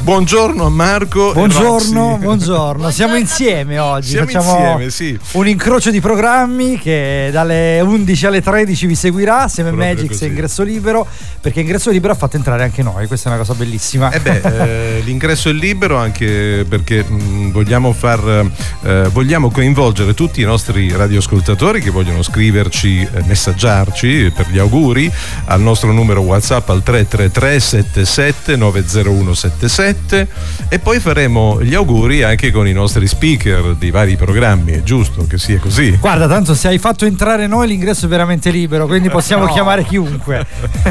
Buongiorno Marco. Buongiorno. Siamo insieme oggi. Facciamo insieme, sì. Un incrocio di programmi che dalle 11 alle 13 vi seguirà. Siamo in Magix e Ingresso Libero, perché Ingresso Libero ha fatto entrare anche noi. Questa è una cosa bellissima. L'ingresso è libero anche perché vogliamo coinvolgere tutti i nostri radioascoltatori che vogliono scriverci, messaggiarci per gli auguri al nostro numero WhatsApp al 333 77 901 77, e poi faremo gli auguri anche con i nostri speaker di vari programmi. È giusto che sia così? Guarda, tanto se hai fatto entrare noi l'ingresso è veramente libero, quindi possiamo chiamare chiunque.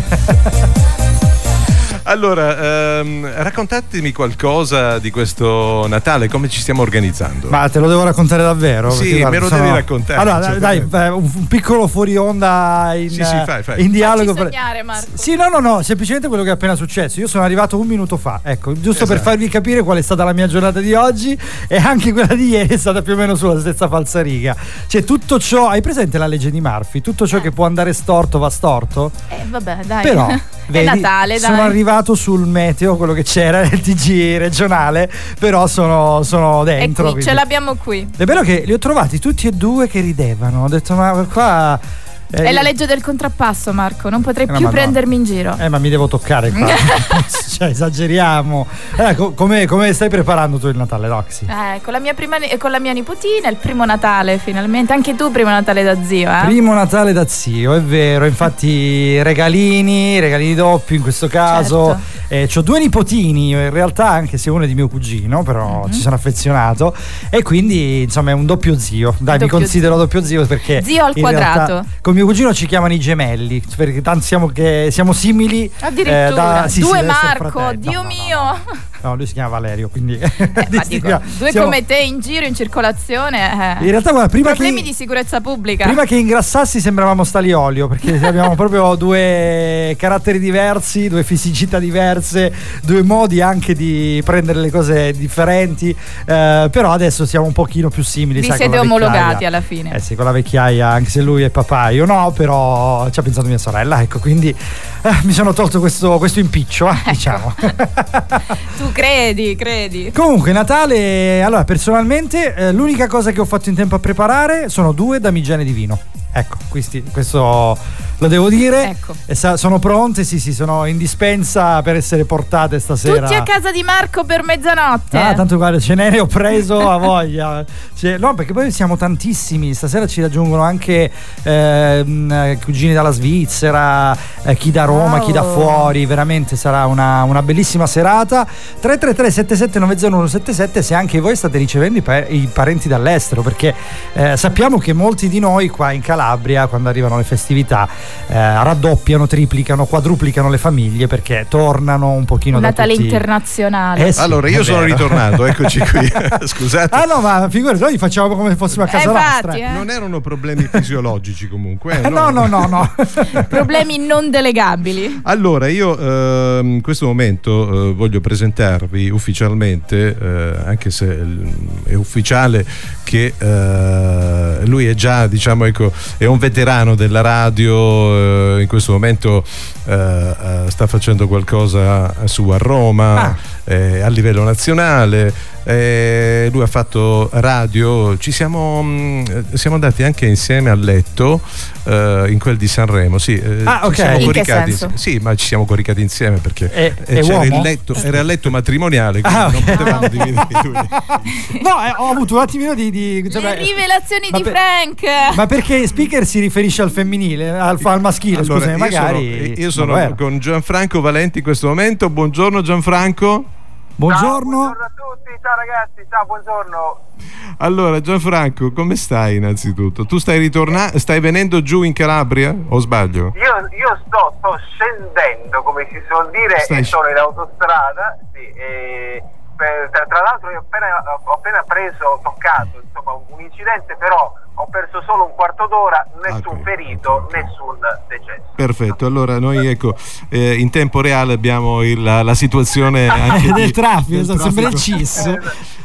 Allora, raccontatemi qualcosa di questo Natale, come ci stiamo organizzando. Ma te lo devo raccontare davvero? Sì, perché, me lo devi raccontare. Allora, dai, un piccolo fuori onda in dialogo. Sognare, Marco. Sì, no, semplicemente quello che è appena successo. Io sono arrivato 1 minuto fa, ecco, giusto per farvi capire qual è stata la mia giornata di oggi, e anche quella di ieri è stata più o meno sulla stessa falsariga. Cioè, tutto ciò, hai presente la legge di Murphy? Tutto ciò che può andare storto va storto? Vabbè, dai. Però è Natale, dai. Sono arrivato sul meteo, quello che c'era nel TG regionale, però sono dentro. E qui, ce l'abbiamo qui. È bello che li ho trovati tutti e due che ridevano. Ho detto, ma qua è la legge del contrappasso, Marco, non potrei più prendermi in giro. Ma mi devo toccare qua. Cioè, esageriamo. Come stai preparando tu il Natale, Roxy? Con la mia nipotina, il primo Natale finalmente. Anche tu primo Natale da zio, Primo Natale da zio, è vero. Infatti regalini doppi in questo caso. Certo. C'ho 2 nipotini, in realtà, anche se uno è di mio cugino, però ci sono affezionato, e quindi insomma è un doppio zio. Dai, mi considero doppio zio, perché zio al quadrato. Realtà, con mio cugino ci chiamano i gemelli, perché tanto siamo simili. Addirittura due Marco, Dio no. mio. No, lui si chiama Valerio, quindi due come te in giro, in circolazione. In realtà, guarda, problemi di sicurezza pubblica. Prima che ingrassassi sembravamo Staliolio, perché abbiamo proprio 2 caratteri diversi, 2 fisicità diverse, 2 modi anche di prendere le cose differenti, però adesso siamo un pochino più simili. Vi siete omologati alla fine. Sì, con la vecchiaia, anche se lui è papà, io no, però ci ha pensato mia sorella, ecco, quindi mi sono tolto questo impiccio, diciamo. Tu credi. Comunque Natale, allora personalmente l'unica cosa che ho fatto in tempo a preparare sono 2 damigene di vino. Ecco, questo lo devo dire. Ecco. E sono pronte, sì, sono in dispensa per essere portate stasera. Tutti a casa di Marco per mezzanotte. Tanto guarda, ce ne ho preso a voglia. No, perché poi siamo tantissimi. Stasera ci raggiungono anche cugini dalla Svizzera, chi da Roma, chi da fuori. Veramente sarà una bellissima serata. 333 77 901 77 se anche voi state ricevendo i parenti dall'estero, perché sappiamo che molti di noi qua in Calabria, quando arrivano le festività, raddoppiano, triplicano, quadruplicano le famiglie, perché tornano un pochino da Natale tutti. internazionale. Sì, allora io sono ritornato, eccoci qui. Scusate. No, ma figurati, noi facciamo come fossimo a casa nostra. Non erano problemi fisiologici comunque. No. Problemi non delegabili. Allora io in questo momento voglio presentarvi ufficialmente, anche se è ufficiale che lui è già, diciamo, ecco, è un veterano della radio, in questo momento sta facendo qualcosa a Roma, a livello nazionale. Lui ha fatto radio, siamo andati anche insieme a letto in quel di Sanremo, sì. Ok. Siamo In che coricati, senso? sì, ma ci siamo coricati insieme perché c'era uomo? era il letto matrimoniale, quindi non potevamo dividere i due. No, ho avuto un attimino di le rivelazioni di Frank. Ma perché speaker si riferisce al femminile, al maschile, Allora, scusami, magari. Io sono con Gianfranco Valenti in questo momento. Buongiorno Gianfranco. Buongiorno. Buongiorno a tutti, ciao ragazzi, ciao, buongiorno. Allora Gianfranco, come stai innanzitutto? Tu stai venendo giù in Calabria o sbaglio? Io sto scendendo, come si suol dire, e sono in autostrada, sì, tra l'altro io ho appena toccato, insomma, un incidente, però ho perso solo un quarto d'ora, nessun ferito, nessun decesso. Perfetto, allora noi ecco in tempo reale abbiamo la situazione anche del traffico, sembra il CIS.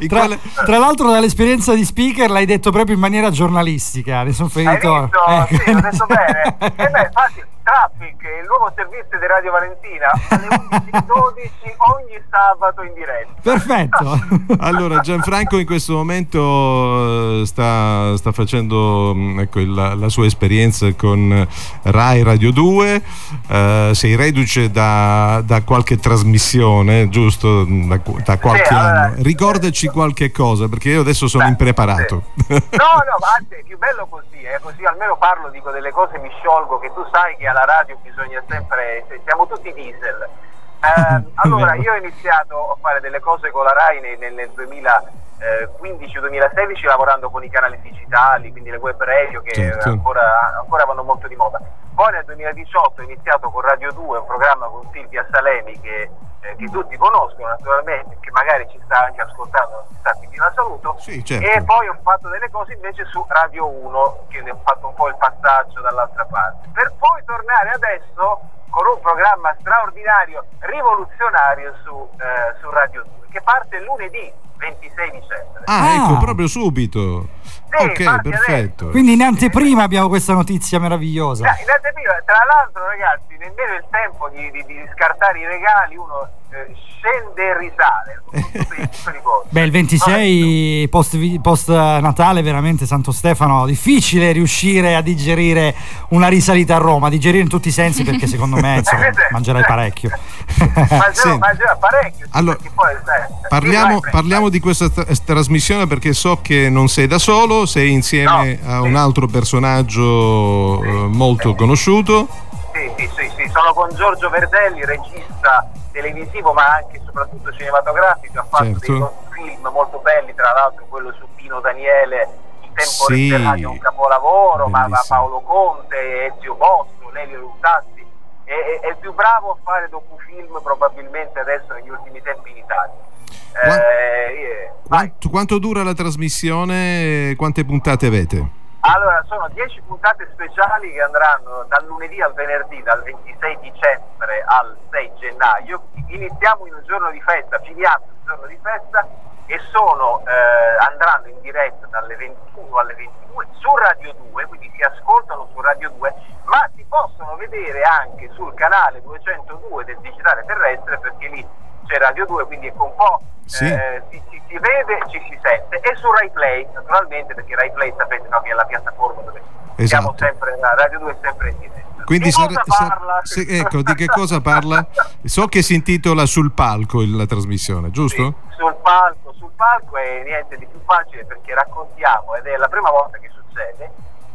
Tra l'altro dall'esperienza di speaker l'hai detto proprio in maniera giornalistica, nessun ferito. Hai visto? Sì, l'ho detto bene. Infatti Traffic, il nuovo servizio di Radio Valentina, alle 11:12 ogni sabato in diretta. Perfetto. Allora, Gianfranco in questo momento sta facendo la sua esperienza con Rai Radio 2, sei reduce da qualche trasmissione, giusto? Da qualche anno. Ricordaci qualche cosa, perché io adesso sono impreparato. No, ma anzi, è più bello così, così almeno parlo, dico delle cose, mi sciolgo, che tu sai che alla radio bisogna sempre, siamo tutti diesel. Allora, io ho iniziato a fare delle cose con la Rai nel 2015-2016, lavorando con i canali digitali, quindi le web radio che certo. ancora vanno molto di moda. Poi nel 2018 ho iniziato con Radio 2, un programma con Silvia Salemi che tutti conoscono naturalmente, che magari ci sta anche ascoltando, quindi la saluto. Sì, certo. E poi ho fatto delle cose invece su Radio 1, che ne ho fatto un po' il passaggio dall'altra parte, per poi tornare adesso con un programma straordinario, rivoluzionario su Radio 2, che parte lunedì 26 dicembre. Ecco, proprio subito. Sì, ok, perfetto. adesso. Quindi in anteprima abbiamo questa notizia meravigliosa. In anteprima, tra l'altro, ragazzi, nemmeno il tempo di scartare i regali, uno scende e risale. Beh, il 26 post Natale, veramente Santo Stefano, difficile riuscire a digerire una risalita a Roma, digerire in tutti i sensi, perché secondo me mangerai parecchio. Mangerò parecchio. Allora, poi, parliamo di questa trasmissione, perché so che non sei da solo, sei insieme a un altro personaggio molto conosciuto. Sì, sono con Giorgio Verdelli, regista televisivo ma anche e soprattutto cinematografico. Ha fatto dei film molto belli, tra l'altro quello su Pino Daniele, Il tempo resterà, che è un capolavoro, ma Paolo Conte, Ezio Bosco, Lelio Luttazzi, è il più bravo a fare docufilm probabilmente adesso negli ultimi tempi in Italia. Quanto dura la trasmissione? Quante puntate avete? Allora, sono 10 puntate speciali che andranno dal lunedì al venerdì, dal 26 dicembre al 6 gennaio. Iniziamo in un giorno di festa, finiamo in un giorno di festa, e andranno in diretta dalle 21 alle 22 su Radio 2, quindi si ascoltano su Radio 2, ma si possono vedere anche sul canale 202 del digitale terrestre, perché lì c'è Radio 2, quindi ecco un po' si vede, ci si sente, e su Rai Play naturalmente, perché Rai Play sapete, no, che è la piattaforma dove siamo sempre, Radio 2 è sempre in diretta. Quindi di cosa parla? Ecco, di che cosa parla? So che si intitola Sul palco la trasmissione, giusto? Sì, sul palco è niente di più facile, perché raccontiamo, ed è la prima volta che succede,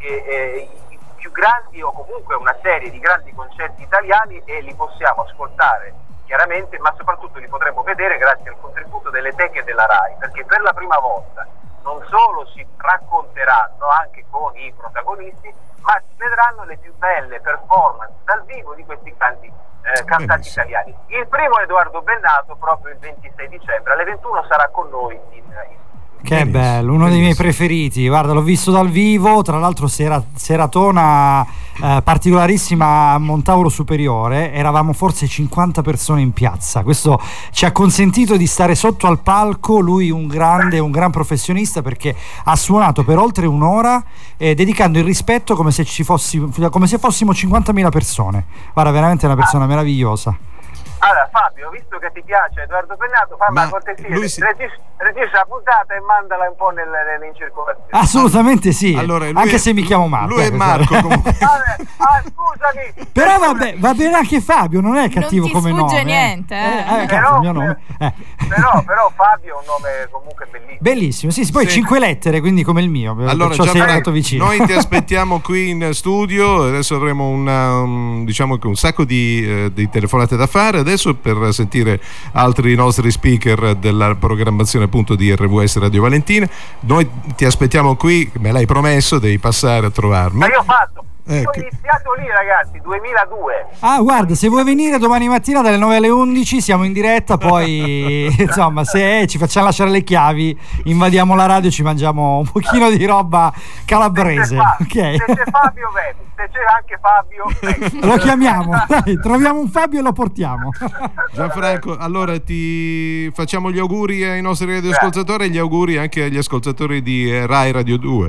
i più grandi, o comunque una serie di grandi concerti italiani, e li possiamo ascoltare chiaramente, ma soprattutto li potremo vedere grazie al contributo delle teche della Rai, perché per la prima volta non solo si racconteranno anche con i protagonisti, ma si vedranno le più belle performance dal vivo di questi grandi cantanti italiani. Il primo è Edoardo Bennato, proprio il 26 dicembre alle 21 sarà con noi in Che bello, uno dei miei preferiti. Guarda, l'ho visto dal vivo, tra l'altro seratona particolarissima a Montauro Superiore, eravamo forse 50 persone in piazza. Questo ci ha consentito di stare sotto al palco. Lui un gran professionista, perché ha suonato per oltre un'ora, dedicando il rispetto come se fossimo 50.000 persone. Guarda, veramente una persona meravigliosa. Allora Fabio, visto che ti piace Edoardo Bennato, fammi una cortesia, registra la puntata e mandala un po' in circolazione. Assolutamente sì, allora, anche se mi chiamo Marco. Lui è Marco comunque. Scusami. Però vabbè, va bene anche Fabio, non è cattivo come nome. Non ti sfugge niente. Cazzo, il mio nome. Però Fabio è un nome comunque bellissimo. Bellissimo, sì, poi 5 lettere, quindi come il mio. Allora, vicino. Noi ti aspettiamo qui in studio. Adesso avremo un sacco di telefonate da fare adesso per sentire altri nostri speaker della programmazione appunto di RWS Radio Valentina. Noi ti aspettiamo qui, me l'hai promesso, devi passare a trovarmi. Ma io ho fatto. Ecco. Ho iniziato lì, ragazzi, 2002. Guarda, se vuoi venire domani mattina dalle 9 alle 11 siamo in diretta, poi insomma, se ci facciamo lasciare le chiavi, invadiamo la radio e ci mangiamo un pochino di roba calabrese. Se c'è Fabio, se c'è anche Fabio, lo chiamiamo, dai, troviamo un Fabio e lo portiamo. Gianfranco, allora ti facciamo gli auguri ai nostri radioascoltatori e gli auguri anche agli ascoltatori di Rai Radio 2.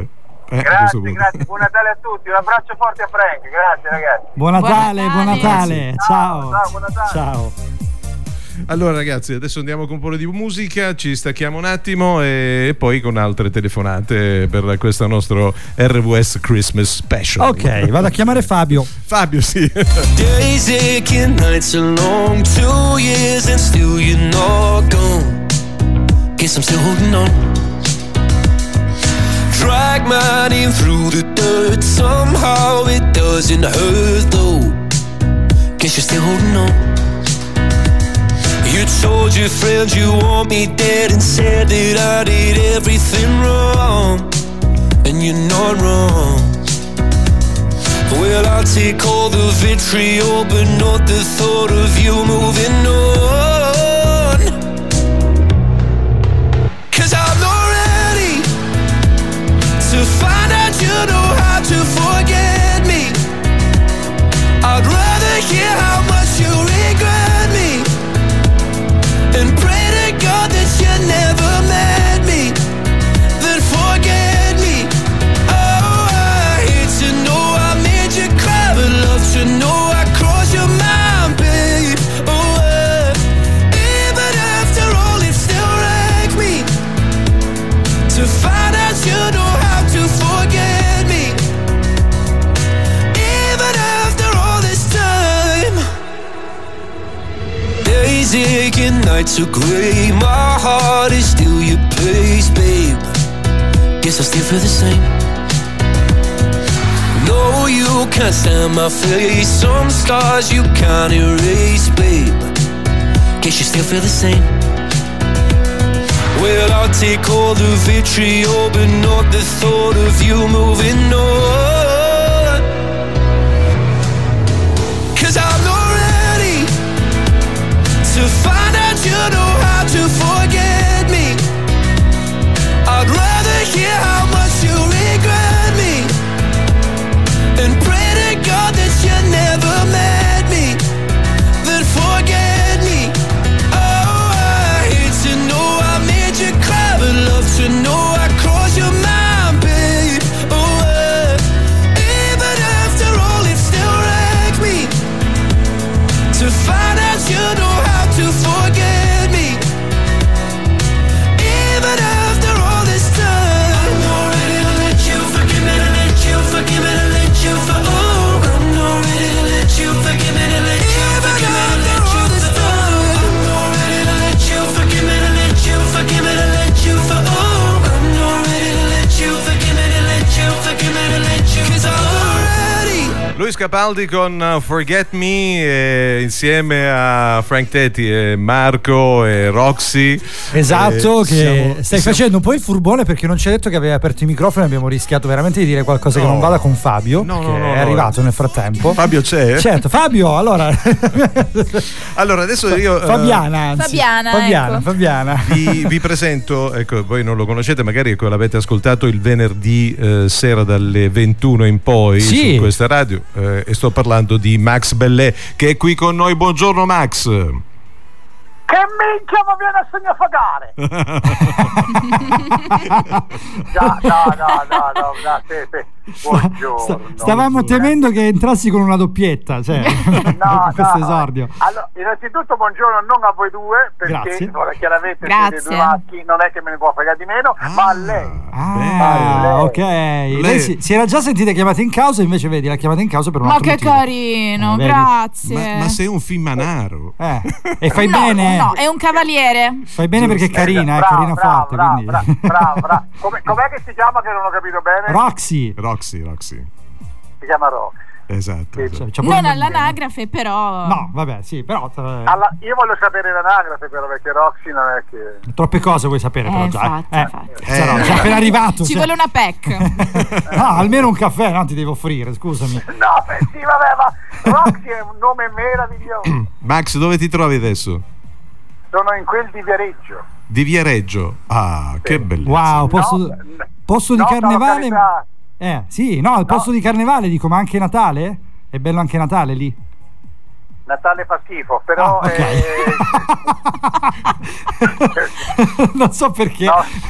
Grazie, buon Natale a tutti, un abbraccio forte a Frank, grazie ragazzi. Buon Natale. Ciao. Buon Natale. Ciao. Allora ragazzi, adesso andiamo con un po' di musica, ci stacchiamo un attimo e poi con altre telefonate per questo nostro RWS Christmas Special. Ok, vado a chiamare Fabio. Fabio, sì. Days aching, nights are long, 2 years and still you're not gone. Guess I'm still holding on. Drag my name through the dirt, somehow it doesn't hurt though. Guess you're still holding on. You told your friends you want me dead and said that I did everything wrong, and you're not wrong. Well, I'll take all the vitriol, but not the thought of you moving on. 'Cause I'm not ready to find out you know how to forget me. I'd rather hear how much you regret me and pray to God that you never met me, then forget me. Oh, I hate to know I made you cry, but love to know I crossed your mind, babe. Oh, even after all it still wrecks me to find out you know how to forget me, even after all this time. Days aching, nights are grey, my heart is still your place, babe. Guess I still feel the same. No, you can't stand my face, some scars you can't erase, babe. Guess you still feel the same. Well, I'll take all the vitriol, but not the thought of you moving on. 'Cause I'm not ready to find out you know how to forget me. I'd rather hear how much you regret me and pray to God that you never met me, then forget me. Oh, I hate to know I made you cry, but love to know I crossed your mind, babe. Oh, even after all it still wrecks me to find out you know how to forget me, even after all this time. I'm not ready to let you forgive me, to let you forgive me, to let you oh, I'm not ready to let you forgive me, to let you forgive me, to let you I'm not ready to let you forgive me, to let you forgive me, to let you oh, I'm not ready to let you forgive me, to let you forgive me, to let you 'cause I'm not ready. Luis Capaldi con Forget Me insieme a Frank Tetti e Marco e Roxy. Esatto, che stai facendo un po' il furbone perché non ci hai detto che avevi aperto i microfoni. Abbiamo rischiato veramente di dire qualcosa che non vada con Fabio, che è arrivato nel frattempo. Fabio c'è? Certo, Fabio, allora adesso io Fabiana, anzi. Fabiana. Vi presento, ecco, voi non lo conoscete, magari l'avete ascoltato il venerdì sera dalle 21 in poi su questa radio, e sto parlando di Max Bellè, che è qui con noi. Buongiorno Max. Che minchia mi viene a segnafagare? No, sì. Buongiorno. Stavamo temendo che entrassi con una doppietta, cioè questo esordio. Allora, innanzitutto buongiorno non a voi due, perché chiaramente siete due maschi, non è che me ne può fregare di meno, ma a lei. Ok. Lei si era già sentita chiamata in causa, invece vedi, l'ha chiamata in causa per un altro motivo. Ma che carino, grazie. Ma sei un filmanaro. E fai bene. No, è un cavaliere. Fai bene perché è carina, carina forte. Brava. Com'è che si chiama, che non ho capito bene? Roxy. Si chiama Roxy. Esatto. Non all'anagrafe, però. No, vabbè, sì, però. Io voglio sapere l'anagrafe, però, perché Roxy non è che. Troppe cose vuoi sapere, però già. Infatti. Sei appena arrivato. Ci vuole una PEC. No, almeno un caffè, no, ti devo offrire, scusami. No, sì, vabbè, ma Roxy è un nome meraviglioso. Max, dove ti trovi adesso? Sono in quel di Viareggio. Di Viareggio? Ah, che bellezza. Wow, posto di carnevale. Sì, no, al posto di carnevale dico, ma anche Natale? È bello anche Natale lì? Natale fa schifo, però Non so perché.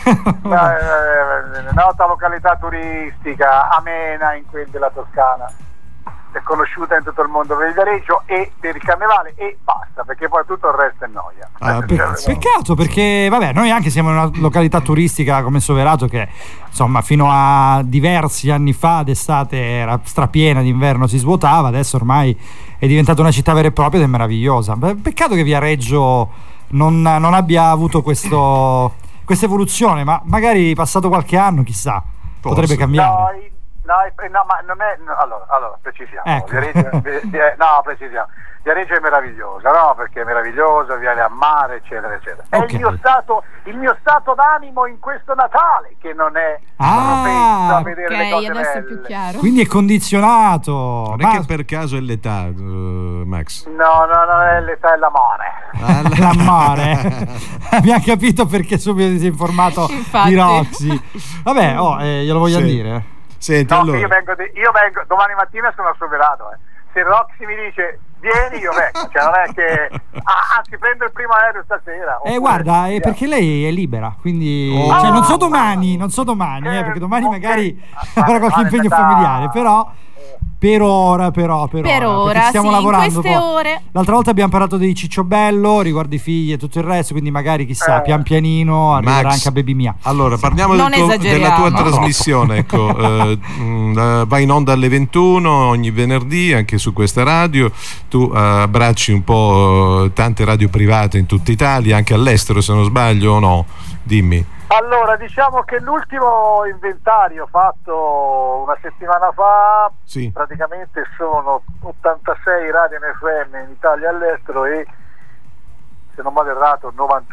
Nota località turistica amena in quel della Toscana, è conosciuta in tutto il mondo per il Viareggio e per il carnevale e basta, perché poi tutto il resto è noia. Peccato, perché vabbè, noi anche siamo in una località turistica come Soverato che insomma fino a diversi anni fa d'estate era strapiena, d'inverno si svuotava, adesso ormai è diventata una città vera e propria ed è meravigliosa. Peccato che Viareggio non abbia avuto questa evoluzione, ma magari passato qualche anno, chissà, potrebbe cambiare. No, ma non è. Allora, precisiamo. Ecco. Precisiamo. Viareggio è meravigliosa, no? Perché è meravigliosa, viene a mare, eccetera, eccetera. È il mio stato d'animo in questo Natale, che non è propenso a vedere le cose adesso belle. è più chiaro. Quindi è condizionato. Non è che per caso è l'età, Max? No, è l'età, è l'amore. L'amore. Abbiamo capito perché subito ti sei informato. Infatti. Di Roxy. Vabbè, glielo voglio dire. Senti, No, allora. io vengo domani mattina sono a Soverato. Se Roxy mi dice vieni, io vengo. Cioè non è che anzi prendo il primo aereo stasera. Guarda, perché lei è libera, quindi cioè, non so domani, perché domani magari avrà qualche impegno familiare, però per ora sì, stiamo lavorando in queste ore. L'altra volta abbiamo parlato di Cicciobello riguardo i figli e tutto il resto, quindi magari chissà pian pianino arriverà Max, anche a Baby Mia. Allora parliamo della tua trasmissione, ecco. Vai in onda alle 21 ogni venerdì anche su questa radio, tu abbracci un po' tante radio private in tutta Italia, anche all'estero se non sbaglio, o no? Dimmi. Allora, diciamo che l'ultimo inventario fatto una settimana fa, sì, praticamente sono 86 radio in FM in Italia e all'estero e, se non vado errato,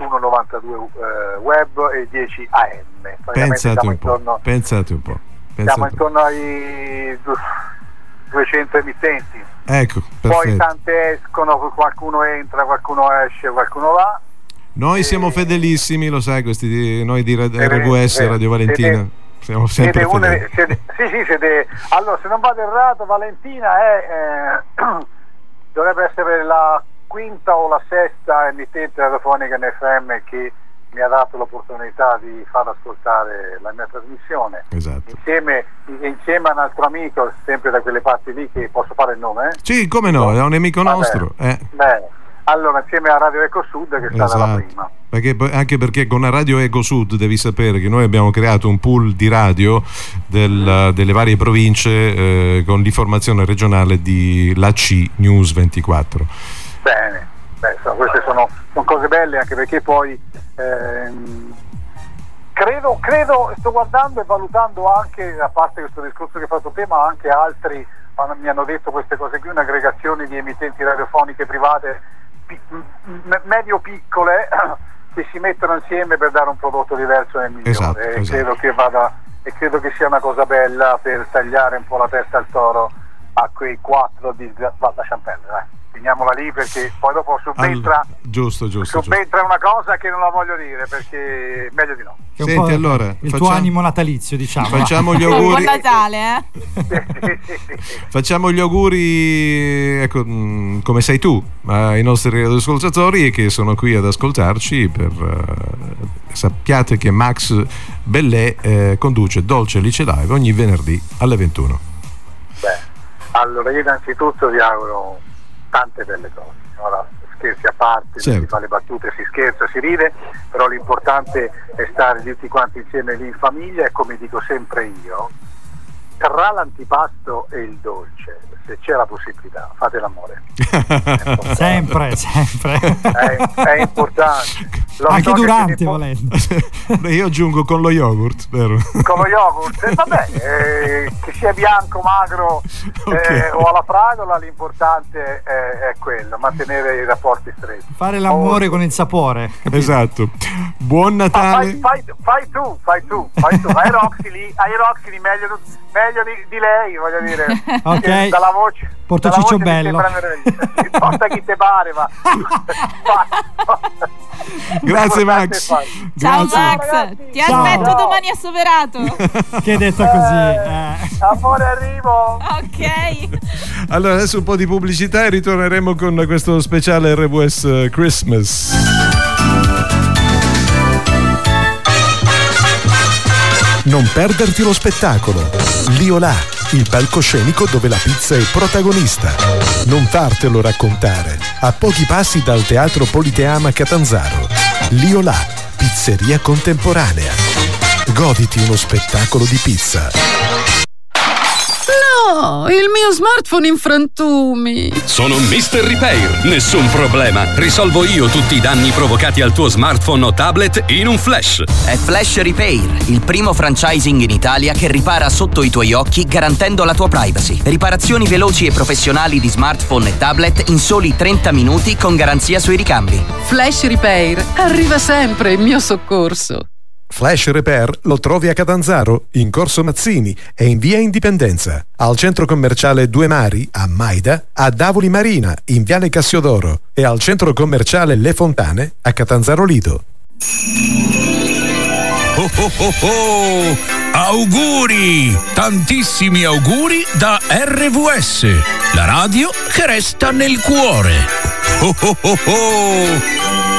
91-92 web e 10 AM. Pensate un po'. Siamo intorno ai 200 emittenti. Ecco, perfetto. Poi tante escono, qualcuno entra, qualcuno esce, qualcuno va. Noi siamo fedelissimi, lo sai, noi di RWS, Radio Valentina, siamo sempre fedeli. Siete. Allora, se non vado errato, Valentina dovrebbe essere la quinta o la sesta emittente radiofonica in FM che mi ha dato l'opportunità di far ascoltare la mia trasmissione. Esatto. Insieme a un altro amico, sempre da quelle parti lì, che posso fare il nome? Sì, come no, è un amico nostro. Bene. Allora, insieme a Radio Eco Sud, che è stata la prima. Anche perché con la Radio Eco Sud devi sapere che noi abbiamo creato un pool di radio delle varie province con l'informazione regionale di l'AC News 24. Bene, queste sono cose belle, anche perché poi credo, sto guardando e valutando anche, a parte questo discorso che hai fatto prima, anche altri mi hanno detto queste cose qui, un'aggregazione di emittenti radiofoniche private medio piccole che si mettono insieme per dare un prodotto diverso nel migliore. Esatto. Credo che sia una cosa bella per tagliare un po' la testa al toro a quei 4 di lasciamo perdere, finiamola lì, perché poi dopo subentra una cosa che non la voglio dire, perché meglio di no. Senti, allora il tuo animo natalizio, diciamo. Facciamo gli auguri. Buon Natale, Facciamo gli auguri, ecco, come sei tu, ai nostri ascoltatori che sono qui ad ascoltarci. Sappiate che Max Bellè conduce Dolce Lice Live ogni venerdì alle 21. Allora, io innanzitutto vi auguro tante belle cose. Ora, scherzi a parte, si fa le battute, si scherza, si ride, però l'importante è stare tutti quanti insieme lì in famiglia e, come dico sempre io, tra l'antipasto e il dolce, se c'è la possibilità, fate l'amore. sempre è importante. Anche durante, volendo. Io aggiungo con lo yogurt, vero? Con lo yogurt, vabbè, che sia bianco, magro, o alla fragola, l'importante è quello, mantenere i rapporti stretti. Fare l'amore con il sapore. Esatto. Buon Natale. Fai tu. Hai Roxy lì meglio di lei, voglio dire. Ok. Dalla voce. Porto Cicciobello. Porta chi te pare, ma. Grazie Max. Ciao Max, ti aspetto domani a Soverato. Che detto così. Amore, arrivo. Ok. Allora adesso un po' di pubblicità e ritorneremo con questo speciale RWS Christmas. Non perderti lo spettacolo. Liolà, il palcoscenico dove la pizza è protagonista. Non fartelo raccontare. A pochi passi dal Teatro Politeama Catanzaro. Liolà, pizzeria contemporanea. Goditi uno spettacolo di pizza. No, il mio smartphone in frantumi. Sono Mr. Repair, nessun problema. Risolvo io tutti i danni provocati al tuo smartphone o tablet in un flash. È Flash Repair, il primo franchising in Italia che ripara sotto i tuoi occhi garantendo la tua privacy. Riparazioni veloci e professionali di smartphone e tablet in soli 30 minuti con garanzia sui ricambi. Flash Repair, arriva sempre in mio soccorso. Flash Repair lo trovi a Catanzaro, in Corso Mazzini e in via Indipendenza, al centro commerciale Due Mari, a Maida, a Davoli Marina, in viale Cassiodoro e al centro commerciale Le Fontane, a Catanzaro Lido. Oh oh oh oh! Auguri! Tantissimi auguri da RVS, la radio che resta nel cuore. Oh oh oh oh!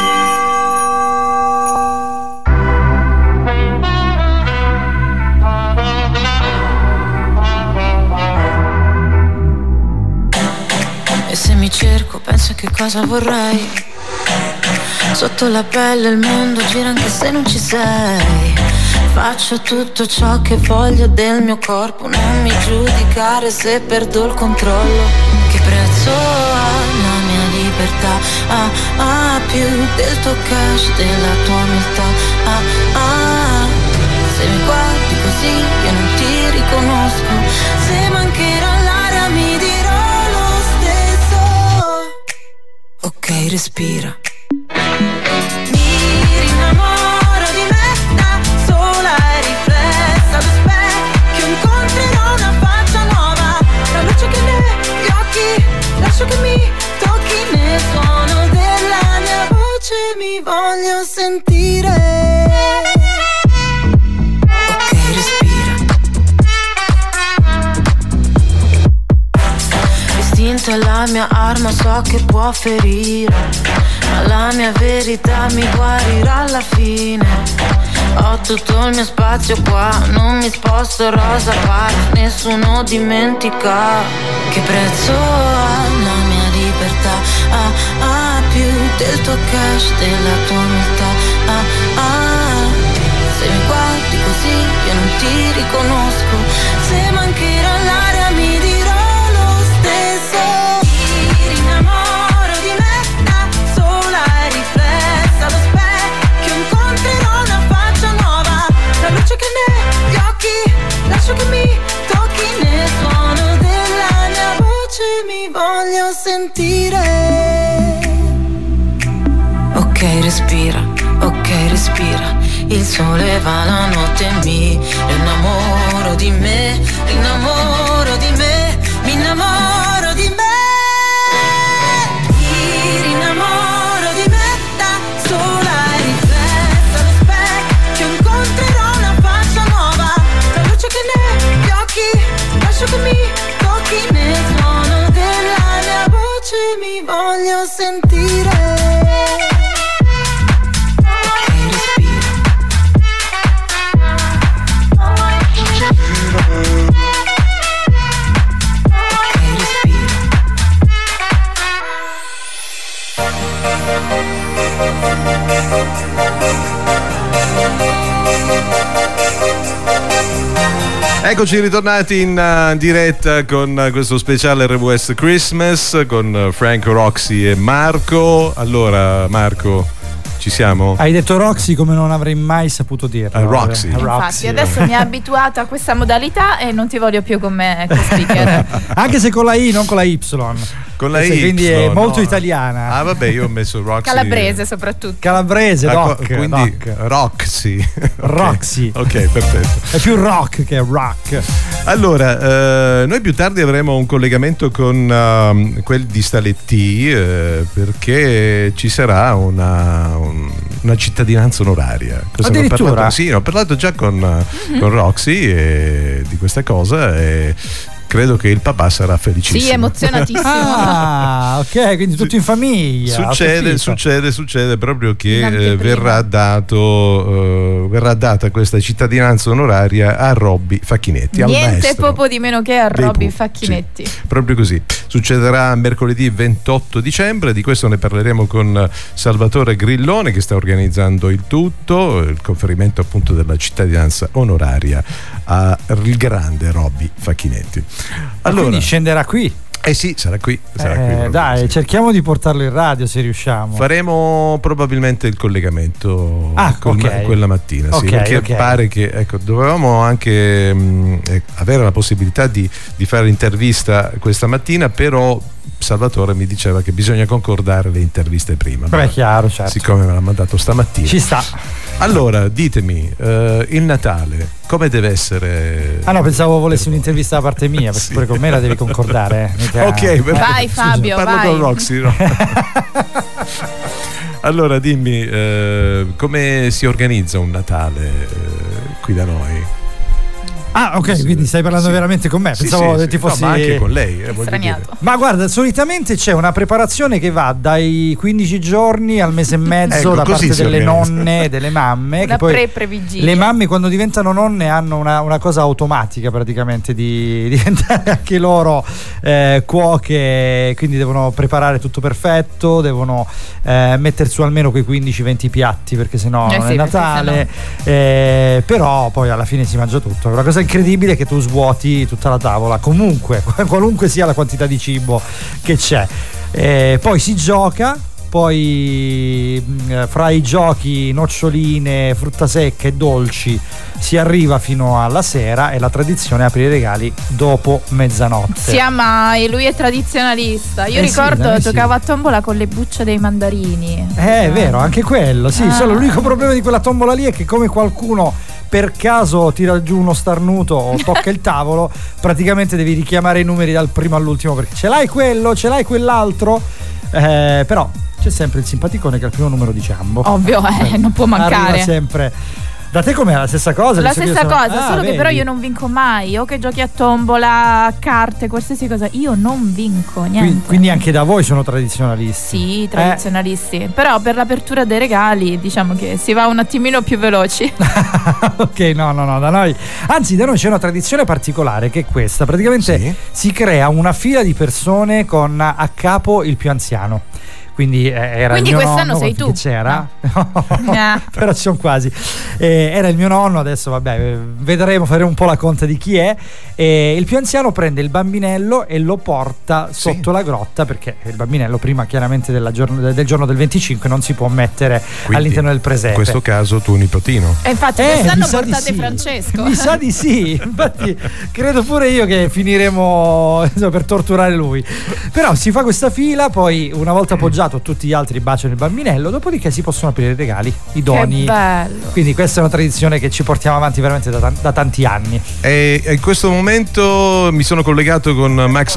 E se mi cerco, penso a che cosa vorrei. Sotto la pelle il mondo gira anche se non ci sei. Faccio tutto ciò che voglio del mio corpo. Non mi giudicare se perdo il controllo. Che prezzo ha la mia libertà? Più del tuo cash, della tua umiltà. Se mi guardi così io non ti riconosco. Se mancherà l'aria mi dirò lo stesso. Ok, respira. Mi rinnamoro di me da sola e riflessa allo specchio. Incontrerò una faccia nuova, la luce che negli occhi, lascio che mi tocchi nel suono della mia voce. Mi voglio sentire. Ok, respira. L'istinto è la mia arma, so che può ferire, ma la mia verità mi guarirà alla fine. Ho tutto il mio spazio qua, non mi sposto rosa park, nessuno dimentica. Che prezzo ha la mia libertà? Più del tuo cash, della tua umiltà. Se mi guardi così io non ti riconosco. Se mancherà l'aria mi dirò lo stesso. Mi rinnamoro di me da sola e riflessa allo specchio. Incontrerò una faccia nuova, la luce che negli occhi, lascio che mi tocchi nel suono della mia voce. Mi voglio sentire. Ok, respira, ok, respira. Il sole va, la notte mi innamoro di me, innamoro di me, mi innamoro di me. Mi rinnamoro di me da sola e riflessa allo specchio. Incontrerò una faccia nuova, la luce che negli occhi, lascio che mi tocchi nel suono della mia voce. Mi voglio sentire. Eccoci ritornati in diretta con questo speciale RWS Christmas con Franco, Roxy e Marco. Allora Marco, ci siamo? Hai detto Roxy come non avrei mai saputo dirlo. Roxy. Infatti adesso mi ha abituato a questa modalità e non ti voglio più con me speaker. Anche se con la I, non con la Y. Con la Y, quindi è molto no. italiana. Ah vabbè, io ho messo Roxy. Calabrese soprattutto. Calabrese, doc. Quindi doc. Roxy. Roxy. Ok, perfetto. È più rock che rock. Allora, noi più tardi avremo un collegamento con quelli di Staletti perché ci sarà una cittadinanza onoraria. Addirittura? Sì, ho parlato già con Roxy di questa cosa e credo che il papà sarà felicissimo. Sì, emozionatissimo. Ah, ok, quindi tutto in famiglia. Succede proprio che verrà dato verrà data questa cittadinanza onoraria a Robby Facchinetti. Niente poco di meno che a Robby Facchinetti. Sì, proprio così. Succederà mercoledì 28 dicembre, di questo ne parleremo con Salvatore Grillone, che sta organizzando il tutto, il conferimento appunto della cittadinanza onoraria al grande Robby Facchinetti. Allora, quindi scenderà qui. Eh sì, sarà qui. Dai, cerchiamo di portarlo in radio se riusciamo. Faremo probabilmente il collegamento quella mattina, sì, perché pare che dovevamo anche avere la possibilità di fare l'intervista questa mattina, però Salvatore mi diceva che bisogna concordare le interviste prima. Beh, chiaro, certo. Siccome me l'ha mandato stamattina. Ci sta. Allora, ditemi, il Natale come deve essere? Ah no, pensavo volessi un'intervista da parte mia, perché pure con me la devi concordare. Ok, vai Fabio, parlo vai. con Roxy, no? Allora dimmi, come si organizza un Natale qui da noi? Ah, ok, quindi stai parlando veramente con me. Pensavo che ti fossi. No, ma anche con lei. Ma guarda, solitamente c'è una preparazione che va dai 15 giorni al mese e mezzo da parte delle nonne, delle mamme. Una che poi pre-previgilia. Le mamme, quando diventano nonne, hanno una cosa automatica praticamente di diventare anche loro cuoche, quindi devono preparare tutto perfetto, devono mettere su almeno quei 15-20 piatti, perché sennò non è Natale. Però poi alla fine si mangia tutto. È una cosa incredibile che tu svuoti tutta la tavola, comunque, qualunque sia la quantità di cibo che c'è. Poi si gioca, poi fra i giochi, noccioline, frutta secca e dolci, si arriva fino alla sera, e la tradizione è aprire i regali dopo mezzanotte. Sia mai, lui è tradizionalista. Io ricordo giocavo a tombola con le bucce dei mandarini. È vero, anche quello, sì. Solo l'unico problema di quella tombola lì è che, come qualcuno per caso tira giù uno starnuto o tocca il tavolo, praticamente devi richiamare i numeri dal primo all'ultimo, perché ce l'hai quello, ce l'hai quell'altro, però c'è sempre il simpaticone che è il primo numero di ciambo. Ovvio, non può mancare. Arriva sempre. Da te com'è? La stessa cosa? La stessa cosa, solo che però io non vinco mai. O che giochi a tombola, a carte, qualsiasi cosa, io non vinco niente. Quindi anche da voi sono tradizionalisti? Sì, tradizionalisti. Però per l'apertura dei regali diciamo che si va un attimino più veloci. Ok, no, da noi. Anzi, da noi c'è una tradizione particolare, che è questa. Praticamente si crea una fila di persone con a capo il più anziano. Quindi era il mio quest'anno nonno, sei tu? C'era? No. Però ci sono quasi. Era il mio nonno, adesso vabbè, vedremo, faremo un po' la conta di chi è. Il più anziano prende il bambinello e lo porta sotto la grotta, perché il bambinello prima chiaramente del giorno del 25 non si può mettere all'interno del presepe. In questo caso tuo nipotino. E infatti quest'anno portate Francesco. Mi sa di sì, infatti credo pure io che finiremo per torturare lui. Però si fa questa fila, poi una volta appoggiato tutti gli altri baciano il bambinello, dopodiché si possono aprire i regali, i doni. Che bello. Quindi questa è una tradizione che ci portiamo avanti veramente da tanti anni. E in questo momento mi sono collegato con Max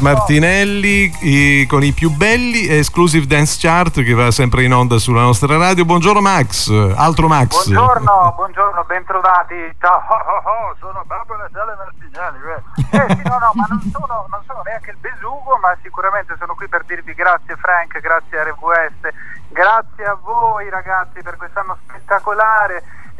Martinelli, con i più belli Exclusive Dance Chart, che va sempre in onda sulla nostra radio. Buongiorno Max, altro Max. Buongiorno, bentrovati. Ciao, sono proprio Natale Martinelli. Ma non sono neanche il besugo, ma sicuramente sono qui per dirvi grazie Frank, grazie a RVS, grazie a voi ragazzi per quest'anno spettacolare.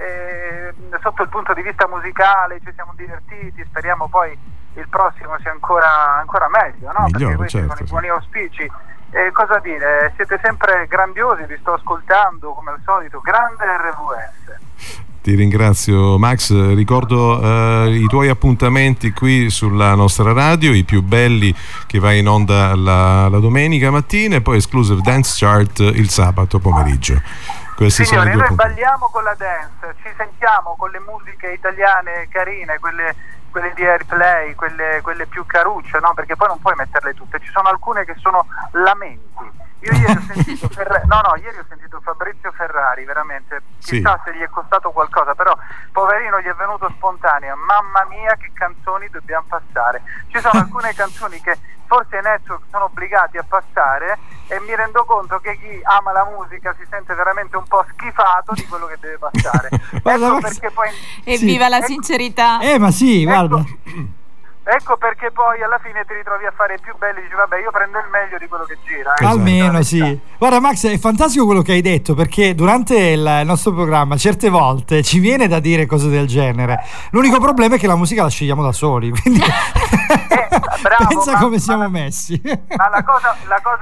Sotto il punto di vista musicale ci siamo divertiti, speriamo poi il prossimo sia ancora meglio, no? Perché questi sono i buoni auspici. Cosa dire, siete sempre grandiosi, vi sto ascoltando come al solito, grande RVS. Ti ringrazio Max, ricordo i tuoi appuntamenti qui sulla nostra radio, i più belli, che va in onda la domenica mattina, e poi Exclusive Dance Chart il sabato pomeriggio. Questi Signori, sono i due noi balliamo con la dance, ci sentiamo con le musiche italiane carine, quelle di Airplay, quelle più carucce, no? Perché poi non puoi metterle tutte, ci sono alcune che sono lamenti. Io ieri ho sentito ieri ho sentito Fabrizio Ferrari, veramente, chissà se gli è costato qualcosa, però poverino gli è venuto spontaneo. Mamma mia che canzoni dobbiamo passare. Ci sono alcune canzoni che forse i network sono obbligati a passare, e mi rendo conto che chi ama la musica si sente veramente un po' schifato di quello che deve passare. Guarda, perché poi evviva la sincerità. Ma sì, guarda. Ecco perché poi alla fine ti ritrovi a fare i più belli, dici vabbè io prendo il meglio di quello che gira. Almeno sì. Guarda Max, è fantastico quello che hai detto, perché durante il nostro programma certe volte ci viene da dire cose del genere. L'unico problema è che la musica la scegliamo da soli, quindi bravo, pensa come siamo messi. Ma la cosa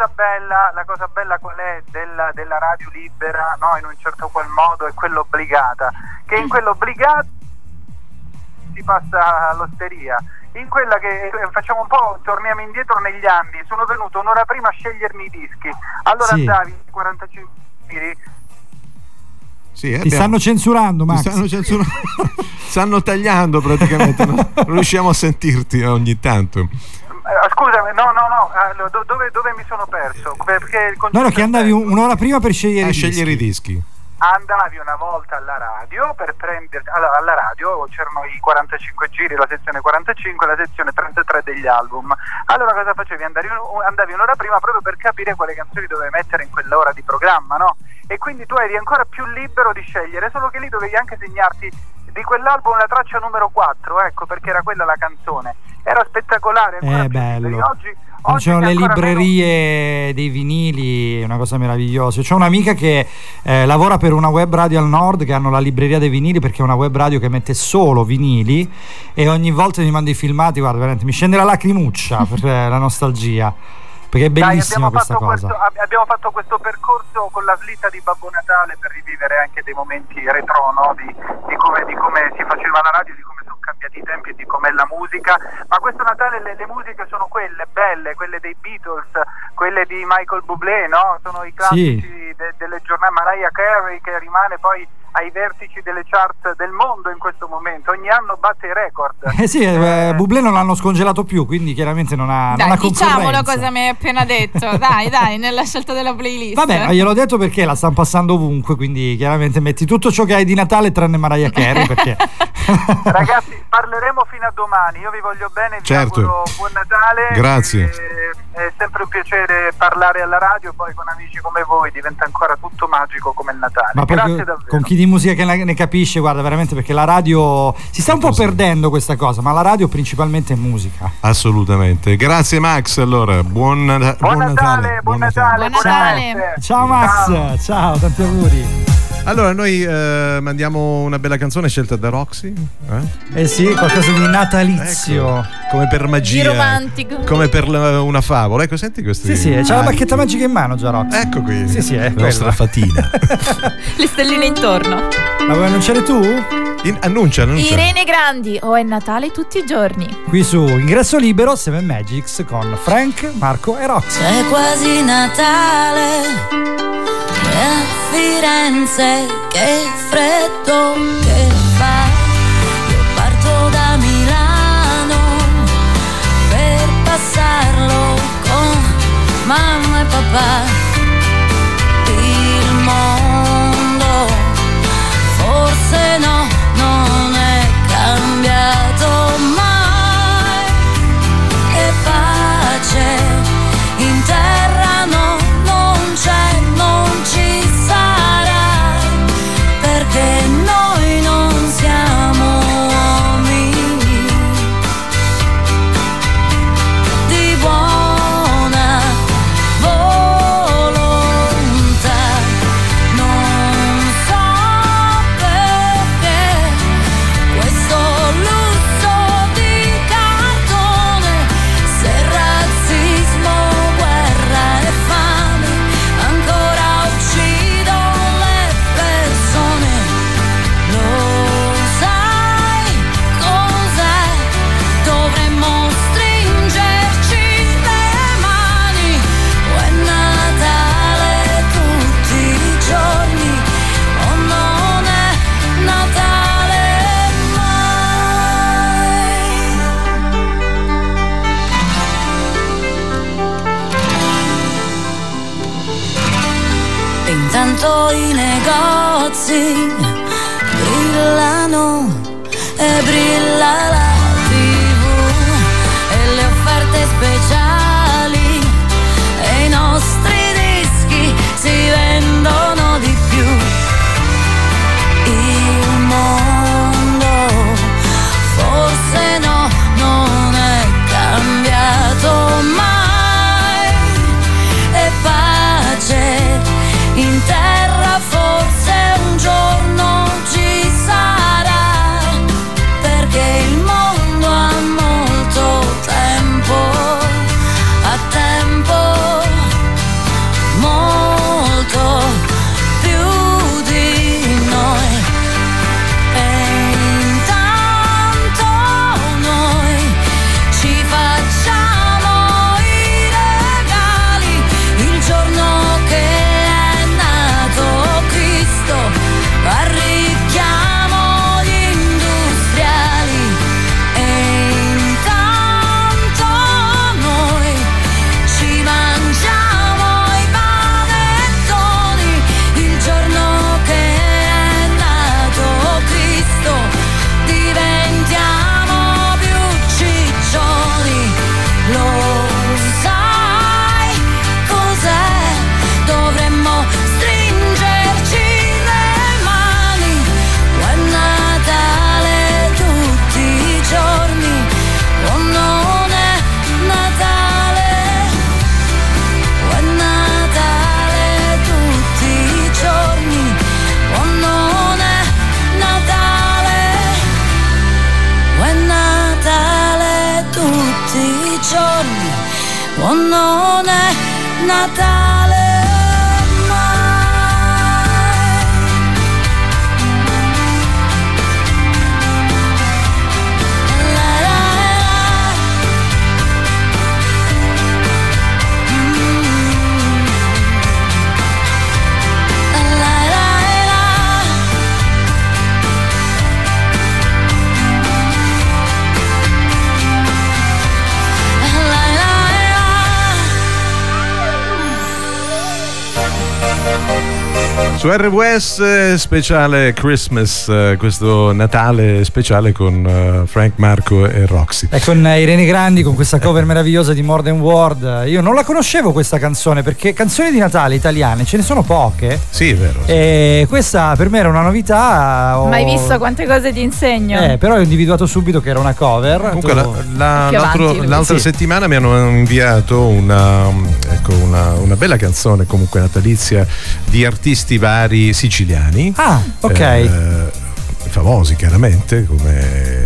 bella qual è della radio libera, no, in un certo qual modo, è quella obbligata, che in quella obbligata si passa all'osteria. In quella che facciamo un po', torniamo indietro negli anni, sono venuto un'ora prima a scegliermi i dischi, allora andavi 45 giri. Sì, ti stanno censurando, Max. Stanno tagliando praticamente, non riusciamo a sentirti ogni tanto. Scusami, no, dove mi sono perso? Perché che andavi un'ora prima per scegliere i dischi. Andavi una volta alla radio per prendere, alla radio c'erano i 45 giri, la sezione 45 e la sezione 33 degli album. Allora cosa facevi? Andavi un'ora prima proprio per capire quale canzoni dovevi mettere in quell'ora di programma, no? E quindi tu eri ancora più libero di scegliere, solo che lì dovevi anche segnarti di quell'album la traccia numero 4, ecco, perché era quella la canzone. Era spettacolare. È bello. Oggi c'erano le librerie dei vinili, è una cosa meravigliosa. C'ho un'amica che lavora per una web radio al nord, che hanno la libreria dei vinili, perché è una web radio che mette solo vinili, e ogni volta mi manda i filmati, guarda, veramente mi scende la lacrimuccia per la nostalgia, perché è bellissima questa cosa. Abbiamo fatto questo percorso con la slitta di Babbo Natale per rivivere anche dei momenti retro, no? di come si faceva la radio, di come sono cambiati i tempi e di com'è la musica. Ma questo Natale le musiche sono quelle belle, quelle dei Beatles, quelle di Michael Bublé, no? Sono i classici delle giornate. Mariah Carey, che rimane poi ai vertici delle chart del mondo in questo momento, ogni anno batte i record. Bublé non l'hanno scongelato più, quindi chiaramente non ha concorrenza. Diciamolo cosa mi hai appena detto, dai, nella scelta della playlist. Vabbè, ma gliel'ho detto perché la stanno passando ovunque, quindi chiaramente metti tutto ciò che hai di Natale tranne Mariah Carey, perché ragazzi, parleremo fino a domani, io vi voglio bene, vi auguro buon Natale. Grazie. È sempre un piacere parlare alla radio, poi con amici come voi diventa ancora tutto magico come il Natale. Ma grazie davvero. Con chi di musica che ne capisce, guarda, veramente, perché la radio si sta un po' perdendo questa cosa, ma la radio principalmente è musica. Assolutamente. Grazie Max, allora buon Natale. Buon Natale. Ciao Max, ciao, tanti auguri. Allora noi mandiamo una bella canzone scelta da Roxy. Sì, qualcosa di natalizio, ecco, come per magia, di romantico, come per una favola. Ecco, senti questo. Sì, c'ha la bacchetta magica in mano già Roxy. Ecco qui. Sì, è la nostra fatina. Le stelline intorno. La vuoi annunciare tu? Annuncia. Irene Grandi, è Natale tutti i giorni. Qui su Ingresso Libero 7 Magics con Frank, Marco e Roxy. È quasi Natale a Firenze, che freddo che fa. Io parto da Milano per passarlo con mamma e papà. Il mondo forse non è cambiato mai, e pace in terra non c'è, non ci sarà, perché noi non siamo uomini di buona volontà. Non so perché questo lusso di cartone, se razzismo, guerra e fame ancora uccidono le persone. Lo sai cos'è? Dovremmo stringerci le mani. È Natale tutti i giorni, o non è Natale mai. E intanto i negozi brillano e brilla la TV e le offerte speciali e i nostri dischi si vendono di più. Il mondo forse non è oh non è Natale. Su RWS speciale Christmas, questo Natale speciale con Frank, Marco e Roxy. E con Irene Grandi, con questa cover meravigliosa di More Than World. Io non la conoscevo questa canzone, perché canzoni di Natale italiane ce ne sono poche. Sì, è vero. Sì. E questa per me era una novità. Ma hai visto quante cose ti insegno? Però ho individuato subito che era una cover. Comunque l'altra settimana mi hanno inviato una bella canzone comunque natalizia di artisti vari siciliani. Ah, ok. Famosi chiaramente, come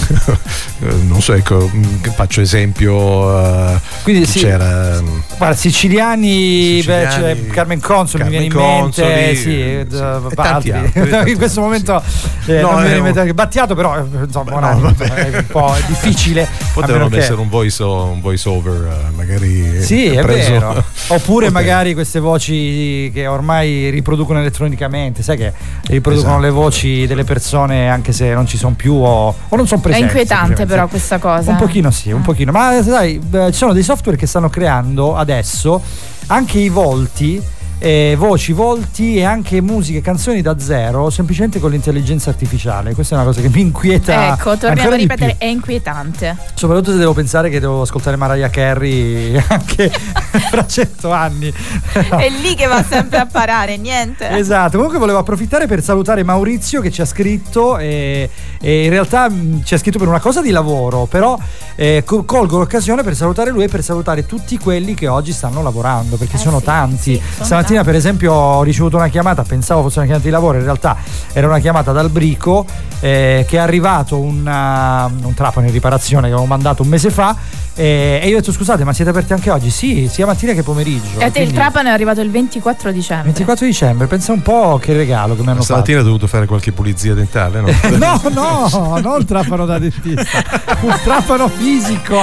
non so, ecco, faccio esempio. Quindi c'era guarda, siciliani, beh, c'è Carmen Consoli, mi viene in mente, tanti altri. In questo momento non mi viene in mente Battiato, però insomma è un po' difficile. Potevano essere un voice over, magari. Sì, è vero. Oppure magari queste voci che ormai riproducono elettronicamente, sai che riproducono le voci delle persone anche se non ci sono più o non sono presenti. È inquietante però questa cosa. Un pochino sì, un pochino. Ma sai, ci sono dei software che stanno creando adesso anche i volti, voci, volti e anche musiche, canzoni da zero, semplicemente con l'intelligenza artificiale. Questa è una cosa che mi inquieta. Ecco, torniamo a ripetere, è inquietante. Soprattutto se devo pensare che devo ascoltare Mariah Carey anche fra 100 anni. È lì che va sempre a parare, niente. Esatto. Comunque volevo approfittare per salutare Maurizio che ci ha scritto e in realtà ci ha scritto per una cosa di lavoro, però colgo l'occasione per salutare lui e per salutare tutti quelli che oggi stanno lavorando, perché sono tanti. Stamattina per esempio ho ricevuto una chiamata, pensavo fosse una chiamata di lavoro, in realtà era una chiamata dal Brico, che è arrivato un trapano in riparazione che avevo mandato un mese fa, e io ho detto scusate, ma siete aperti anche oggi? Sì, sia mattina che pomeriggio. E il trapano è arrivato il 24 dicembre. 24 dicembre, pensa un po' che regalo che mi hanno fatto. Stamattina ho dovuto fare qualche pulizia dentale, no? No, non il trapano da dentista, un trapano fisico.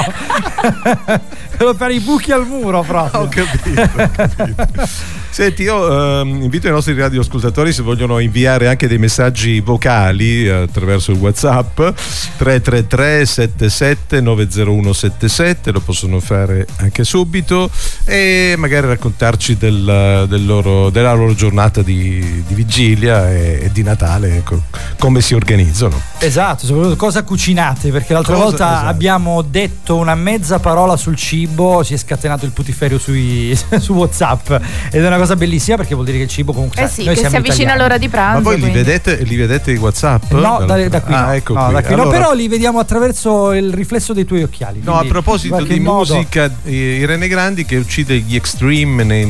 Quello per i buchi al muro proprio. Ho capito. Senti, io invito i nostri radioascoltatori, se vogliono inviare anche dei messaggi vocali attraverso il WhatsApp 333 77 90177, lo possono fare anche subito, e magari raccontarci della loro giornata di vigilia e di Natale, ecco, come si organizzano. Esatto, soprattutto cosa cucinate, perché l'altra volta abbiamo detto una mezza parola sul cibo, si è scatenato il putiferio su WhatsApp, ed è una cosa bellissima perché vuol dire che il cibo comunque sì, che si avvicina all'ora di pranzo. Ma voi li vedete i WhatsApp? No, da qui no. Ecco no, qui. Da qui allora, no, però li vediamo attraverso il riflesso dei tuoi occhiali. No, a proposito di musica, Irene Grandi che uccide gli Extreme nel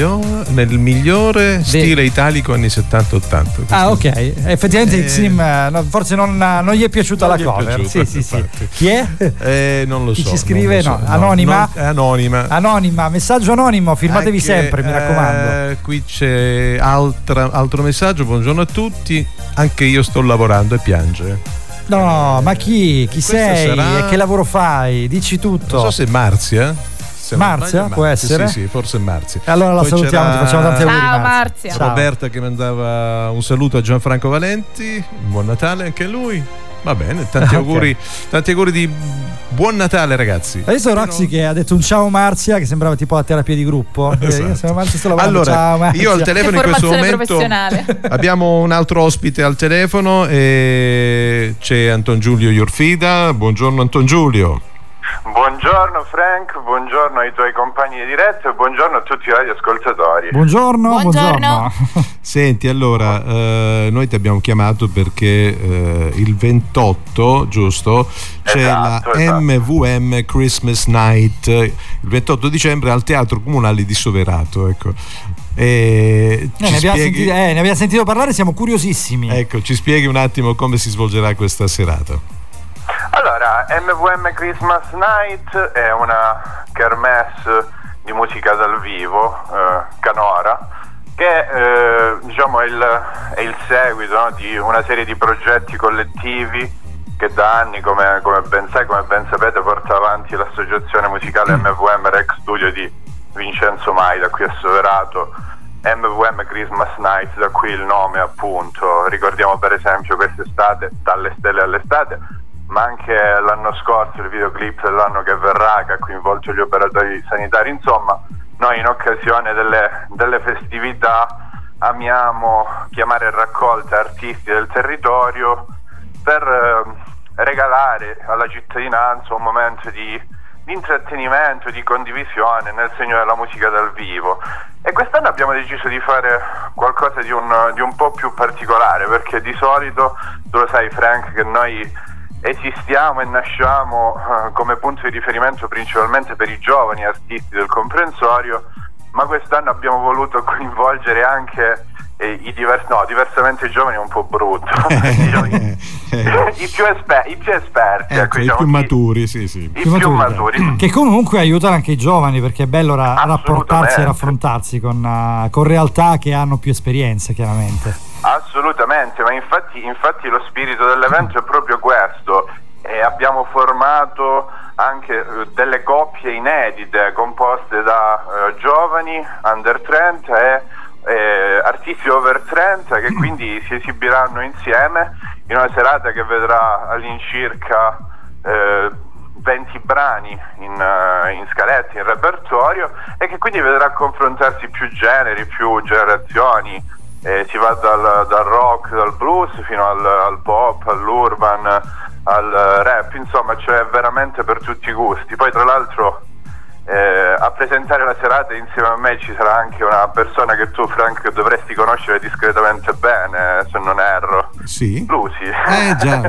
migliore stile italico anni 70-80. Ah, ok. Effettivamente Extreme forse non gli è piaciuta la cover. Sì. Chi è? Non lo so. Chi ci scrive? So. Anonima? Anonima, messaggio anonimo, firmatevi sempre, mi raccomando. Qui c'è altro messaggio. Buongiorno a tutti, anche io sto lavorando, e piange. No, ma chi sei? E che lavoro fai? Dici tutto. Non so se è Marzia. Marzia? Può essere? Sì, forse è Marzia. Allora la salutiamo, ti facciamo tanti auguri. Ciao Marzia. Ciao. Roberta che mandava un saluto a Gianfranco Valenti, buon Natale anche a lui. Va bene, tanti auguri di buon Natale, ragazzi. Adesso Roxy che ha detto un ciao Marzia, che sembrava tipo la terapia di gruppo. Esatto. Marzia, allora, ciao, Marzia. io al telefono in questo momento abbiamo un altro ospite al telefono e c'è Anton Giulio Iorfida. Buongiorno Anton Giulio. Buongiorno Frank, buongiorno ai tuoi compagni di diretta e buongiorno a tutti i radioascoltatori. Buongiorno. Senti, allora, noi ti abbiamo chiamato perché il 28, giusto? C'è la MVM Christmas Night, il 28 dicembre al Teatro Comunale di Soverato, ecco. Ne abbiamo sentito parlare, siamo curiosissimi. Ecco, ci spieghi un attimo come si svolgerà questa serata. Allora, MVM Christmas Night è una kermesse di musica dal vivo, canora, che diciamo è il seguito, no, di una serie di progetti collettivi che da anni, come ben sai, come ben sapete, porta avanti l'associazione musicale MVM Rec Studio di Vincenzo Mai, da cui è Soverato. MVM Christmas Night, da qui il nome appunto. Ricordiamo per esempio quest'estate Dalle Stelle all'Estate, ma anche l'anno scorso il videoclip dell'anno che verrà, che ha coinvolto gli operatori sanitari. Insomma, noi in occasione delle festività amiamo chiamare raccolta artisti del territorio per regalare alla cittadinanza un momento di intrattenimento, di condivisione nel segno della musica dal vivo. E quest'anno abbiamo deciso di fare qualcosa di un po' più particolare, perché di solito, tu lo sai Frank, che noi esistiamo e nasciamo come punto di riferimento principalmente per i giovani artisti del comprensorio, ma quest'anno abbiamo voluto coinvolgere anche diversamente i giovani è un po' brutto, i più esperti, ecco, i più maturi, sì. I più maturi. Che comunque aiutano anche i giovani, perché è bello rapportarsi e raffrontarsi con realtà che hanno più esperienze, chiaramente. Assolutamente, ma infatti lo spirito dell'evento è proprio questo. Abbiamo formato anche delle coppie inedite composte da giovani under 30 e artisti over 30, che quindi si esibiranno insieme in una serata che vedrà all'incirca 20 brani in scaletta, in repertorio, e che quindi vedrà confrontarsi più generi, più generazioni. Si va dal rock, dal blues fino al pop, all'urban, al rap, insomma c'è veramente per tutti i gusti. Poi tra l'altro a presentare la serata insieme a me ci sarà anche una persona che tu Frank dovresti conoscere discretamente bene, se non erro. Sì? Lucy. Già.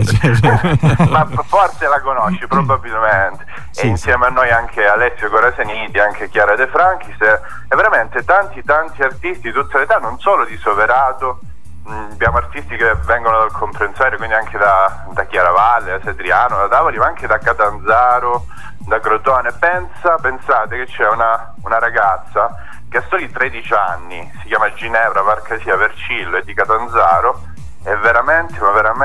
Ma forse la conosci probabilmente. Sì, e insieme a noi anche Alessio Corasaniti, anche Chiara De Franchis, e veramente tanti artisti di tutte le età, non solo di Soverato. Abbiamo artisti che vengono dal comprensorio, quindi anche da Chiaravalle, da Sedriano, da Tavoli, ma anche da Catanzaro, da Crotone. Pensate che c'è una ragazza che ha soli 13 anni, si chiama Ginevra Varcasia Vercillo, è di Catanzaro, è veramente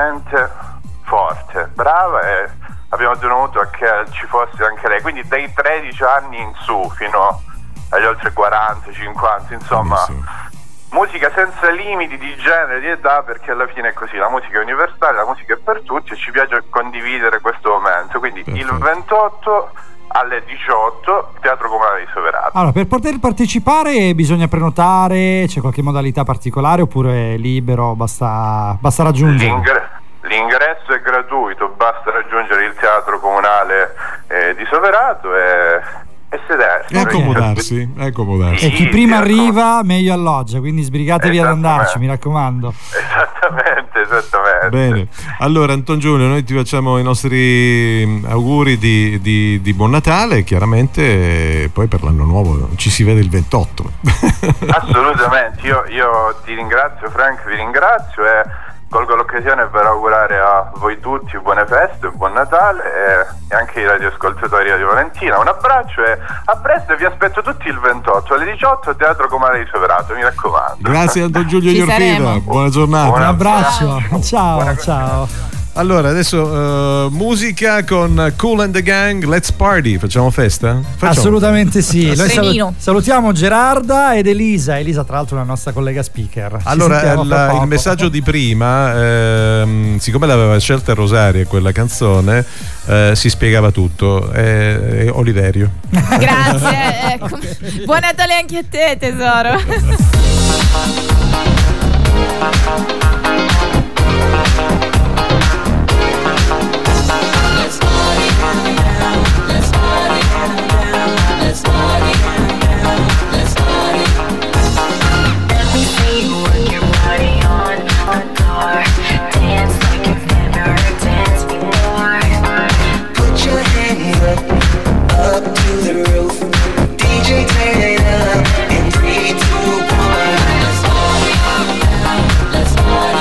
forte, brava, e abbiamo tenuto a che ci fosse anche lei, quindi dai 13 anni in su fino agli oltre 40, 50, insomma. Benissimo. Musica senza limiti di genere, di età, perché alla fine è così, la musica è universale, la musica è per tutti e ci piace condividere questo momento. Quindi perfetto. Il 28 alle 18 Teatro Comunale di Soverato. Allora, per poter partecipare bisogna prenotare, c'è qualche modalità particolare oppure è libero, basta raggiungere? L'ingresso è gratuito, basta raggiungere il Teatro Comunale di Soverato e sedersi e accomodarsi. E chi prima arriva meglio alloggia, quindi sbrigatevi ad andarci, mi raccomando. Esattamente. Bene, allora Anton Giulio, noi ti facciamo i nostri auguri di buon Natale, chiaramente poi per l'anno nuovo ci si vede il 28. Assolutamente, io ti ringrazio Frank, vi ringrazio e colgo l'occasione per augurare a voi tutti buone feste, buon Natale e anche ai radioascoltatori di Radio Valentina. Un abbraccio e a presto, e vi aspetto tutti il 28 alle 18 Teatro Comunale di Soverato, mi raccomando. Grazie Anton Giulio Iorfida, buona giornata. Un abbraccio, ciao. Allora adesso musica con Kool and the Gang, Let's Party, facciamo festa? Assolutamente sì. Noi salutiamo Gerarda ed Elisa tra l'altro la nostra collega speaker. Allora il messaggio di prima, siccome l'aveva scelta Rosaria quella canzone, si spiegava tutto, Oliverio. Grazie, ecco. Buon Natale anche a te tesoro. Let's party.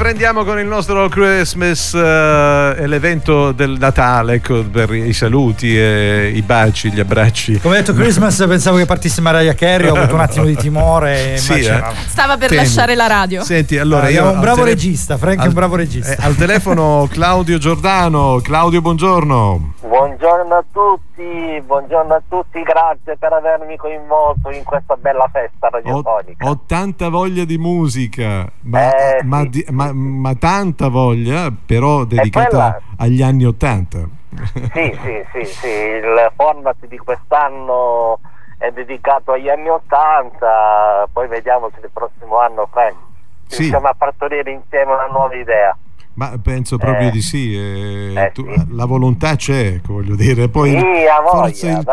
riprendiamo con il nostro Christmas e l'evento del Natale, ecco, per i saluti e i baci, gli abbracci. Come detto Christmas, pensavo che partisse Mariah Carey, ho avuto un attimo di timore. Sì, stava per lasciare la radio. Senti, allora io un bravo regista, Frank è un bravo regista. Al telefono Claudio Giordano. Claudio, buongiorno. Buongiorno a tutti, grazie per avermi coinvolto in questa bella festa radiofonica. Ho tanta voglia di musica, ma tanta voglia, però dedicata agli anni '80. Sì, il format di quest'anno è dedicato agli anni '80, poi vediamo se il prossimo anno riusciamo a partorire insieme una nuova idea. Ma penso proprio di sì, la volontà c'è, voglio dire, poi forse il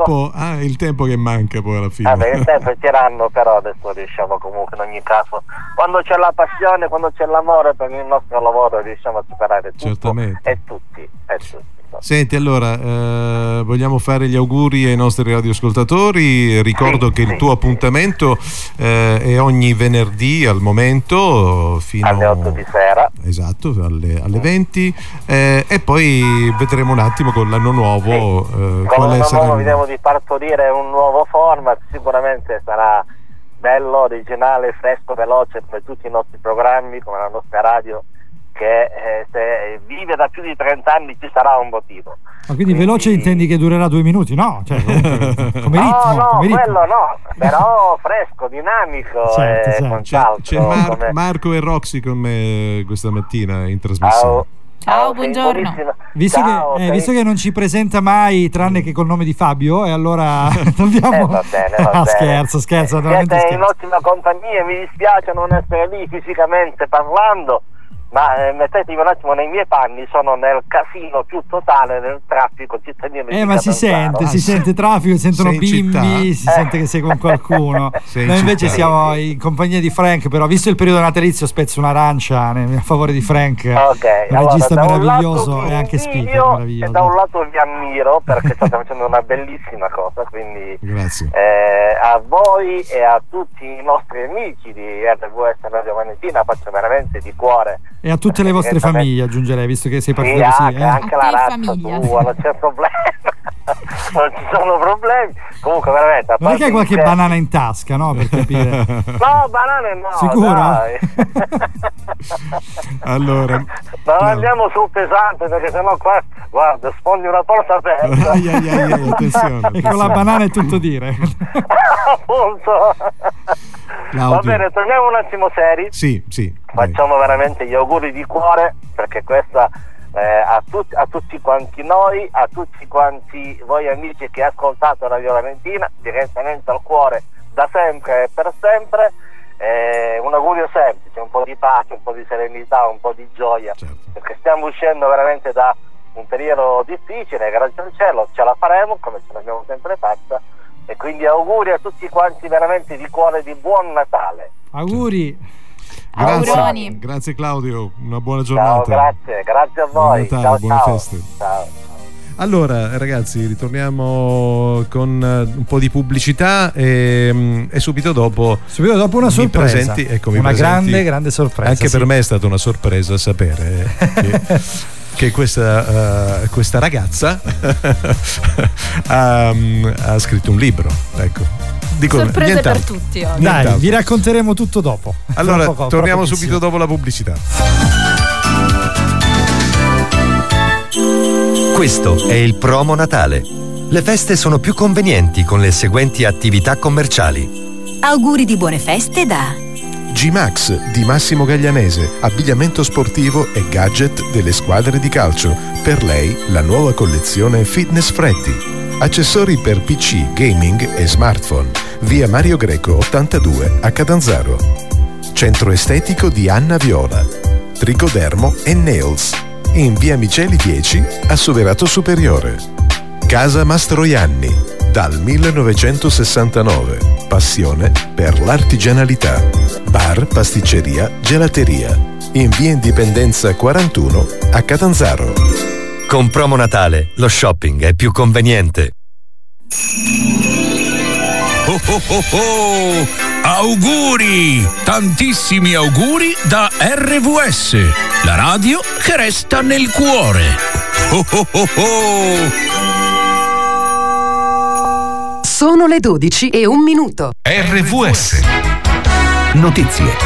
tempo che manca poi alla fine. Il tempo è tiranno, però adesso riusciamo comunque in ogni caso, quando c'è la passione, quando c'è l'amore per il nostro lavoro, riusciamo a superare tutto. Certamente. e tutti. Senti, allora vogliamo fare gli auguri ai nostri radioascoltatori. Ricordo che il tuo appuntamento è ogni venerdì al momento fino alle 8 di sera. Esatto, alle 20 e poi vedremo un attimo con l'anno nuovo. Con l'anno nuovo vediamo di partorire un nuovo format, sicuramente sarà bello, originale, fresco, veloce come tutti i nostri programmi, come la nostra radio, che se vive da più di 30 anni ci sarà un motivo. Ma quindi veloce intendi che durerà 2 minuti? No, cioè come ritmo. No, quello no, però fresco, dinamico. Certo. C'è Marco e Roxy con me questa mattina in trasmissione. Ciao, buongiorno. Visto che non ci presenta mai tranne che col nome di Fabio, e allora dobbiamo va bene. Scherzo, siete in ottima compagnia, mi dispiace non essere lì fisicamente parlando, ma mettetevi un attimo nei miei panni, sono nel casino più totale del traffico cittadino di ma si sente traffico, si sentono bimbi, si sente che sei con qualcuno. Noi invece siamo in compagnia di Frank, però visto il periodo natalizio spezzo un'arancia a favore di Frank, un regista meraviglioso e anche speaker meraviglioso. E da un lato vi ammiro perché state facendo una bellissima cosa, quindi grazie a voi e a tutti i nostri amici di RVS Radio Valentina faccio veramente di cuore. E a tutte le vostre famiglie, aggiungerei, visto che sei partito così. Anche la razza tua, non c'è problema. Non ci sono problemi. Comunque veramente. Non è che hai qualche banana in tasca, no? Per capire. No, banane no. Sicuro? Dai. Allora. Non andiamo sul pesante perché sennò qua, guarda, sfondi una porta aperta. Attenzione. E con la banana è tutto dire. Appunto. Va bene, torniamo un attimo seri. Sì. Facciamo veramente gli auguri di cuore perché questa a tutti quanti noi, a tutti quanti voi amici che ascoltate Radio Valentina, direttamente al cuore da sempre e per sempre, un augurio semplice, un po' di pace, un po' di serenità, un po' di gioia, perché stiamo uscendo veramente da un periodo difficile, grazie al cielo ce la faremo come ce l'abbiamo sempre fatta, e quindi auguri a tutti quanti veramente di cuore, di buon Natale. Auguri. Grazie Claudio, una buona giornata. Ciao, grazie a voi. Natale, buone feste. Ciao. Allora ragazzi, ritorniamo con un po' di pubblicità e subito dopo una sorpresa. Una grande sorpresa. Anche per me è stata una sorpresa sapere che questa ragazza ha scritto un libro, ecco. Sorprese per tutti oggi. Dai, vi racconteremo tutto dopo. Allora, torniamo subito dopo la pubblicità. Questo è il promo Natale. Le feste sono più convenienti con le seguenti attività commerciali. Auguri di buone feste da G-Max di Massimo Gaglianese, abbigliamento sportivo e gadget delle squadre di calcio. Per lei la nuova collezione Fitness Freddy. Accessori per PC, gaming e smartphone. Via Mario Greco 82 a Catanzaro. Centro estetico di Anna Viola. Tricodermo e Nails. In via Miceli 10 a Soverato Superiore. Casa Mastroianni. Dal 1969. Passione per l'artigianalità. Bar, pasticceria, gelateria. In via Indipendenza 41 a Catanzaro. Con promo Natale lo shopping è più conveniente. Oh oh oh oh! Auguri! Tantissimi auguri da RVS, la radio che resta nel cuore. Oh oh oh oh! Sono le 12:01. RVS. Notizie.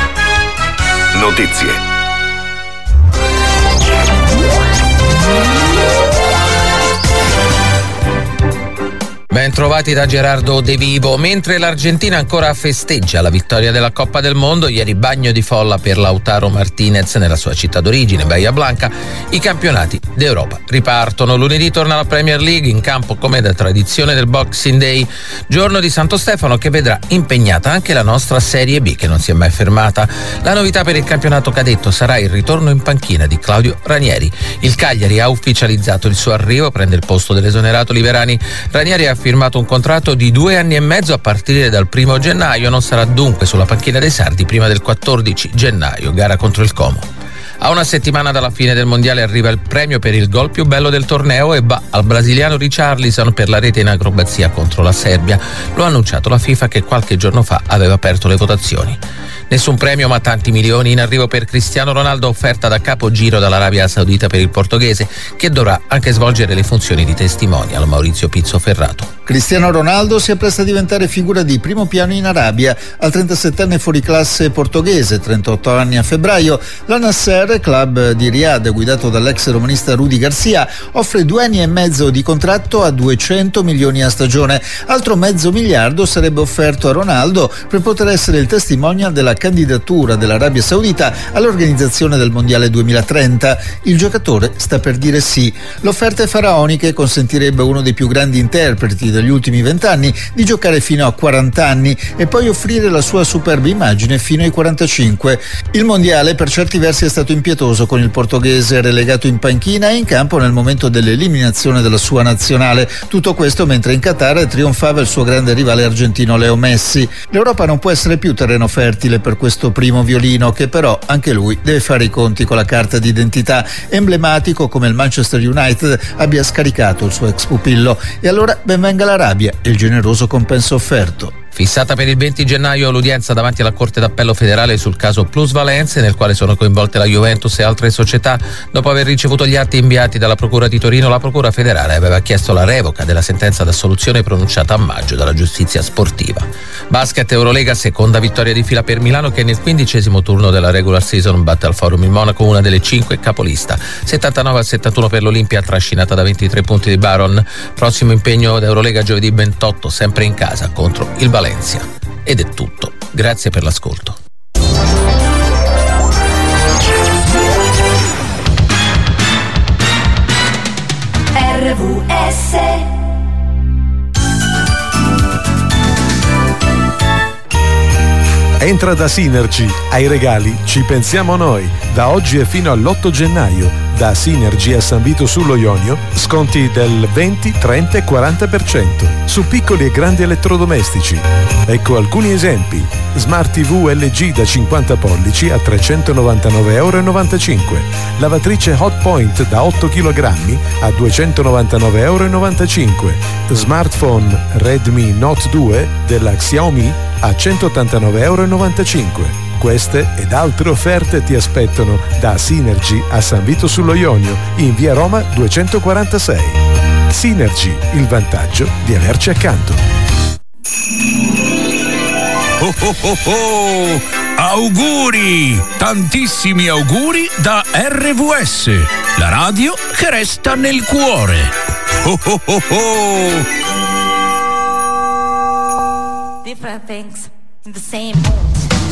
Ben trovati da Gerardo De Vivo. Mentre l'Argentina ancora festeggia la vittoria della Coppa del Mondo, ieri bagno di folla per Lautaro Martinez nella sua città d'origine, Bahia Blanca. I campionati d'Europa ripartono. Lunedì torna la Premier League, in campo come da tradizione del Boxing Day, giorno di Santo Stefano, che vedrà impegnata anche la nostra Serie B, che non si è mai fermata. La novità per il campionato cadetto sarà il ritorno in panchina di Claudio Ranieri. Il Cagliari ha ufficializzato il suo arrivo, prende il posto dell'esonerato Liverani. Ranieri ha firmato un contratto di 2 anni e mezzo a partire dal 1 gennaio, non sarà dunque sulla panchina dei sardi prima del 14 gennaio, gara contro il Como. A una settimana dalla fine del mondiale arriva il premio per il gol più bello del torneo e va al brasiliano Richarlison per la rete in acrobazia contro la Serbia. Lo ha annunciato la FIFA, che qualche giorno fa aveva aperto le votazioni. Nessun premio ma tanti milioni in arrivo per Cristiano Ronaldo, offerta da capogiro dall'Arabia Saudita per il portoghese, che dovrà anche svolgere le funzioni di testimonial. Maurizio Pizzo Ferrato. Cristiano Ronaldo si appresta a diventare figura di primo piano in Arabia. Al 37enne fuoriclasse portoghese, 38 anni a febbraio, l'Al-Nassr, club di Riyadh guidato dall'ex romanista Rudy Garcia, offre 2 anni e mezzo di contratto a 200 milioni a stagione. Altro $500 milioni sarebbe offerto a Ronaldo per poter essere il testimonial della candidatura dell'Arabia Saudita all'organizzazione del Mondiale 2030. Il giocatore sta per dire sì. L'offerta è faraonica e consentirebbe a uno dei più grandi interpreti degli ultimi 20 anni di giocare fino a 40 anni e poi offrire la sua superba immagine fino ai 45. Il mondiale per certi versi è stato impietoso, con il portoghese relegato in panchina e in campo nel momento dell'eliminazione della sua nazionale. Tutto questo mentre in Qatar trionfava il suo grande rivale argentino Leo Messi. L'Europa non può essere più terreno fertile per questo primo violino, che però anche lui deve fare i conti con la carta d'identità. Emblematico come il Manchester United abbia scaricato il suo ex pupillo. E allora ben venga l'Arabia e il generoso compenso offerto. Fissata per il 20 gennaio l'udienza davanti alla Corte d'Appello federale sul caso Plusvalenze, nel quale sono coinvolte la Juventus e altre società. Dopo aver ricevuto gli atti inviati dalla Procura di Torino, la Procura federale aveva chiesto la revoca della sentenza d'assoluzione pronunciata a maggio dalla giustizia sportiva. Basket Eurolega, seconda vittoria di fila per Milano, che nel 15° turno della regular season batte al Forum il Monaco, una delle 5 capolista. 79-71 per l'Olimpia, trascinata da 23 punti di Baron. Prossimo impegno d'Eurolega giovedì 28, sempre in casa, contro il Valencia. Ed è tutto. Grazie per l'ascolto. RVS. Entra da Synergy, ai regali ci pensiamo noi. Da oggi e fino all'8 gennaio, da Synergy a San Vito sullo Ionio, sconti del 20, 30 e 40% su piccoli e grandi elettrodomestici. Ecco alcuni esempi: Smart TV LG da 50 pollici a €399,95, lavatrice Hotpoint da 8 kg a €299,95, smartphone Redmi Note 2 della Xiaomi a €189,95. Queste ed altre offerte ti aspettano da Synergy a San Vito sullo Ionio, in via Roma 246. Synergy, il vantaggio di averci accanto. Oh oh oh oh! Auguri! Tantissimi auguri da RVS, la radio che resta nel cuore. Oh oh oh oh! Different things in the same mood.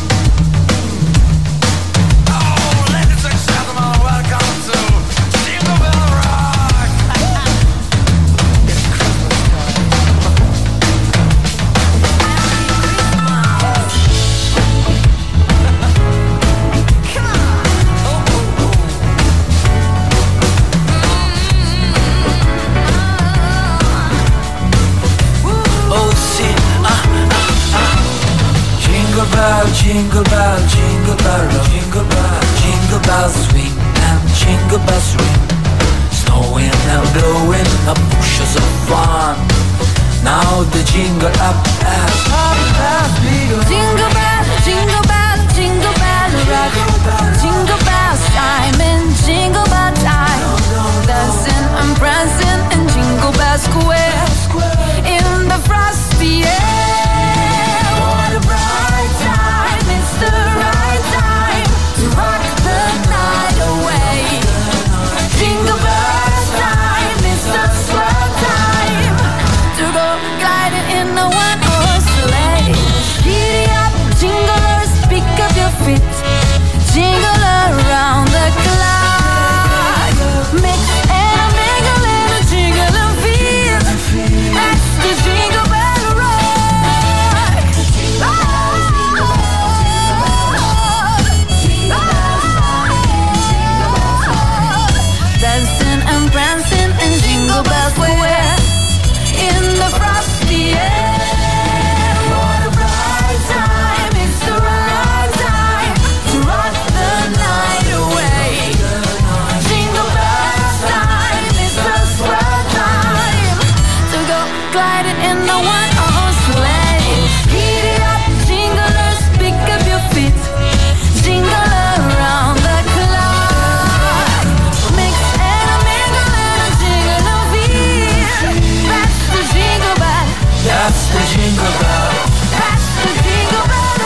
Jingle bell, jingle bell, jingle bell, jingle bells swing and jingle bells ring. Snowing and blowing up bushes of fun. Now the jingle up has begun. Jingle bell. in a one-horse sleigh. Giddy up, jinglers, pick up your feet, jingle around the clock. Mix and a mingle and a jingle and feel. That's the Jingle Bell Rock. Dancing and prancing in Jingle Bell Square, in the frosty air. What a bright time, it's the right time to rock the night away. Jingle bells time, it's the swell time to go gliding in the one-horse sleigh. Giddy up, jinglers, pick up your feet, jingle around the clock. Mix and a mingle and a jingle and feel. That's the Jingle Bell. That's the Jingle Bell. That's the Jingle Bell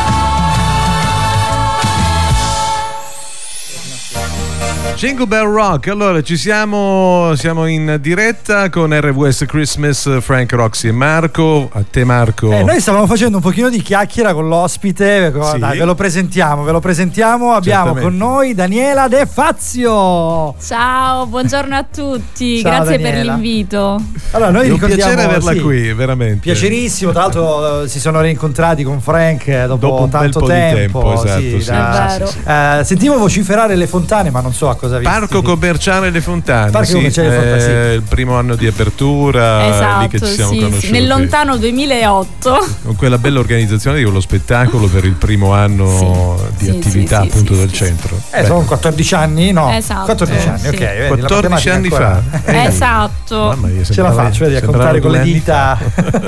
Rock. Jingle Bell Rock. Allora siamo in diretta con RWS Christmas, Frank, Roxy e Marco. A te, Marco. Noi stavamo facendo un pochino di chiacchiera con l'ospite. Sì. Dai, ve lo presentiamo. Abbiamo Certamente. con noi Daniela De Fazio. Ciao, buongiorno a tutti. Ciao, grazie Daniela. per l'invito. Allora, noi È un ricordiamo, piacere averla sì, qui, veramente. Piacerissimo, tra l'altro si sono rincontrati con Frank dopo un bel tanto po' di tempo. tempo, esatto, sì. È vero. Sentivo vociferare le fontane, ma non so a cosa vi Parco Commerciale Le Fontane. Parco Commerciale Le Fontane, sì. Il primo anno di apertura, Esatto, lì che ci siamo conosciuti. nel lontano 2008. Con quella bella organizzazione di quello spettacolo per il primo anno di attività appunto del centro. Sono 14 anni? No, Esatto. 14 anni, Sì. ok. Vedi, 14 anni ancora. fa. Esatto. Mamma mia, Ce la faccio, vedi, a contare con le dita.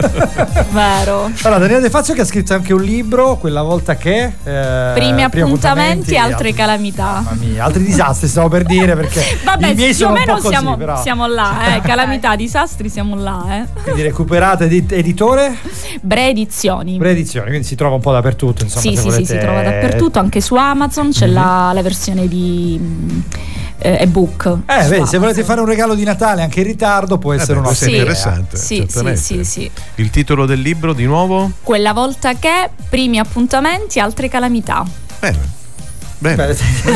Vero. Allora, Daniela De Fazio che ha scritto anche un libro, Quella volta che Primi appuntamenti, altre calamità. Mamma mia, altri disastri stavo per dire, perché Vabbè, i miei più o sono un meno po' così, però. siamo là, calamità, disastri, siamo là. Quindi recuperate editore? Bre Edizioni. Quindi si trova un po' dappertutto, insomma. Sì, se sì, volete... si trova dappertutto, anche su Amazon c'è la versione di ebook. Vedi, se volete fare un regalo di Natale anche in ritardo può essere una questo è interessante. Sì, certamente. sì. Il titolo del libro di nuovo? Quella volta che, primi appuntamenti, altre calamità. Bene. Bello.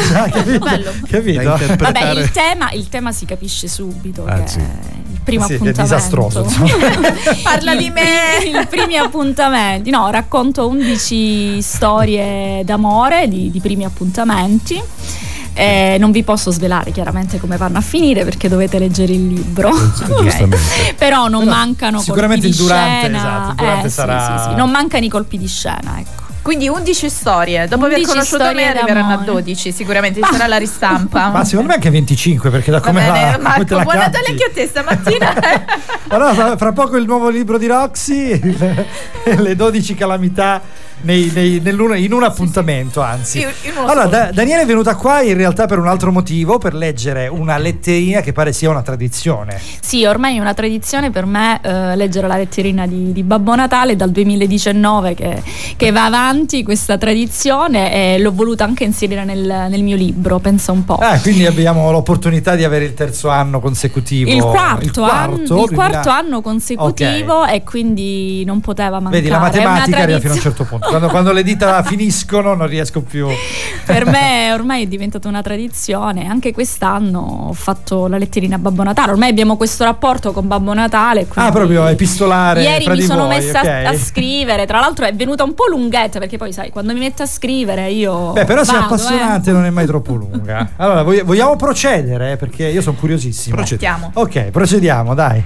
Capito? Vabbè, il tema si capisce subito. Anzi. Che è il primo appuntamento. È disastroso. Parla di me. I primi appuntamenti. No, racconto 11 storie d'amore di primi appuntamenti. Non vi posso svelare chiaramente come vanno a finire perché dovete leggere il libro. Però non mancano sicuramente colpi di durante, scena. esatto, il durante sarà... Sì. Non mancano i colpi di scena, ecco. Quindi 11 storie. Dopo aver conosciuto me arriveranno a 12. Sicuramente ci sarà la ristampa. Ma secondo me anche 25, perché da come bene, Marco, Marco, buon Natale anche a te stamattina. Allora, fra poco il nuovo libro di Roxy, le 12 calamità in un appuntamento, anzi. Allora, Daniela è venuta qua in realtà per un altro motivo, per leggere una letterina che pare sia una tradizione. Sì, ormai è una tradizione per me leggere la letterina di Babbo Natale dal 2019 che va avanti questa tradizione, e l'ho voluta anche inserire nel mio libro, pensa un po'. Quindi abbiamo l'opportunità di avere il terzo anno consecutivo. Il quarto anno consecutivo, okay. E quindi non poteva mancare. Vedi, la matematica arriva fino a un certo punto. Quando le dita finiscono non riesco più. Per me ormai è diventata una tradizione. Anche quest'anno ho fatto la letterina a Babbo Natale. Ormai abbiamo questo rapporto con Babbo Natale. Proprio epistolare. Ieri fra mi di sono voi, messa okay. a scrivere. Tra l'altro è venuta un po' lunghetta, perché poi sai, quando mi metto a scrivere io però se è vado, appassionante non è mai troppo lunga. Allora vogliamo procedere? Perché io sono curiosissimo. Procediamo. Ok, procediamo, dai.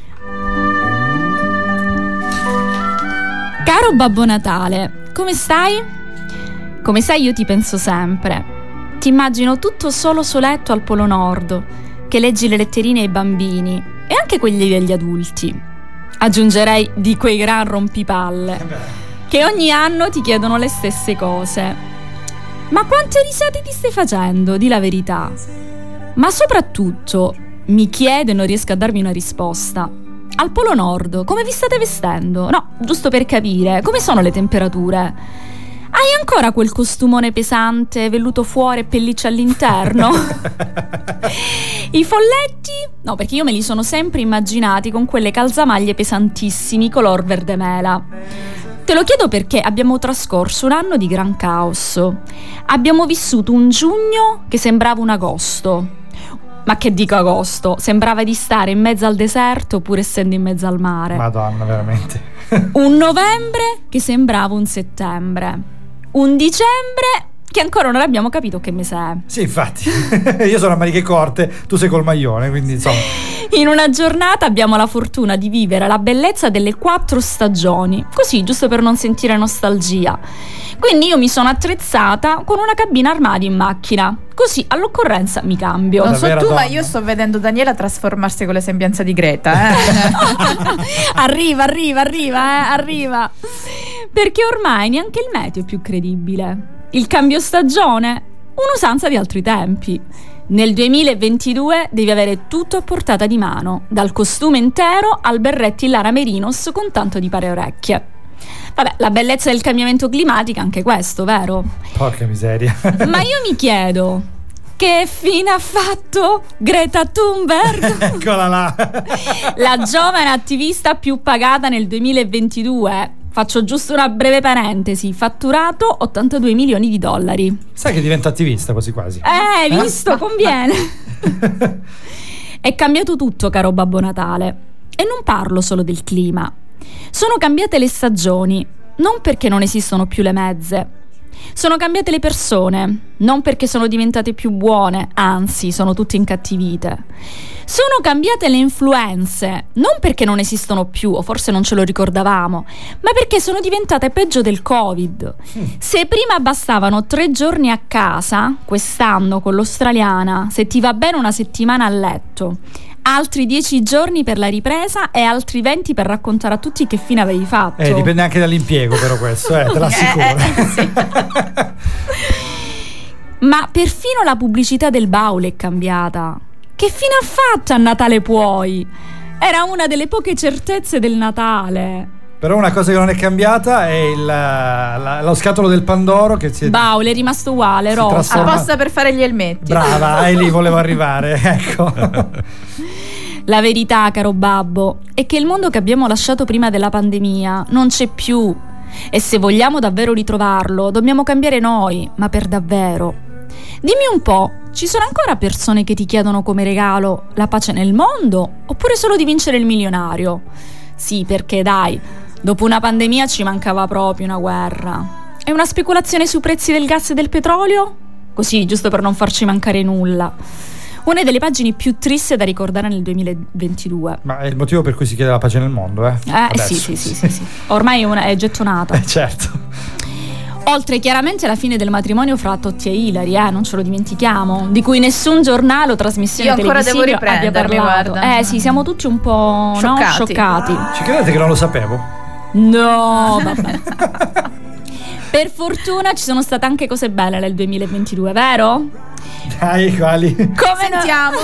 Caro Babbo Natale, come stai? Come sai, io ti penso sempre. Ti immagino tutto solo soletto al Polo Nord, che leggi le letterine ai bambini e anche quelli degli adulti. Aggiungerei di quei gran rompipalle che ogni anno ti chiedono le stesse cose. Ma quante risate ti stai facendo? Di la verità. Ma soprattutto mi chiede e non riesco a darmi una risposta. Al Polo Nord, come vi state vestendo? No, giusto per capire, come sono le temperature? Hai ancora quel costumone pesante, velluto fuori e pelliccia all'interno? I folletti? No, perché io me li sono sempre immaginati con quelle calzamaglie pesantissimi color verde mela. Te lo chiedo perché abbiamo trascorso un anno di gran caos. Abbiamo vissuto un giugno che sembrava un agosto. Ma che dico agosto? Sembrava di stare in mezzo al deserto pur essendo in mezzo al mare. Madonna, veramente. Un novembre che sembrava un settembre. Un dicembre che ancora non abbiamo capito che mese è. Sì, infatti. Io sono a maniche corte, tu sei col maglione, quindi insomma. In una giornata abbiamo la fortuna di vivere la bellezza delle 4 stagioni, così giusto per non sentire nostalgia. Quindi io mi sono attrezzata con una cabina armadio in macchina, così all'occorrenza mi cambio. Non so tu, ma io sto vedendo Daniela trasformarsi con le sembianze di Greta. Arriva. Perché ormai neanche il meteo è più credibile. Il cambio stagione, un'usanza di altri tempi. Nel 2022 devi avere tutto a portata di mano, dal costume intero al berretti Lara Merinos con tanto di pareorecchie. Vabbè, la bellezza del cambiamento climatico è anche questo, vero? Porca miseria. Ma io mi chiedo, che fine ha fatto Greta Thunberg? Eccola là. La giovane attivista più pagata nel 2022. Faccio giusto una breve parentesi. Fatturato $82 milioni. Sai che diventa attivista quasi quasi. Hai visto? Conviene. È cambiato tutto, caro Babbo Natale. E non parlo solo del clima. Sono cambiate le stagioni, non perché non esistono più le mezze. Sono cambiate le persone, non perché sono diventate più buone, anzi, sono tutte incattivite. Sono cambiate le influenze, non perché non esistono più, o forse non ce lo ricordavamo, ma perché sono diventate peggio del Covid. Se prima bastavano 3 giorni a casa, quest'anno con l'australiana, se ti va bene una settimana a letto, altri 10 giorni per la ripresa e altri 20 per raccontare a tutti che fine avevi fatto. Dipende anche dall'impiego, però questo, te l'assicuro. Sì. Ma perfino la pubblicità del baule è cambiata. Che fine ha fatto a Natale Puoi? Era una delle poche certezze del Natale. Però una cosa che non è cambiata è lo scatolo del Pandoro che Baule è rimasto uguale, rosa. Apposta per fare gli elmetti. Brava, e lì volevo arrivare, ecco. La verità, caro babbo, è che il mondo che abbiamo lasciato prima della pandemia non c'è più. E se vogliamo davvero ritrovarlo, dobbiamo cambiare noi, ma per davvero. Dimmi un po', ci sono ancora persone che ti chiedono come regalo la pace nel mondo? Oppure solo di vincere il milionario? Sì, perché dai, dopo una pandemia ci mancava proprio una guerra. E una speculazione sui prezzi del gas e del petrolio? Così, giusto per non farci mancare nulla. Una delle pagine più tristi da ricordare nel 2022. Ma è il motivo per cui si chiede la pace nel mondo, eh? Sì. Ormai è gettonata. Certo. Oltre chiaramente alla fine del matrimonio fra Totti e Hilary, non ce lo dimentichiamo, di cui nessun giornale o trasmissione televisiva abbia parlato. Guarda. Sì, siamo tutti un po' scioccati. Ci credete che non lo sapevo? No, vabbè. Per fortuna ci sono state anche cose belle nel 2022, vero? Dai, quali? Sentiamo.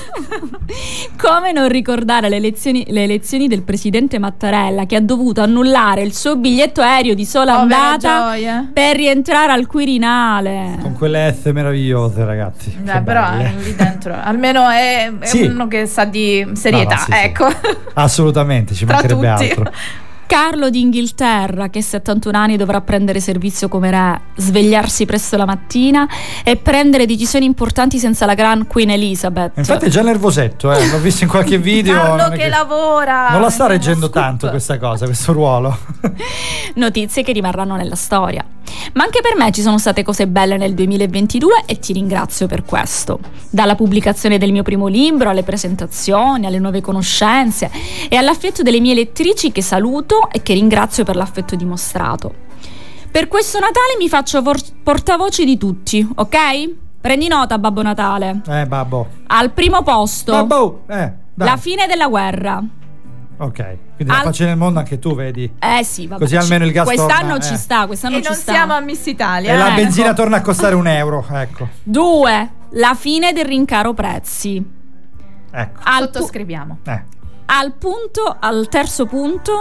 Come non ricordare le elezioni del presidente Mattarella, che ha dovuto annullare il suo biglietto aereo di sola andata per rientrare al Quirinale. Con quelle F meravigliose, ragazzi. Però lì dentro almeno è uno che sa di serietà, ecco. Assolutamente, ci mancherebbe altro. Carlo d'Inghilterra, che a 71 anni dovrà prendere servizio come re, svegliarsi presto la mattina e prendere decisioni importanti senza la gran Queen Elizabeth. Infatti è già nervosetto, l'ho visto in qualche video. Carlo che lavora. Non la sta reggendo tanto questa cosa, questo ruolo. Notizie che rimarranno nella storia. Ma anche per me ci sono state cose belle nel 2022 e ti ringrazio per questo. Dalla pubblicazione del mio primo libro, alle presentazioni, alle nuove conoscenze e all'affetto delle mie lettrici che saluto e che ringrazio per l'affetto dimostrato. Per questo Natale mi faccio portavoce di tutti, ok? Prendi nota, Babbo Natale. Babbo. Al primo posto, Babbo, la fine della guerra. Ok, quindi la pace nel mondo anche tu vedi. Sì, vabbè. Così almeno il gas quest'anno ci sta, quest'anno e ci non sta. siamo a Miss Italia. E la benzina torna a costare €1, ecco. 2, la fine del rincaro prezzi. Ecco. Sottoscriviamo. Al terzo punto,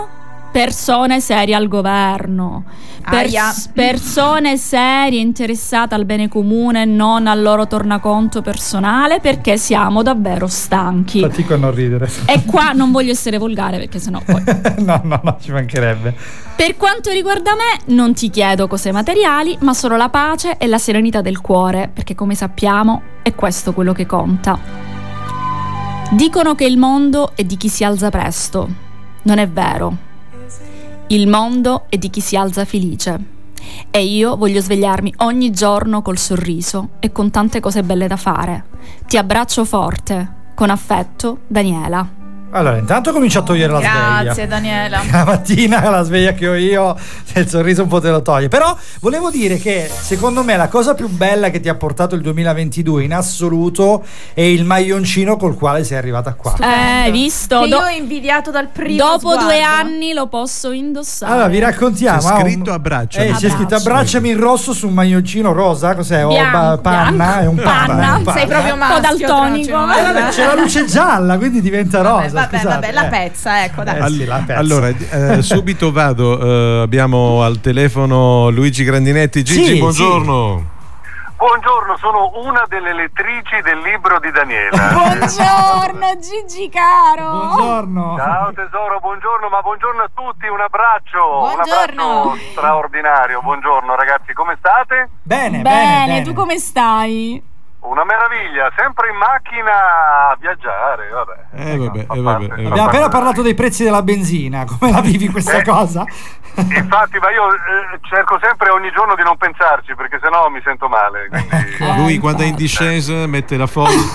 persone serie al governo, persone serie interessate al bene comune, non al loro tornaconto personale, perché siamo davvero stanchi. Fatico a non ridere. E qua non voglio essere volgare, perché sennò poi no, ci mancherebbe. Per quanto riguarda me, non ti chiedo cose materiali, ma solo la pace e la serenità del cuore, perché come sappiamo è questo quello che conta. Dicono che il mondo è di chi si alza presto. Non è vero. Il mondo è di chi si alza felice. E io voglio svegliarmi ogni giorno col sorriso e con tante cose belle da fare. Ti abbraccio forte. Con affetto, Daniela. Allora, intanto comincio a togliere la sveglia. Grazie Daniela. La mattina la sveglia che ho io, il sorriso un po' te lo toglie. Però volevo dire che secondo me la cosa più bella che ti ha portato il 2022 in assoluto è il maglioncino col quale sei arrivata qua. Hai visto? Che io ho invidiato dal primo Dopo sguardo. 2 anni lo posso indossare. Allora vi raccontiamo. C'è scritto abbracciami. C'è scritto abbracciami in rosso su un maglioncino rosa. Cos'è? Bianco, Panna? È un panna. Sei proprio maschio. Un po' daltonico. Tra- C'è la luce gialla, quindi diventa rosa. Vabbè, la pezza, ecco, dai. La pezza. Allora, subito vado. Abbiamo al telefono Luigi Grandinetti. Gigi, Sì, buongiorno. Buongiorno, sono una delle lettrici del libro di Daniela. Buongiorno Gigi caro. Buongiorno. Ciao tesoro, buongiorno, ma buongiorno a tutti, un abbraccio. Buongiorno. Un abbraccio straordinario. Buongiorno ragazzi, come state? Bene. Tu come stai? Una meraviglia, sempre in macchina a viaggiare, vabbè. Abbiamo appena parlato dei prezzi della benzina. Come la vivi questa cosa? Infatti, ma io cerco sempre ogni giorno di non pensarci, perché sennò mi sento male. Quindi... Lui quando è in discesa mette la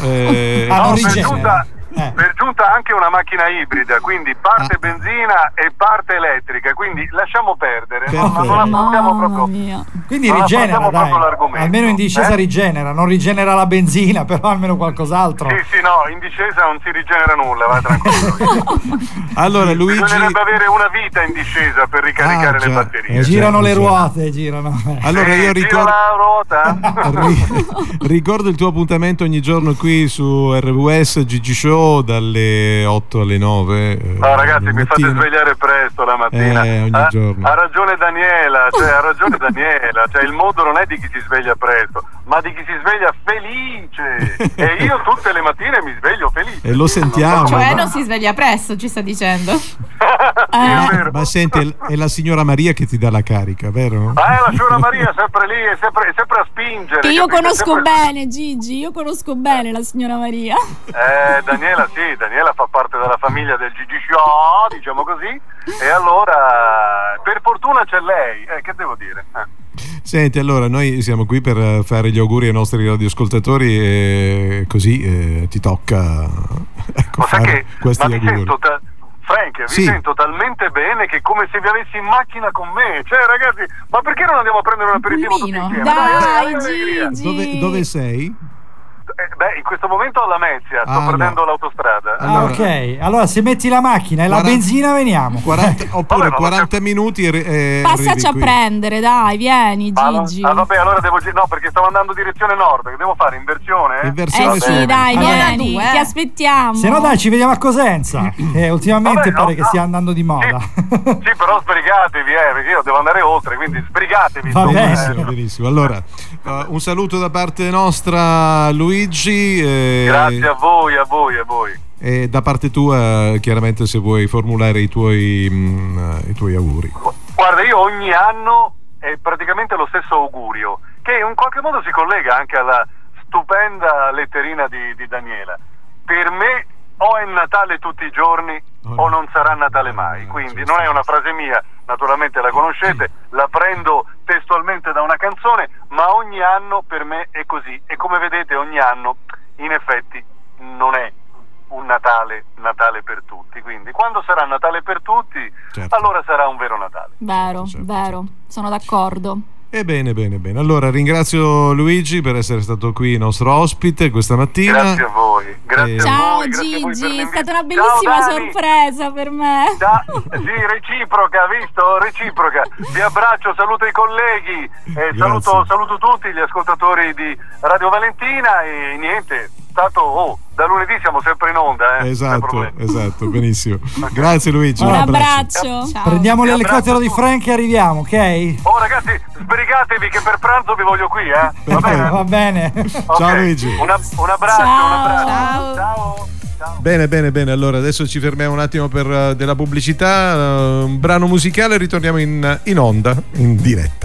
per giunta anche una macchina ibrida, quindi parte benzina e parte elettrica, quindi lasciamo perdere, non affrontiamo proprio. Quindi rigenera, dai. Almeno in discesa rigenera, non rigenera la benzina, però almeno qualcos'altro. Sì, no, in discesa non si rigenera nulla, vai tranquillo. Allora Luigi, bisognerebbe avere una vita in discesa per ricaricare le batterie. Girano le ruote, girano. Allora io ricordo la ruota. ricordo il tuo appuntamento ogni giorno qui su RWS Gigi Show dalle 8 alle 9. No ragazzi, mi fate svegliare presto la mattina. Ogni giorno. Ha ragione Daniela, cioè il mondo non è di chi si sveglia presto, ma di chi si sveglia felice. E io tutte le mattine mi sveglio felice. E lo sentiamo. Cioè non si sveglia presto, ci sta dicendo. Ma senti, è la signora Maria che ti dà la carica, vero? La signora Maria è sempre lì, è sempre a spingere. Che io conosco bene, Gigi, io conosco bene la signora Maria. Daniela fa parte della famiglia del Gigi Show, diciamo così, e allora per fortuna c'è lei, che devo dire? Senti, allora noi siamo qui per fare gli auguri ai nostri radioascoltatori e così ti tocca fare questi auguri. Frank, vi sento talmente bene che come se vi avessi in macchina con me. Cioè ragazzi, ma perché non andiamo a prendere un aperitivo tutti insieme? Dai Gigi. Dove sei? In questo questo momento a Lamezia, sto prendendo l'autostrada. Ok, allora se metti la macchina e la benzina veniamo. 40, oppure 40 minuti passaci a prendere, dai, vieni Gigi. Vabbè, allora devo no, perché stavo andando direzione nord, che devo fare inversione? Inversione sì, dai, vieni, ti aspettiamo. Se no dai, ci vediamo a Cosenza. Ultimamente pare che stia andando di moda. Sì, però sbrigatevi, perché io devo andare oltre, quindi sbrigatevi. Va benissimo. Allora, un saluto da parte nostra, Luigi. Grazie a voi. E da parte tua, chiaramente, se vuoi formulare i tuoi auguri. Guarda, io ogni anno è praticamente lo stesso augurio, che in qualche modo si collega anche alla stupenda letterina di Daniela. Per me o è Natale tutti i giorni o non sarà Natale mai, quindi non è una frase mia, naturalmente la conoscete, la prendo testualmente da una canzone, ma ogni anno per me è così, e come vedete ogni anno in effetti non è un Natale per tutti, quindi quando sarà Natale per tutti, allora sarà un vero Natale. Vero, sono d'accordo. E bene. Allora ringrazio Luigi per essere stato qui nostro ospite questa mattina. Grazie a voi. Ciao Gigi, è stata una bellissima sorpresa per me. Sì, reciproca. Vi abbraccio, saluto i colleghi, saluto tutti gli ascoltatori di Radio Valentina e niente. Tanto da lunedì siamo sempre in onda, Esatto, benissimo. Grazie Luigi. Un abbraccio. Ciao. Prendiamo l'elicottero di Frank e arriviamo, ok? Ragazzi, sbrigatevi che per pranzo vi voglio qui, Va bene? Va bene. Okay. Ciao Luigi. Un abbraccio, Ciao. Bene, allora adesso ci fermiamo un attimo per della pubblicità, un brano musicale e ritorniamo in onda, in diretta.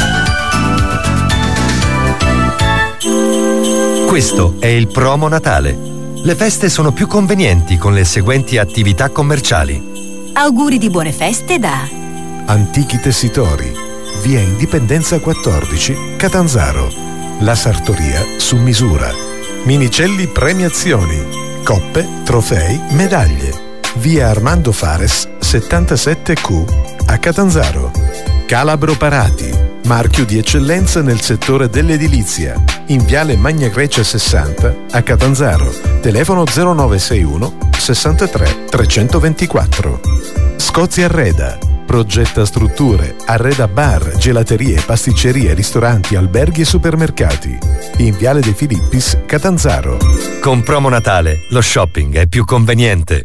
Questo è il promo Natale. Le feste sono più convenienti con le seguenti attività commerciali. Auguri di buone feste da Antichi Tessitori, via Indipendenza 14, Catanzaro. La sartoria su misura. Minicelli Premiazioni. Coppe, trofei, medaglie. Via Armando Fares 77Q a Catanzaro. Calabro Parati, marchio di eccellenza nel settore dell'edilizia, in viale Magna Grecia 60 a Catanzaro. Telefono 0961 63 324. Scozia Arreda, progetta strutture, arreda bar, gelaterie, pasticcerie, ristoranti, alberghi e supermercati. In viale De Filippis, Catanzaro. Con promo Natale lo shopping è più conveniente.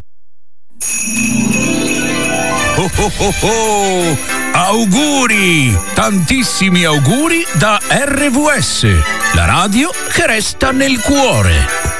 Auguri! Tantissimi auguri da RVS, la radio che resta nel cuore.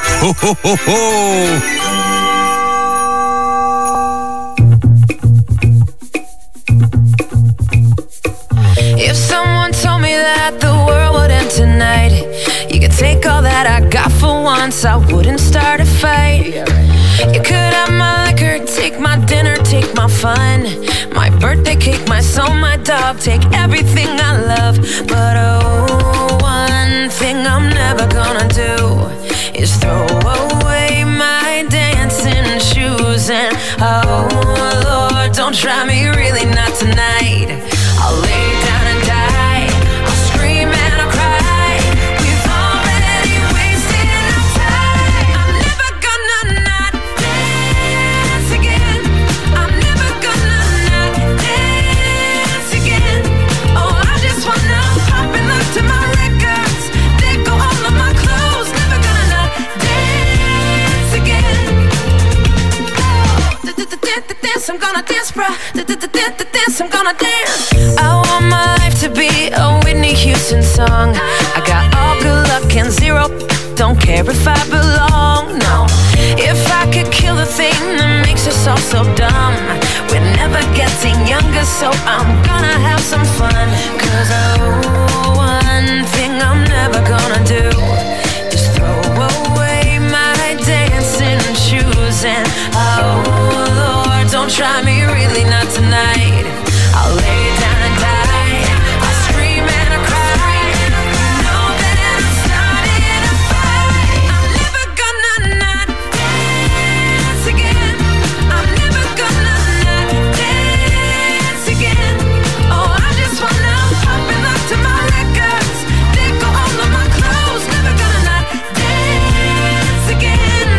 If someone told me that the world would end tonight, you could take all that I got for once, I wouldn't start a fight. You could have my liquor, take my dinner, take my fun, my birthday cake, my soul, my dog, take everything I love. But one thing I'm never gonna do is throw away my dancing shoes. And Lord, don't try me, really not tonight. I'll lay down and die, I'll scream and I'll cry. We've already wasted enough time. I'm never gonna not dance again. I'm never gonna not dance again. Oh, I just wanna pop and look to my records. They go all of my clothes. Never gonna not dance again. Dance, I'm gonna dance, bruh. Dance, I'm gonna dance. I want my life to be a Whitney Houston song. I got all good luck and zero, don't care if I belong, no. If I could kill the thing that makes us all so dumb, we're never getting younger, so I'm gonna have some fun. Cause one thing I'm never gonna do is throw away my dancing shoes. And Lord, don't try me, really not tonight. I'll lay down and die, I'll scream and I'll cry. Know that I'm starting a fight. I'm never gonna not dance again. I'm never gonna not dance again. Oh, I just wanna pop and look to my records. They go all of my clothes. Never gonna not dance again.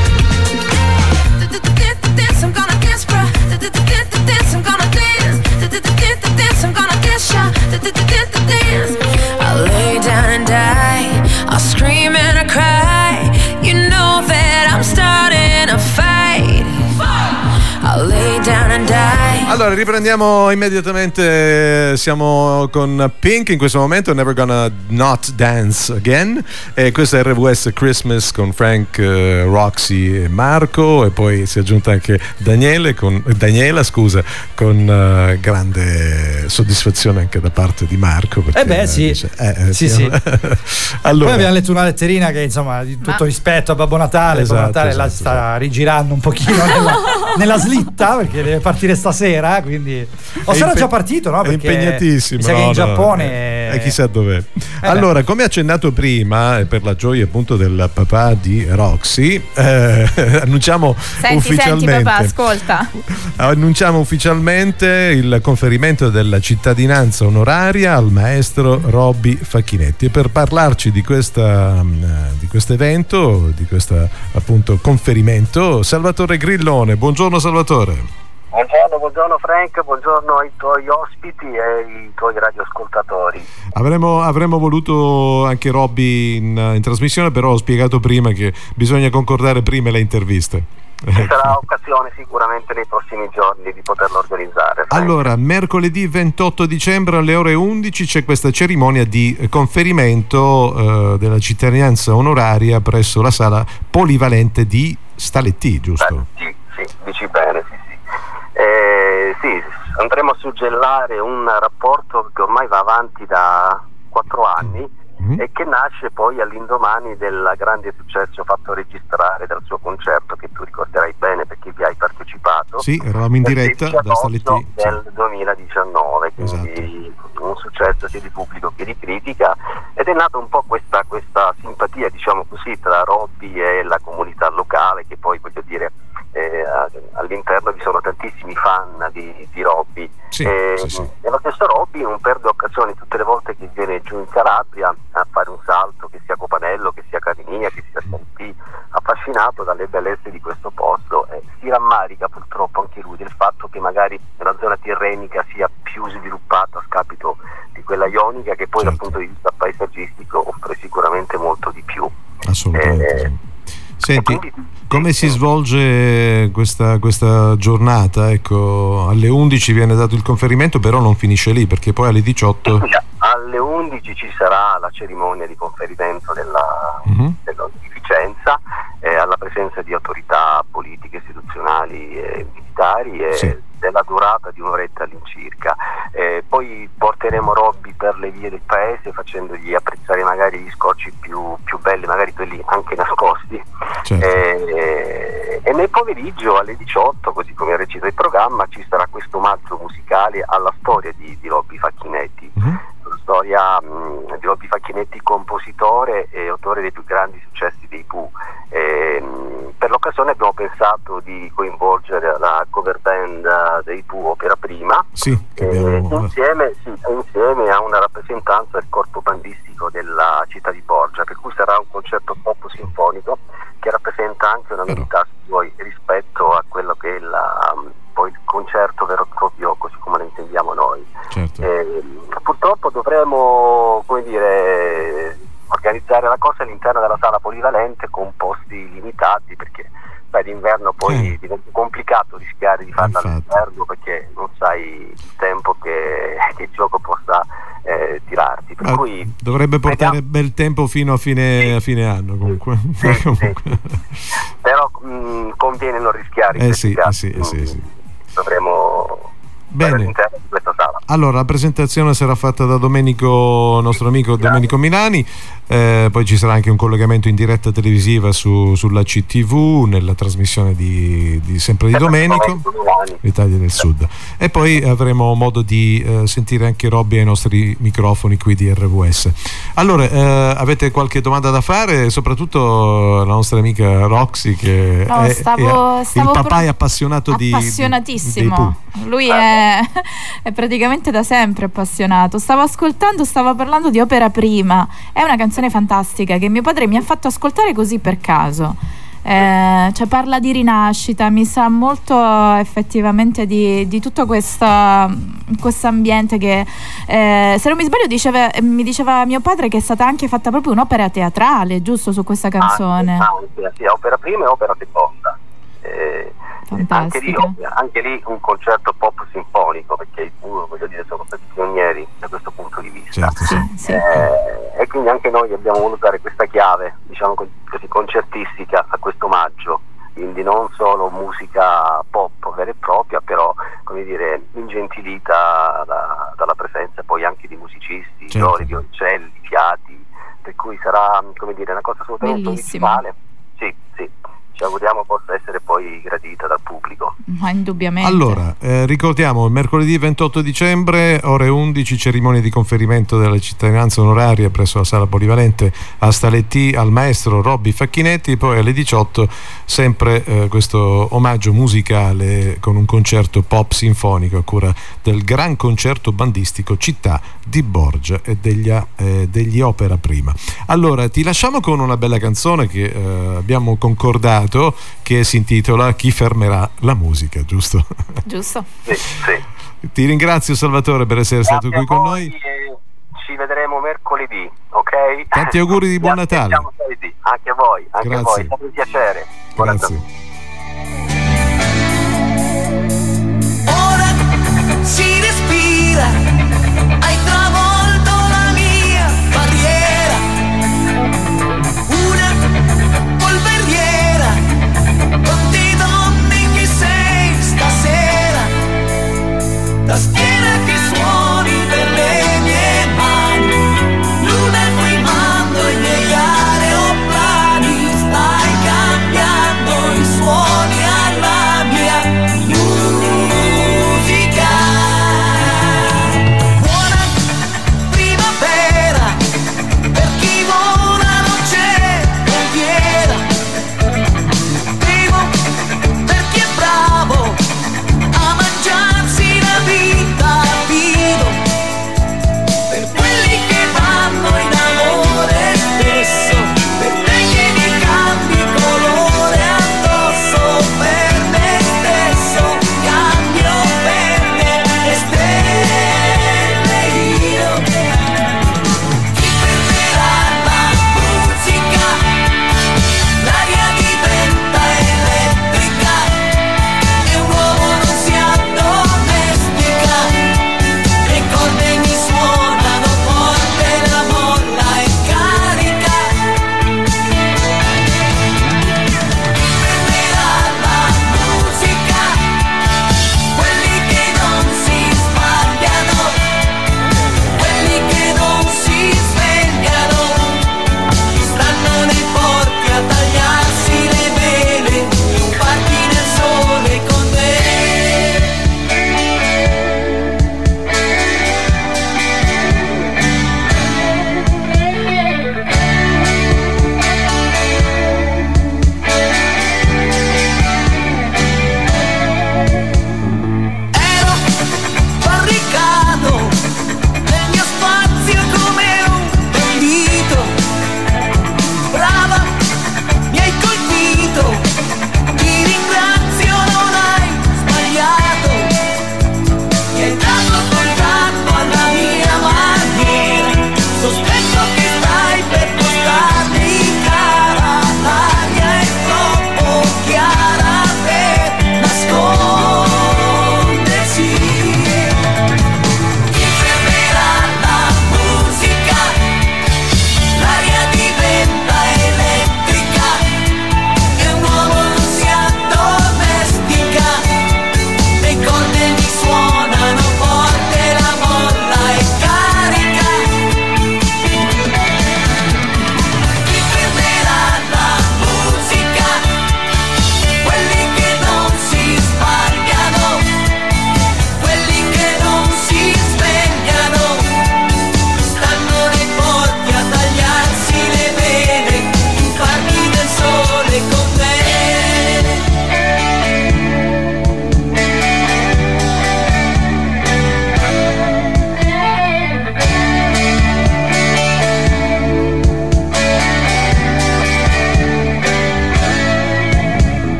Dance, I'm gonna dance, bruh. Dance, I'm gonna dance. Dance, I'm gonna dance, y'all. Dance. I'll lay down and die, I'll scream and I'll cry. You know that I'm starting a fight. I'll lay down and die. Allora riprendiamo immediatamente, siamo con Pink in questo momento, Never Gonna Not Dance Again, e questo è RVS Christmas con Frank, Roxy e Marco, e poi si è aggiunta anche Daniela con grande soddisfazione anche da parte di Marco, sì. Sì. Allora, poi abbiamo letto una letterina che insomma di tutto rispetto a Babbo Natale. Esatto, Babbo Natale la sta rigirando un pochino nella slitta perché deve partire stasera, quindi sarà già partito, no? Perché è impegnatissimo, mi sa che in Giappone e chissà dov'è. Allora, come accennato prima, e per la gioia appunto del papà di Roxy, annunciamo ufficialmente. Senti papà, ascolta. Annunciamo ufficialmente il conferimento della cittadinanza onoraria al maestro Robby Facchinetti, e per parlarci di questo evento, di questo appunto conferimento, Salvatore Grillone. Buongiorno Salvatore. Buongiorno Frank, buongiorno ai tuoi ospiti e ai tuoi radioascoltatori. Avremmo voluto anche Robby in trasmissione, però ho spiegato prima che bisogna concordare prima le interviste. Ci sarà occasione sicuramente nei prossimi giorni di poterlo organizzare. Allora, mercoledì 28 dicembre alle ore 11 c'è questa cerimonia di conferimento della cittadinanza onoraria presso la sala polivalente di Staletti, giusto? Sì, dici bene, sì. Sì, andremo a suggellare un rapporto che ormai va avanti da 4 anni e che nasce poi all'indomani del grande successo fatto registrare dal suo concerto, che tu ricorderai bene perché vi hai partecipato. Sì, eravamo in diretta da Staletti del 2019, quindi un successo sia di pubblico che di critica, ed è nata un po' questa simpatia, diciamo così, tra Robby e la comunità locale, che poi, voglio dire, all'interno vi sono tantissimi fan di Robby, e lo stesso Robby non perde occasioni tutte le volte che viene giù in Calabria a fare un salto, che sia Copanello, che sia Carminia, che sia Staletti, affascinato dalle bellezze di questo posto, e si rammarica purtroppo anche lui del fatto che magari la zona tirrenica sia più sviluppata a scapito di quella ionica, che poi dal punto di vista paesaggistico offre sicuramente molto di più. Assolutamente. Senti, come si svolge questa giornata? Ecco, alle 11 viene dato il conferimento, però non finisce lì, perché poi alle 18 alle 11 ci sarà la cerimonia di conferimento dell'onorificenza, alla presenza di autorità politiche, istituzionali e militari, e della durata di un'oretta all'incirca. Poi porteremo Robby per le vie del paese, facendogli apprezzare magari gli scorci più belli, magari quelli anche nascosti. E nel pomeriggio alle 18, così come recita il programma, ci sarà questo omaggio musicale alla storia di Robby Facchinetti. La storia di Robby Facchinetti, compositore e autore dei più grandi successi dei Pooh. Per l'occasione abbiamo pensato di coinvolgere la cover band dei Pooh Opera Prima, insieme a una rappresentanza del corpo bandistico della città di Borgia, per cui sarà un concerto pop sinfonico che rappresenta anche una novità rispetto a quello che è poi il concerto vero e proprio, così come lo intendiamo noi. Purtroppo dovremo, organizzare la cosa all'interno della sala polivalente con posti limitati, perché d'inverno poi diventa complicato rischiare di farla all'interno, perché non sai il tempo che il gioco possa tirarti, per cui dovrebbe portare bel tempo fino a fine anno comunque. Però conviene non rischiare. Dovremo all'interno di questa sala. Allora, la presentazione sarà fatta da nostro amico Domenico Milani, poi ci sarà anche un collegamento in diretta televisiva sulla CTV nella trasmissione sempre di Domenico, l'Italia del Sud, e poi avremo modo di sentire anche Robby ai nostri microfoni qui di RVS. Allora, avete qualche domanda da fare? Soprattutto la nostra amica Roxy, che il papà è appassionatissimo. Lui è praticamente da sempre appassionato. Stavo parlando di Opera Prima. È una canzone fantastica che mio padre mi ha fatto ascoltare così per caso. Parla di rinascita, mi sa molto effettivamente di tutto questo ambiente che, se non mi sbaglio, mi diceva mio padre che è stata anche fatta proprio un'opera teatrale, giusto, su questa canzone. Sì, Opera Prima e Opera Seconda. Anche lì un concerto pop sinfonico, perché i Pooh, voglio dire, sono stati pionieri da questo punto di vista. E quindi anche noi abbiamo voluto dare questa chiave, diciamo così, concertistica a questo omaggio, quindi non solo musica pop vera e propria, però ingentilita dalla presenza poi anche di musicisti, fiori, violoncelli, fiati, per cui sarà una cosa assolutamente originale. Sì. Ci auguriamo possa essere poi gradita dal pubblico. Ma indubbiamente. Allora, ricordiamo, mercoledì 28 dicembre, ore 11, cerimonia di conferimento della cittadinanza onoraria presso la sala polivalente a Staletti al maestro Robby Facchinetti, poi alle 18 sempre questo omaggio musicale con un concerto pop sinfonico a cura del Gran Concerto Bandistico Città di Borgia e degli Opera Prima. Allora, ti lasciamo con una bella canzone che abbiamo concordato pubblicato, che si intitola Chi fermerà la musica, giusto? Giusto. Sì. Ti ringrazio, Salvatore, per essere stato qui con noi. Ci vedremo mercoledì, ok? Tanti auguri di buon Natale. Anche a voi, anche a voi, è stato un piacere. Grazie. Ora si respira, hai travolto la mia barriera, una polveriera, quante donne che sei stasera, tastiera che suoni per le mie mani, luna cui mando i miei aeroplani, stai cambiando i suoni.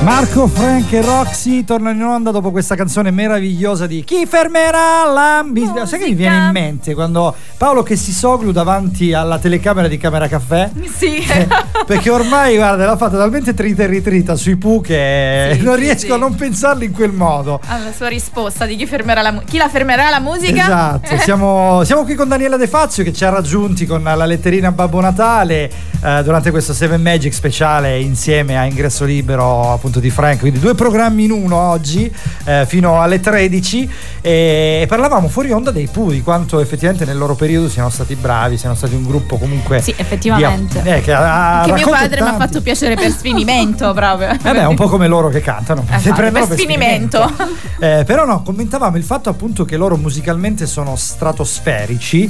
Marco, Frank e Roxy tornano in onda dopo questa canzone meravigliosa di Chi fermerà la musica? Sai che mi viene in mente quando Paolo che si soglu davanti alla telecamera di Camera Caffè? Sì. Perché ormai, guarda, l'ha fatta talmente trita e ritrita sui Pooh che non riesco a non pensarli in quel modo. Alla sua risposta di chi la fermerà la musica? Esatto, siamo qui con Daniela De Fazio che ci ha raggiunti con la letterina Babbo Natale durante questo Seven Magic speciale insieme a Ingresso Libero appunto di Frank, quindi 2 programmi in uno oggi fino alle 13 e parlavamo fuori onda dei Pooh, di quanto effettivamente nel loro periodo siano stati bravi, siano stati un gruppo comunque sì, effettivamente che mio padre mi ha fatto piacere per sfinimento proprio. Un po' come loro che cantano per sfinimento. Però no, commentavamo il fatto appunto che loro musicalmente sono stratosferici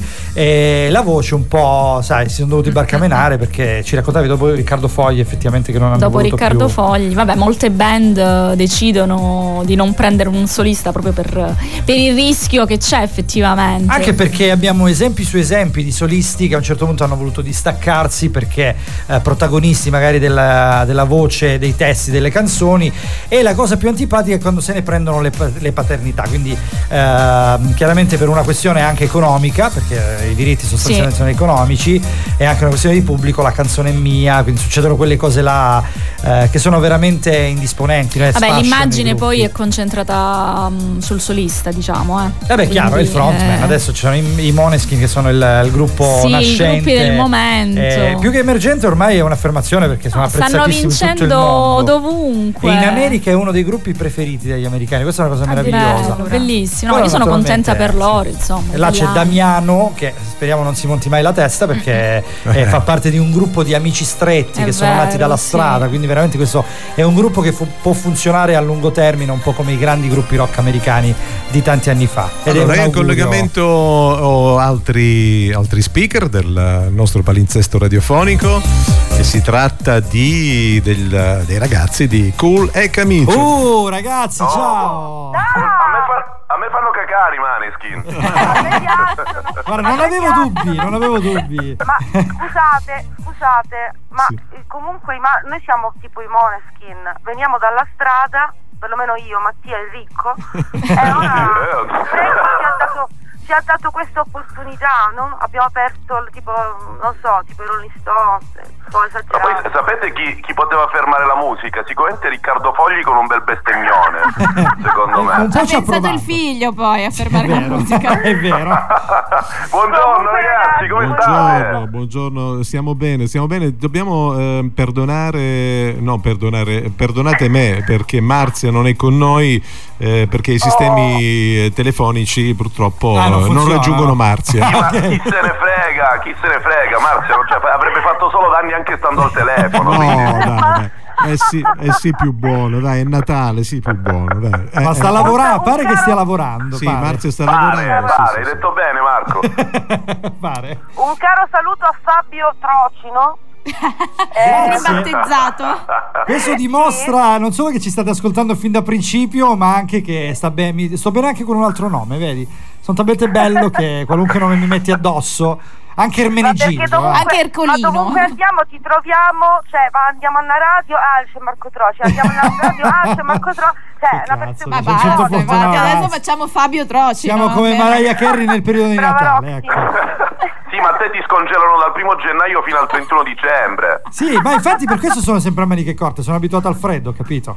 e la voce un po', sai, si sono dovuti barcamenare perché ci raccontavi dopo Riccardo Fogli effettivamente che non hanno dopo voluto Riccardo più. Fogli, vabbè, molte band decidono di non prendere un solista proprio per il rischio che c'è effettivamente. Anche perché abbiamo esempi su esempi di solisti che a un certo punto hanno voluto distaccarsi perché protagonisti magari della voce, dei testi, delle canzoni, e la cosa più antipatica è quando se ne prendono le paternità, quindi chiaramente per una questione anche economica, perché i diritti sostanzialmente sono economici, e anche una questione di pubblico, la canzone è mia, quindi succedono quelle cose là che sono veramente indisponenti. Vabbè, l'immagine poi è concentrata sul solista, diciamo. Vabbè, chiaro, è il frontman. Adesso ci sono i Måneskin che sono il gruppo nascente. I gruppi del momento. Più che emergente ormai è un'affermazione perché sono apprezzatissimi in tutto il mondo. Dovunque. E in America è uno dei gruppi preferiti dagli americani. Questa è una cosa meravigliosa. Bellissimo. Io sono contenta per loro, insomma. E là c'è Damiano che speriamo non si monti mai la testa perché fa parte di un gruppo di amici stretti che sono nati dalla strada, quindi veramente questo è un gruppo che può funzionare a lungo termine un po' come i grandi gruppi rock americani di tanti anni fa. Allora, è in collegamento ho altri speaker del nostro palinsesto radiofonico e si tratta dei ragazzi di Cool e Camicio. Ragazzi, ciao! A me fanno cacare i Måneskin. Guarda, non avevo dubbi. Ma scusate, ma comunque noi siamo tipo i Måneskin, veniamo dalla strada, perlomeno io, Mattia e Ricco, e ora ci ha dato questa opportunità, no? Abbiamo aperto tipo, non so, tipo i Rolling Stones, un po' esagerato. Ma poi sapete chi poteva fermare la musica? Sicuramente Riccardo Fogli con un bel bestemmione, secondo me. Ha pensato il figlio poi a fermare la musica. È vero. Buongiorno ragazzi, come state? Buongiorno, stiamo bene. Dobbiamo perdonate me perché Marzia non è con noi perché i sistemi telefonici purtroppo non raggiungono Marzia. Ma chi se ne frega, Marzia avrebbe fatto solo danni anche stando al telefono. Dai. Sì, più buono, dai, è Natale, sì, più buono, dai. Ma sta lavorando, pare che stia lavorando. Sì, Marzia sta lavorando. Hai detto bene, Marco. Pare. Un caro saluto a Fabio Trocino. Battezzato. Questo dimostra non solo che ci state ascoltando fin da principio, ma anche che sto bene anche con un altro nome, vedi? Sono talmente bello che qualunque nome mi metti addosso, anche Ermenegildo, anche Ercolino. Ma dovunque andiamo ti troviamo, cioè andiamo alla radio, c'è Marco Troci, andiamo alla radio, c'è Marco Troci, cioè una persona. Adesso facciamo Fabio Troci. Siamo come Mariah Carey nel periodo di Natale, ecco. Sì, ma te ti scongelano dal 1 gennaio fino al 31 dicembre. Sì, ma infatti per questo sono sempre a maniche corte, sono abituato al freddo, capito?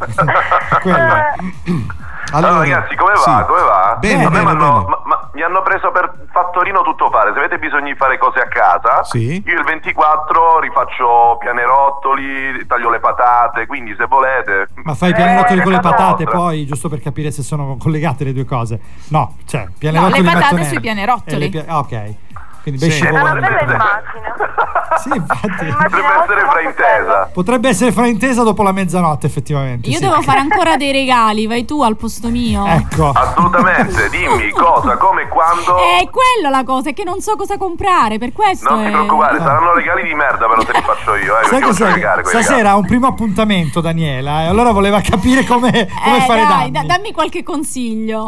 Allora ragazzi, come va? Bene, mi hanno preso per fattorino tutto fare. Se avete bisogno di fare cose a casa, io il 24 rifaccio pianerottoli, taglio le patate, quindi se volete. Ma fai pianerottoli con le patate poi, giusto per capire se sono collegate le due cose? No, cioè pianerottoli le patate sui pianerottoli. Ok. Quindi è una bella immagine. Sì, infatti. Potrebbe essere fraintesa. Potrebbe essere fraintesa dopo la mezzanotte, effettivamente. Io devo fare ancora dei regali, vai tu al posto mio. Ecco. Assolutamente, dimmi cosa, come, quando. È quello la cosa, è che non so cosa comprare, per questo. Non ti preoccupare, saranno regali di merda, però te li faccio io. Sai cos'è? Stasera ha un primo appuntamento, Daniela, e allora voleva capire come fare danni. Dammi qualche consiglio.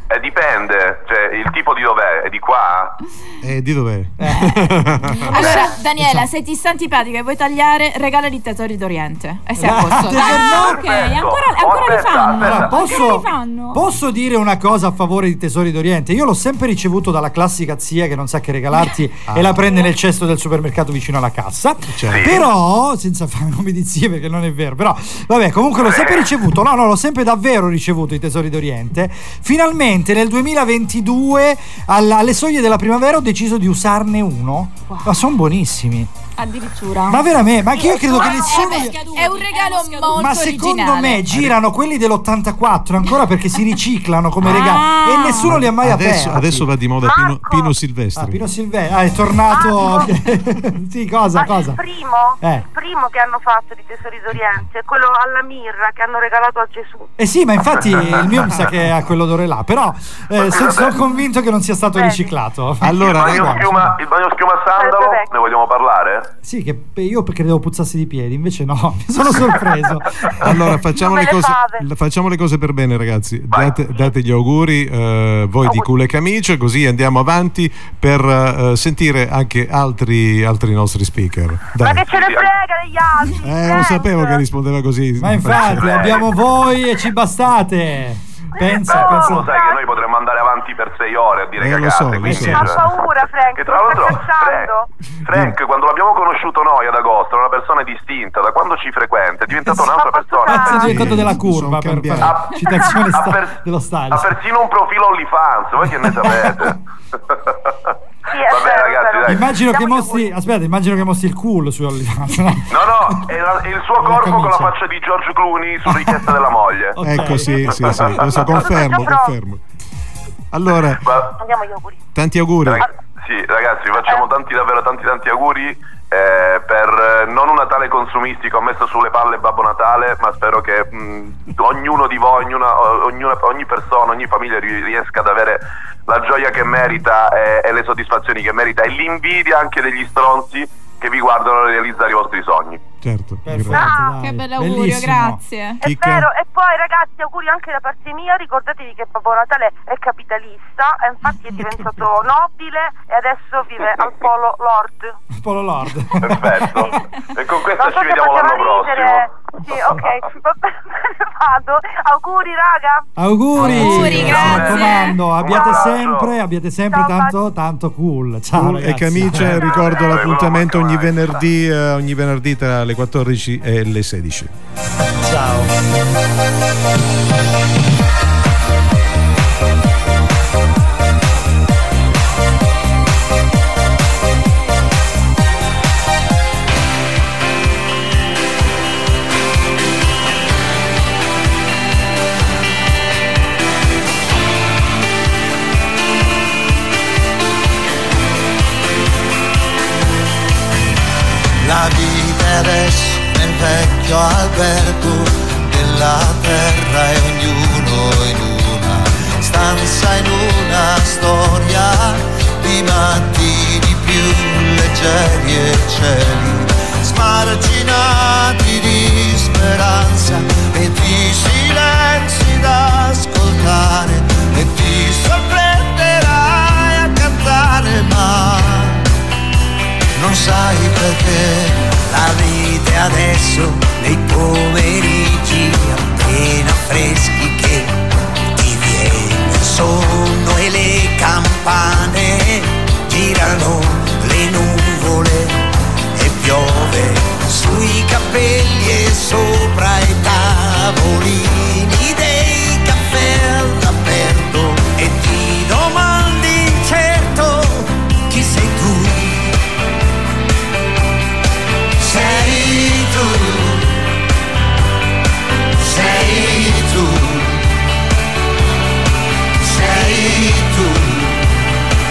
Dipende, cioè il tipo di dov'è? È di qua? Di dov'è? Allora, Daniela, se ti sta antipatica e vuoi tagliare, regala i Tesori d'Oriente. E sei a posto. Ok, ancora li fanno. Posso dire una cosa a favore di Tesori d'Oriente? Io l'ho sempre ricevuto dalla classica zia che non sa che regalarti e la prende nel cesto del supermercato vicino alla cassa. Certo. Però, senza fare nomi di zie perché non è vero, però vabbè, comunque l'ho sempre ricevuto. No, l'ho sempre davvero ricevuto i Tesori d'Oriente. Finalmente nel 2022 alle soglie della primavera ho deciso di usarne uno. Ma sono buonissimi. Addirittura. Ma veramente, ma io credo che nessuno è un regalo molto ma secondo originale. me girano quelli dell'84 ancora perché si riciclano come regalo e nessuno li ha mai aperti. Adesso va di moda Pino Silvestri. Pino Silvestri, è tornato. Sì, cosa? Il primo che hanno fatto di Tesori d'Oriente, quello alla mirra che hanno regalato a Gesù. Sì, ma infatti il mio mi sa che ha quello d'ore là, però sono convinto che non sia stato riciclato. Allora, il bagno schiuma sandalo, ne vogliamo parlare? Sì, che io credevo puzzassi di piedi, invece no, mi sono sorpreso. Allora facciamo le cose per bene, ragazzi. Date gli auguri voi di Culo e Camicia, così andiamo avanti per sentire anche altri nostri speaker. Dai. Ma che ce ne frega degli altri? Non sapevo che rispondeva così. Ma infatti abbiamo voi e ci bastate. Pensa. Lo sai che noi potremmo andare avanti per 6 ore a dire cagate. Ho paura, Frank. Che tra l'altro Frank, quando l'abbiamo conosciuto noi ad agosto, era una persona distinta. Da quando ci frequenta è diventato un'altra persona. È diventato della curva per fare citazione dello stadio. Ha persino un profilo OnlyFans, voi che ne sapete? Vabbè, ragazzi, dai. Immagino che mostri il culo su OnlyFans. No, è il suo corpo con la faccia di George Clooney su richiesta della moglie. Ecco, sì, lo confermo. Allora, andiamo agli auguri. Tanti auguri. Sì, ragazzi, facciamo davvero tanti auguri per non un Natale consumistico messo sulle palle Babbo Natale, ma spero che ognuno di voi, ogni persona, ogni famiglia riesca ad avere la gioia che merita e le soddisfazioni che merita e l'invidia anche degli stronzi che vi guardano realizzare i vostri sogni. Certo. Che bell'augurio, grazie. È vero, e poi ragazzi, auguri anche da parte mia, ricordatevi che Babbo Natale è capitalista e infatti è diventato nobile e adesso vive al Polo Lord. Perfetto. E con questo ci vediamo l'anno prossimo. Sì, ok. Vado. Auguri, raga. Auguri, grazie. Mi raccomando, abbiate sempre tanto cool. Ciao, ragazzi. E Camicia, ricordo l'appuntamento ogni venerdì tra le 14 e le 16. Ciao. La vita adesso nel vecchio albergo della terra e ognuno in una stanza, in una storia di mattini più leggeri e cieli smarginati di speranza e di silenzi da ascoltare e ti sorprenderai a cantare, ma non sai perché la vita adesso nei pomeriggi appena freschi che ti viene il sonno e le campane girano le nuvole e piove sui capelli e sopra i tavolini dei caffè all'aperto e ti domandi incerto chi sei tu. Sei tu, sei tu, sei tu,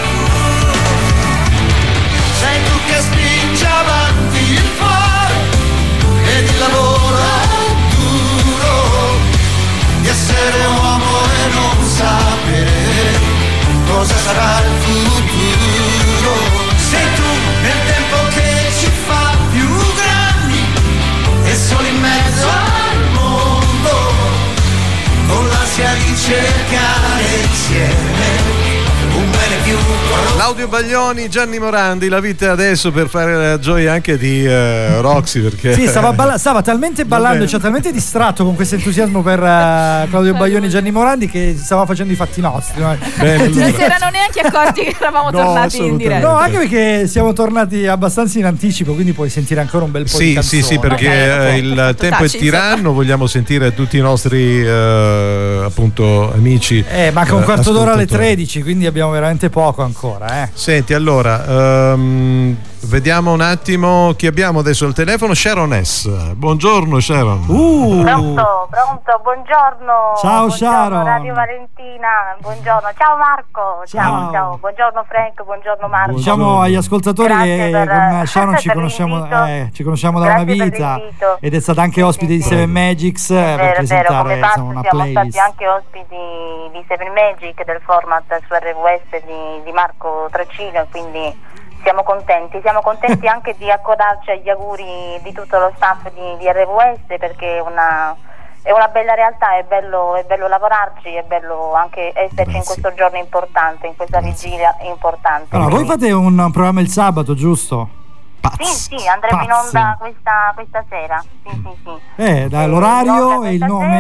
Claudio Baglioni, Gianni Morandi, la vita adesso per fare la gioia anche di Roxy, perché sì, stava talmente ballando e ci ha talmente distratto con questo entusiasmo per Claudio Baglioni e Gianni Morandi che stava facendo i fatti nostri. Non si erano neanche accorti che eravamo tornati in diretta. No, anche perché siamo tornati abbastanza in anticipo, quindi puoi sentire ancora un bel po' di canzoni. Sì, perché il tempo è tiranno, vogliamo sentire tutti i nostri appunto amici. Manca un quarto d'ora alle 13, quindi abbiamo veramente poco ancora. Senti, allora vediamo un attimo chi abbiamo adesso al telefono. Sharon S. Buongiorno Sharon. Pronto, buongiorno. Ciao buongiorno, Sharon. Radio Valentina, buongiorno. Ciao Marco. Ciao. Buongiorno Frank, buongiorno Marco. Diciamo agli ascoltatori che con Sharon ci conosciamo da una vita ed è stata anche ospite di Seven Magics per presentare una siamo playlist. stati anche ospiti di Seven Magic del format su RWS di Marco Tracino, quindi siamo contenti anche di accodarci agli auguri di tutto lo staff di RWS, perché è una bella realtà, è bello lavorarci, è bello anche esserci in questo giorno importante, in questa vigilia importante. Allora, voi fate un programma il sabato, giusto? Sì, andremo in onda questa sera. Sì. L'orario e il nome?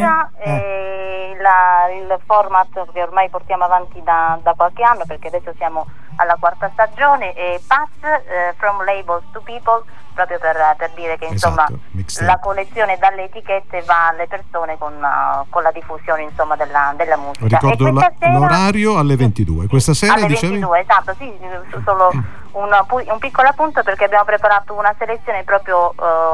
Il format che ormai portiamo avanti da qualche anno, perché adesso siamo alla quarta stagione, e Pass from Labels to People, proprio per dire che insomma la collezione dalle etichette va alle persone con la diffusione insomma della musica. Ricordo l'orario alle 22. Questa sera alle dicevi? 22, esatto, sì, solo un piccolo appunto, perché abbiamo preparato una selezione proprio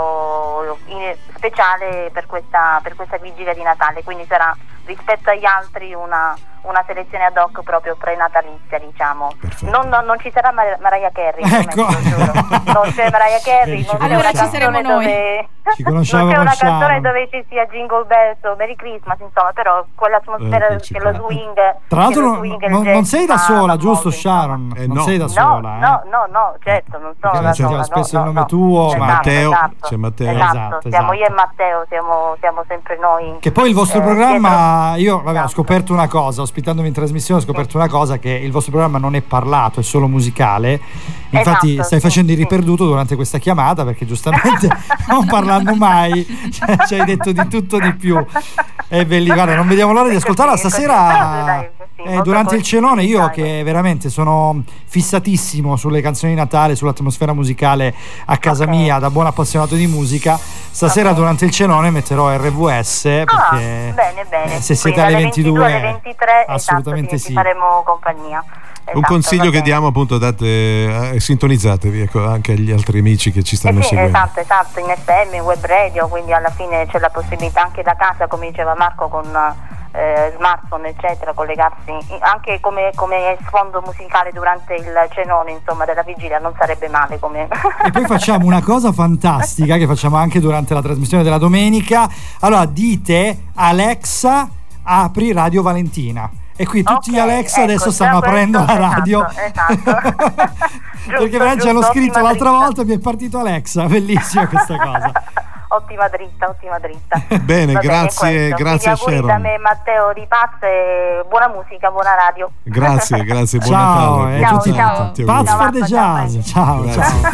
speciale per questa vigilia di Natale, quindi sarà rispetto agli altri una selezione ad hoc proprio prenatalizia, diciamo. Non ci sarà Mariah Carey, ecco. Non c'è Mariah Carey, non c'è una canzone dove non c'è una canzone dove ci sia Jingle Bells o Merry Christmas, insomma, però quell'atmosfera che lo swing. Tra l'altro non sei da sola, giusto Sharon? Non sei da sola. No, certo, non sono da sola. Spesso il nome tuo, c'è Matteo. Esatto. Siamo io e Matteo, siamo sempre noi. Che poi il vostro programma, io ho scoperto una cosa, ospitandomi in trasmissione ho scoperto una cosa, che il vostro programma non è parlato, è solo musicale. Infatti stai facendo il riperduto durante questa chiamata, perché giustamente non parlando mai ci hai detto di tutto di più. È bellissimo, guarda, non vediamo l'ora di ascoltarla stasera. Durante il cenone, io che veramente sono fissatissimo sulle canzoni di Natale, sull'atmosfera musicale a casa mia, da buon appassionato di musica, stasera durante il cenone metterò RWS, perché bene. Se siete alle 22 alle 23 assolutamente sì. Faremo compagnia. Un consiglio che diamo, appunto, sintonizzatevi anche agli altri amici che ci stanno seguendo. Esatto, in FM, in web radio, quindi alla fine c'è la possibilità anche da casa, come diceva Marco, con smartphone eccetera, collegarsi anche come sfondo musicale durante il cenone, insomma, della vigilia, non sarebbe male come. E poi facciamo una cosa fantastica che facciamo anche durante la trasmissione della domenica. Allora dite: Alexa, apri Radio Valentina. E qui tutti gli Alexa adesso stanno aprendo la radio. Esatto. Perché veramente ci hanno scritto l'altra volta, mi è partito Alexa, bellissima questa cosa. Ottima dritta. Bene, grazie Sharon. Da me, Matteo di Paz, e buona musica, buona radio. Grazie, buon ciao, Natale. Ciao. Paz for the Jazz. Ciao.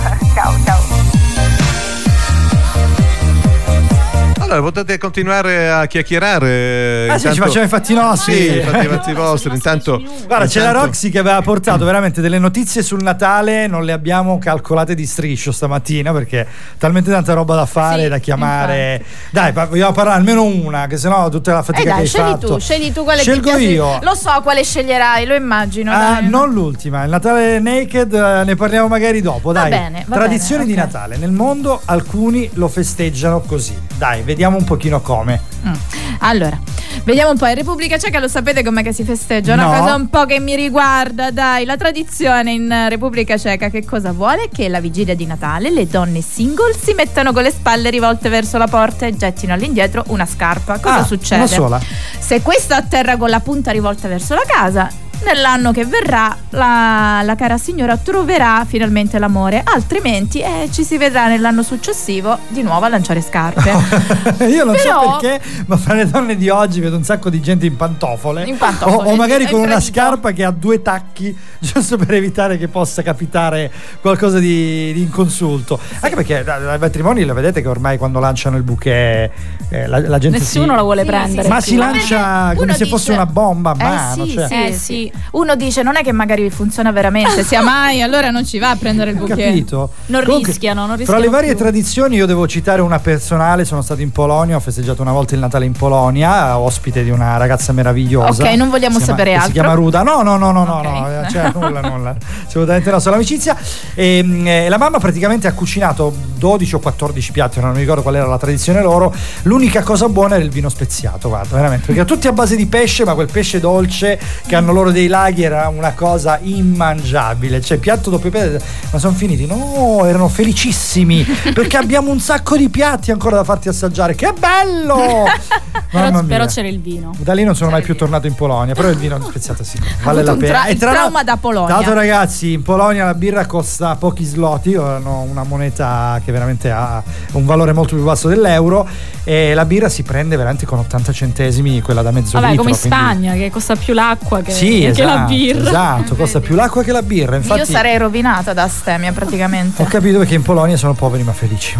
Allora, potete continuare a chiacchierare. Sì, ci facciamo i fatti nostri. Sì, fatti i fatti vostri. Intanto, guarda, c'è la Roxy che aveva portato veramente delle notizie sul Natale, non le abbiamo calcolate di striscio stamattina, perché talmente tanta roba da fare, da chiamare. Infatti. Dai, vogliamo parlare almeno una, che sennò tutta la fatica che hai fatto. Scegli tu quale Scelgo ti piace. io. Lo so quale sceglierai, lo immagino. Non l'ultima, il Natale Naked, ne parliamo magari dopo. Dai. Va bene, tradizioni di Natale. Nel mondo alcuni lo festeggiano così. Dai, vediamo un pochino come. Allora, vediamo un po'. In Repubblica Ceca lo sapete com'è che si festeggia? Una cosa un po' che mi riguarda, dai. La tradizione in Repubblica Ceca che cosa vuole? Che la vigilia di Natale le donne single si mettano con le spalle rivolte verso la porta e gettino all'indietro una scarpa. Cosa succede? Una sola. Se questa atterra con la punta rivolta verso la casa, nell'anno che verrà la cara signora troverà finalmente l'amore, altrimenti ci si vedrà nell'anno successivo di nuovo a lanciare scarpe. Io non so perché, ma fra le donne di oggi vedo un sacco di gente in pantofole, o magari con una scarpa che ha 2 tacchi, giusto per evitare che possa capitare qualcosa di inconsulto. Anche perché ai matrimoni lo vedete che ormai quando lanciano il bouquet la gente nessuno la vuole prendere, ma si lancia come se fosse una bomba a mano. Sì. Uno dice non è che magari funziona veramente, sia mai, allora non ci va a prendere il bouquet. Capito? Non rischiano Fra le varie più. tradizioni io devo citare una personale. Sono stato in Polonia, ho festeggiato una volta il Natale in Polonia, ospite di una ragazza meravigliosa. Ok, non vogliamo sapere altro. Si chiama Ruda. No, Okay. cioè nulla. Assolutamente no, solo amicizia. E la mamma praticamente ha cucinato 12 o 14 piatti, non mi ricordo qual era la tradizione loro. L'unica cosa buona era il vino speziato, guarda, veramente, perché erano tutti a base di pesce, ma quel pesce dolce che hanno loro dei laghi era una cosa immangiabile. Cioè piatto dopo piatto, ma sono finiti? No, erano felicissimi perché abbiamo un sacco di piatti ancora da farti assaggiare. Che bello! Però c'era il vino. Da lì non sono mai più tornato in Polonia, però il vino speziato sì, vale la pena. Il trauma da Polonia. Tra l'altro ragazzi, in Polonia la birra costa pochi zloty, hanno una moneta che veramente ha un valore molto più basso dell'euro, e la birra si prende veramente con 80 centesimi, quella da mezzo litro. Come in Spagna, che costa più l'acqua che la birra. Esatto, costa più l'acqua che la birra. Infatti, io sarei rovinata da astemia praticamente. Ho capito perché in Polonia sono poveri ma felici.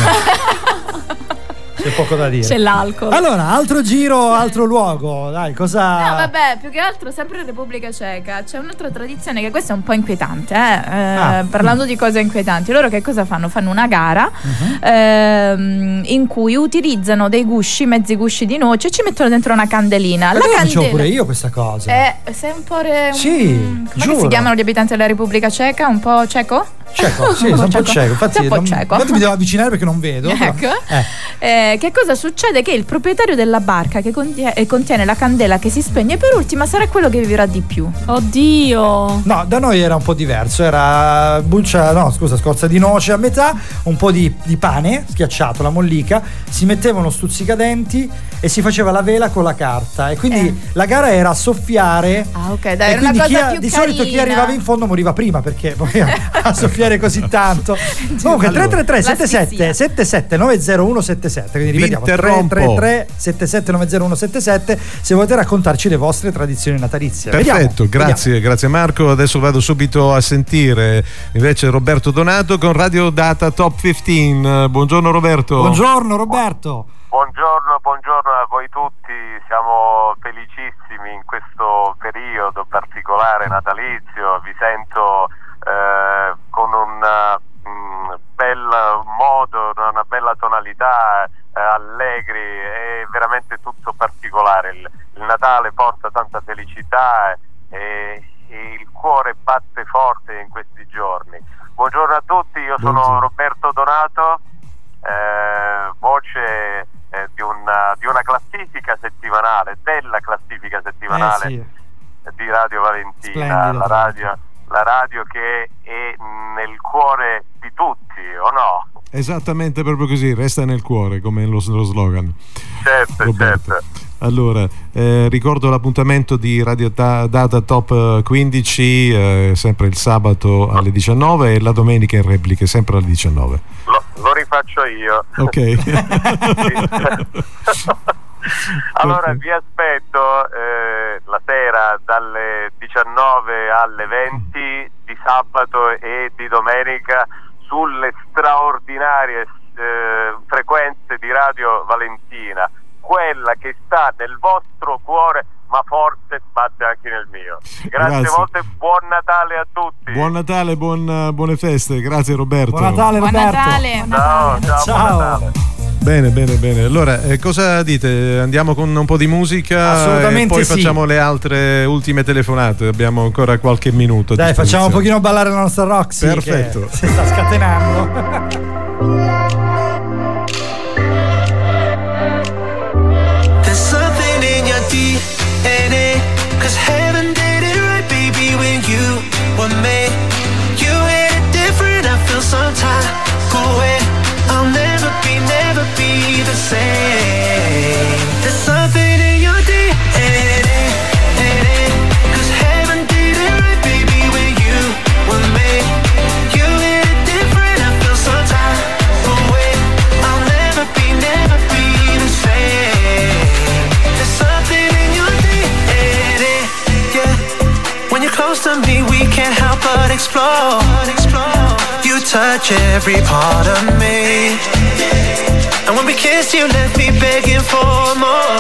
C'è poco da dire. C'è l'alcol. Allora, altro giro, altro luogo. Dai, cosa. No, vabbè, più che altro sempre in Repubblica Ceca c'è un'altra tradizione che questa è un po' inquietante, parlando di cose inquietanti. Loro che cosa fanno? Fanno una gara in cui utilizzano dei gusci, mezzi gusci di noce, e ci mettono dentro una candelina. La facevo pure io questa cosa. Sei un po' sì, come si chiamano gli abitanti della Repubblica Ceca? Un po' ceco? Ceco, sì, sono un po' ceco. Infatti mi devo avvicinare perché non vedo. Ecco. Che cosa succede? Che il proprietario della barca che contiene la candela che si spegne per ultima sarà quello che vivrà di più. Oddio. No, da noi era un po' diverso. Era scorza di noce a metà, un po' di pane schiacciato, la mollica, si metteva uno stuzzicadenti e si faceva la vela con la carta, e quindi la gara era a soffiare. Ah, ok, dai, e quindi una cosa più di solito chi arrivava in fondo moriva prima, perché poi a soffiare così tanto. Comunque 333 77 77 90177, quindi ripetiamo 333 77 90177 se volete raccontarci le vostre tradizioni natalizie. Perfetto, grazie Marco. Adesso vado subito a sentire invece Roberto Donato con Radio Data Top 15. Buongiorno Roberto. Buongiorno Roberto. Buongiorno a voi tutti, siamo felicissimi in questo periodo particolare natalizio, vi sento con un bel modo, una bella tonalità, allegri, è veramente tutto particolare. Il Natale porta tanta felicità e il cuore batte forte in questi giorni. Buongiorno a tutti, io sono Roberto Donato, voce di una classifica settimanale, della classifica settimanale di Radio Valentina, la radio che è nel cuore di tutti, o no? Esattamente, proprio così, resta nel cuore come lo slogan. Certo. Allora, ricordo l'appuntamento di Radio Data Top 15 sempre il sabato alle 19 e la domenica in repliche sempre alle 19. Lo rifaccio io. Ok. Allora vi aspetto la sera dalle 19 alle 20 di sabato e di domenica sulle straordinarie frequenze di Radio Valentina, quella che sta nel vostro cuore ma forse batte anche nel mio. Grazie molte, buon Natale a tutti. Buon Natale, buone feste, grazie Roberto. Buon Natale Roberto. Ciao. Buon Natale. Bene. Allora, cosa dite? Andiamo con un po' di musica? Assolutamente e poi facciamo le altre ultime telefonate. Abbiamo ancora qualche minuto. Dai, facciamo un pochino ballare la nostra Roxy. Perfetto. Che si sta scatenando. There's something in your DNA, 'cause heaven did it right, baby, when you were made. You hit it different, I feel some type of way. I'll never be the same. There's something in your DNA, 'cause heaven around me, we can't help but explore. You touch every part of me, and when we kiss, you left me begging for more.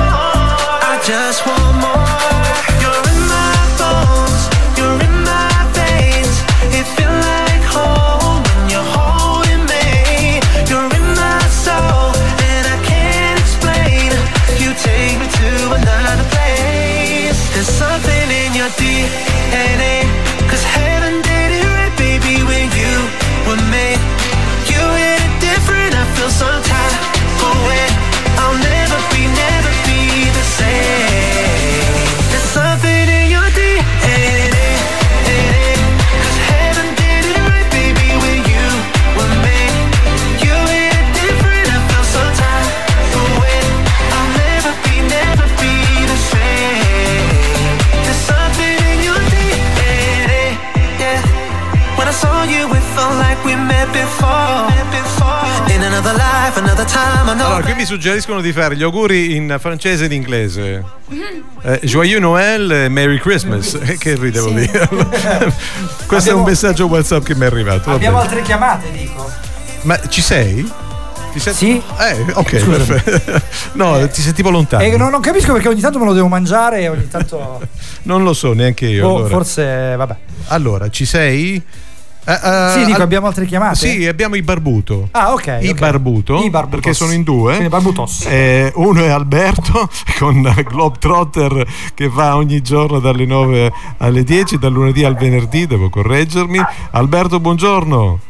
I just want more. You're in my bones, you're in my veins. It feels like home when you're holding me. You're in my soul, and I can't explain. You take me to another place. There's something in your DNA, 'cause heaven did it right, baby, when you were made. You hit it different, I feel some type of way. I'll never be the same. There's something in your DNA, 'cause heaven did it right, baby, when you were made. You hit it different, I feel some type of way. I'll never be the same. There's something in your DNA, yeah. When I saw you, it felt like we met before. In another life, another time, allora, qui mi suggeriscono di fare gli auguri in francese ed inglese. Joyeux Noël e Merry Christmas. Che ridevo dire. Questo è un messaggio WhatsApp che mi è arrivato. Abbiamo altre chiamate, dico. Ma ci sei? Ti senti? Sì. Ok, perfetto. No, ti sentivo lontano. Non capisco perché ogni tanto me lo devo mangiare e ogni tanto. Non lo so neanche io. Allora. Forse, vabbè. Allora, ci sei? Sì, dico, abbiamo altre chiamate? Sì, abbiamo i Barbuto. Ah, ok. I Barbuto, perché sono in due. Quindi Barbutos. Uno è Alberto con Globetrotter che va ogni giorno dalle 9 alle 10, dal lunedì al venerdì, devo correggermi. Alberto, buongiorno.